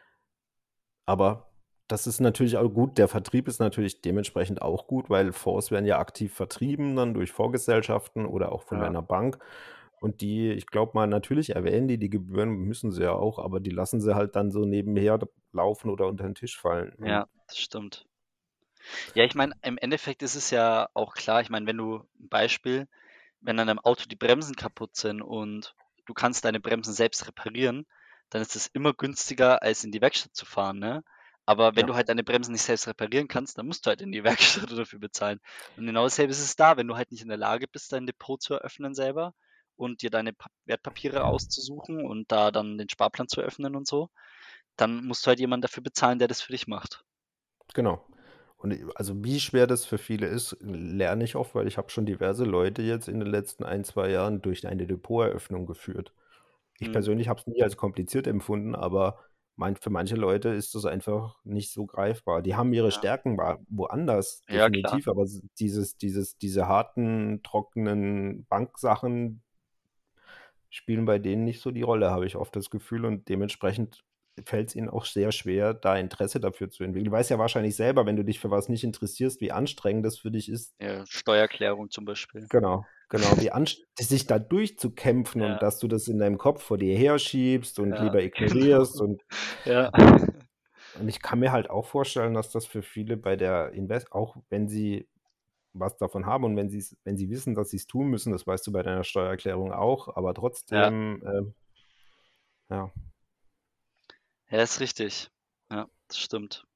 Aber das ist natürlich auch gut. Der Vertrieb ist natürlich dementsprechend auch gut, weil Fonds werden ja aktiv vertrieben dann durch Fondsgesellschaften oder auch von ja, deiner Bank. Und die, ich glaube mal, natürlich erwähnen die die Gebühren, müssen sie ja auch, aber die lassen sie halt dann so nebenher laufen oder unter den Tisch fallen. Und ja, das stimmt. Ja, ich meine, im Endeffekt ist es ja auch klar, ich meine, wenn du 'n Beispiel, wenn an deinem Auto die Bremsen kaputt sind und du kannst deine Bremsen selbst reparieren, dann ist es immer günstiger, als in die Werkstatt zu fahren, ne? Aber wenn ja, du halt deine Bremsen nicht selbst reparieren kannst, dann musst du halt in die Werkstatt dafür bezahlen. Und genau dasselbe ist es da, wenn du halt nicht in der Lage bist, dein Depot zu eröffnen selber und dir deine Pa Wertpapiere auszusuchen und da dann den Sparplan zu öffnen und so, dann musst du halt jemanden dafür bezahlen, der das für dich macht. genau. Und i- also wie schwer das für viele ist, lerne ich oft, weil ich habe schon diverse Leute jetzt in den letzten ein, zwei Jahren durch eine Depoteröffnung geführt. Ich Mhm. persönlich habe es nie als kompliziert empfunden, aber mein für manche Leute ist das einfach nicht so greifbar. Die haben ihre Ja. Stärken wa woanders, Ja, klar. definitiv, aber s dieses dieses diese harten, trockenen Banksachen spielen bei denen nicht so die Rolle, habe ich oft das Gefühl, und dementsprechend fällt's ihnen auch sehr schwer, da Interesse dafür zu entwickeln. Du weißt ja wahrscheinlich selber, wenn du dich für was nicht interessierst, wie anstrengend das für dich ist. Ja, Steuererklärung zum Beispiel. Genau, genau, wie anst sich da durchzukämpfen und Ja. dass du das in deinem Kopf vor dir herschiebst und Ja, lieber genau. ignorierst und Ja. und ich kann mir halt auch vorstellen, dass das für viele bei der Invest auch wenn sie was davon haben und wenn sie's wenn sie wissen, dass sie's tun müssen, das weißt du bei deiner Steuererklärung auch, aber Ja. trotzdem, ähm ja. Ja, ist richtig. Ja, das stimmt.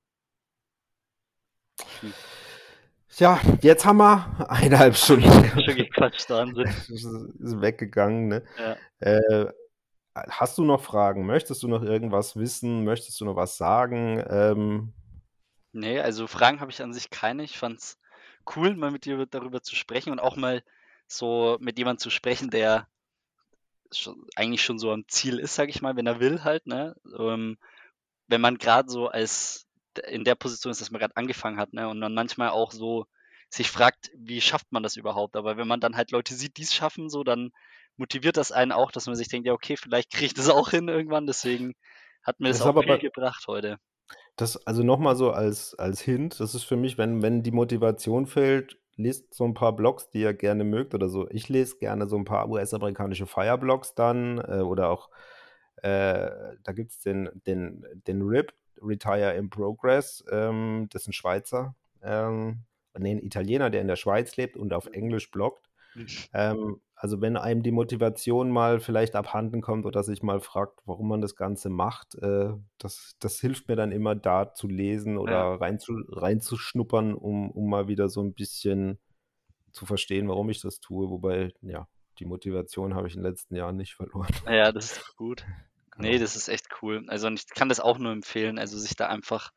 Hm. Ja, jetzt haben wir eineinhalb Stunden Schon gequatscht, Wahnsinn. ist ist weggegangen, ne? Ja. Äh, hast du noch Fragen? Möchtest du noch irgendwas wissen? Möchtest du noch was sagen? Ähm Ne, also Fragen habe ich an sich keine. Ich fand's cool, mal mit dir darüber zu sprechen und auch mal so mit jemandem zu sprechen, der schon eigentlich schon so am Ziel ist, sage ich mal, wenn er will halt, ne? Ähm, wenn man grad so als d in der Position ist, dass man grad angefangen hat, ne, und man manchmal auch so sich fragt: „Wie schafft man das überhaupt?“ Aber wenn man dann halt Leute sieht, die's schaffen so, dann motiviert das einen auch, dass man sich denkt: „Ja, okay, vielleicht kriege ich das auch hin irgendwann.“ Deswegen hat mir Das das ist auch aber viel bei gebracht heute. Das also noch mal so als als Hint, das ist für mich, wenn wenn die Motivation fehlt, lest so 'n paar Blogs, die ihr gerne mögt oder so. Ich lese gerne so 'n paar US-amerikanische FIRE-Blogs dann, äh, oder auch, äh da gibt's den den den Rip, Retire in Progress, ähm, das ist 'n Schweizer, ähm ne, 'n Italiener, der in der Schweiz lebt und auf Mhm. Englisch bloggt. Ähm, also wenn einem die Motivation mal vielleicht abhanden kommt oder sich mal fragt, warum man das Ganze macht, äh, das das hilft mir dann immer, da zu lesen oder Ja. reinzu reinzuschnuppern, um um mal wieder so 'n bisschen zu verstehen, warum ich das tue. Wobei, ja, die Motivation habe ich in den letzten Jahren nicht verloren. Ja, das ist doch gut. Ne, Genau. das ist echt cool. Also und ich kann das auch nur empfehlen, also sich da einfach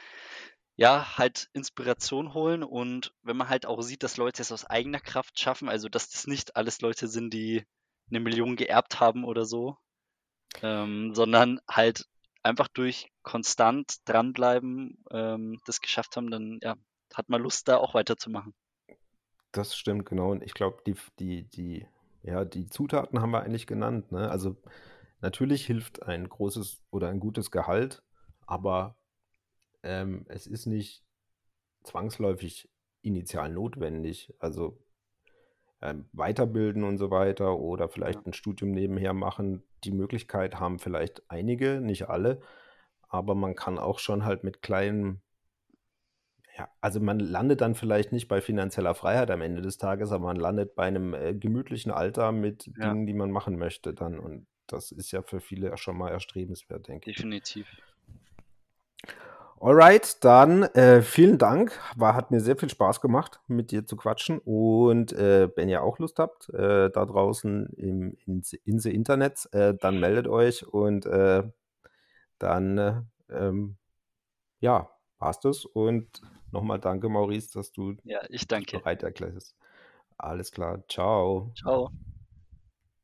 ja, halt Inspiration holen und wenn man halt auch sieht, dass Leute es aus eigener Kraft schaffen, also dass das nicht alles Leute sind, die 'ne Million geerbt haben oder so, ähm, sondern halt einfach durch konstant dranbleiben, ähm, das geschafft haben, dann, ja, hat man Lust, da auch weiterzumachen. Das stimmt, genau. Und ich glaube, die f die die ja, die Zutaten haben wir eigentlich genannt, ne? Also, natürlich hilft ein großes oder ein gutes Gehalt, aber, ähm, es ist nicht zwangsläufig initial notwendig. Also, ähm, weiterbilden und so weiter oder Ja. vielleicht 'n Studium nebenher machen. Die Möglichkeit haben vielleicht einige, nicht alle, aber man kann auch schon halt mit kleinen ja, also man landet dann vielleicht nicht bei finanzieller Freiheit am Ende des Tages, aber man landet bei 'nem, äh, gemütlichen Alter mit Ja. Dingen, die man machen möchte dann und das ist ja für viele ja schon mal erstrebenswert, denke ich. Definitiv. Alright, dann, äh, vielen Dank. War hat mir sehr viel Spaß gemacht, mit dir zu quatschen und, äh, wenn ihr auch Lust habt, äh, da draußen im in s in the Internets, äh, dann meldet euch und, äh, dann, ähm, ja, war's das und noch mal danke, Maurice, dass du Ja, ich dich danke. bereit erklärt hast. Alles klar. Tschau. Tschau.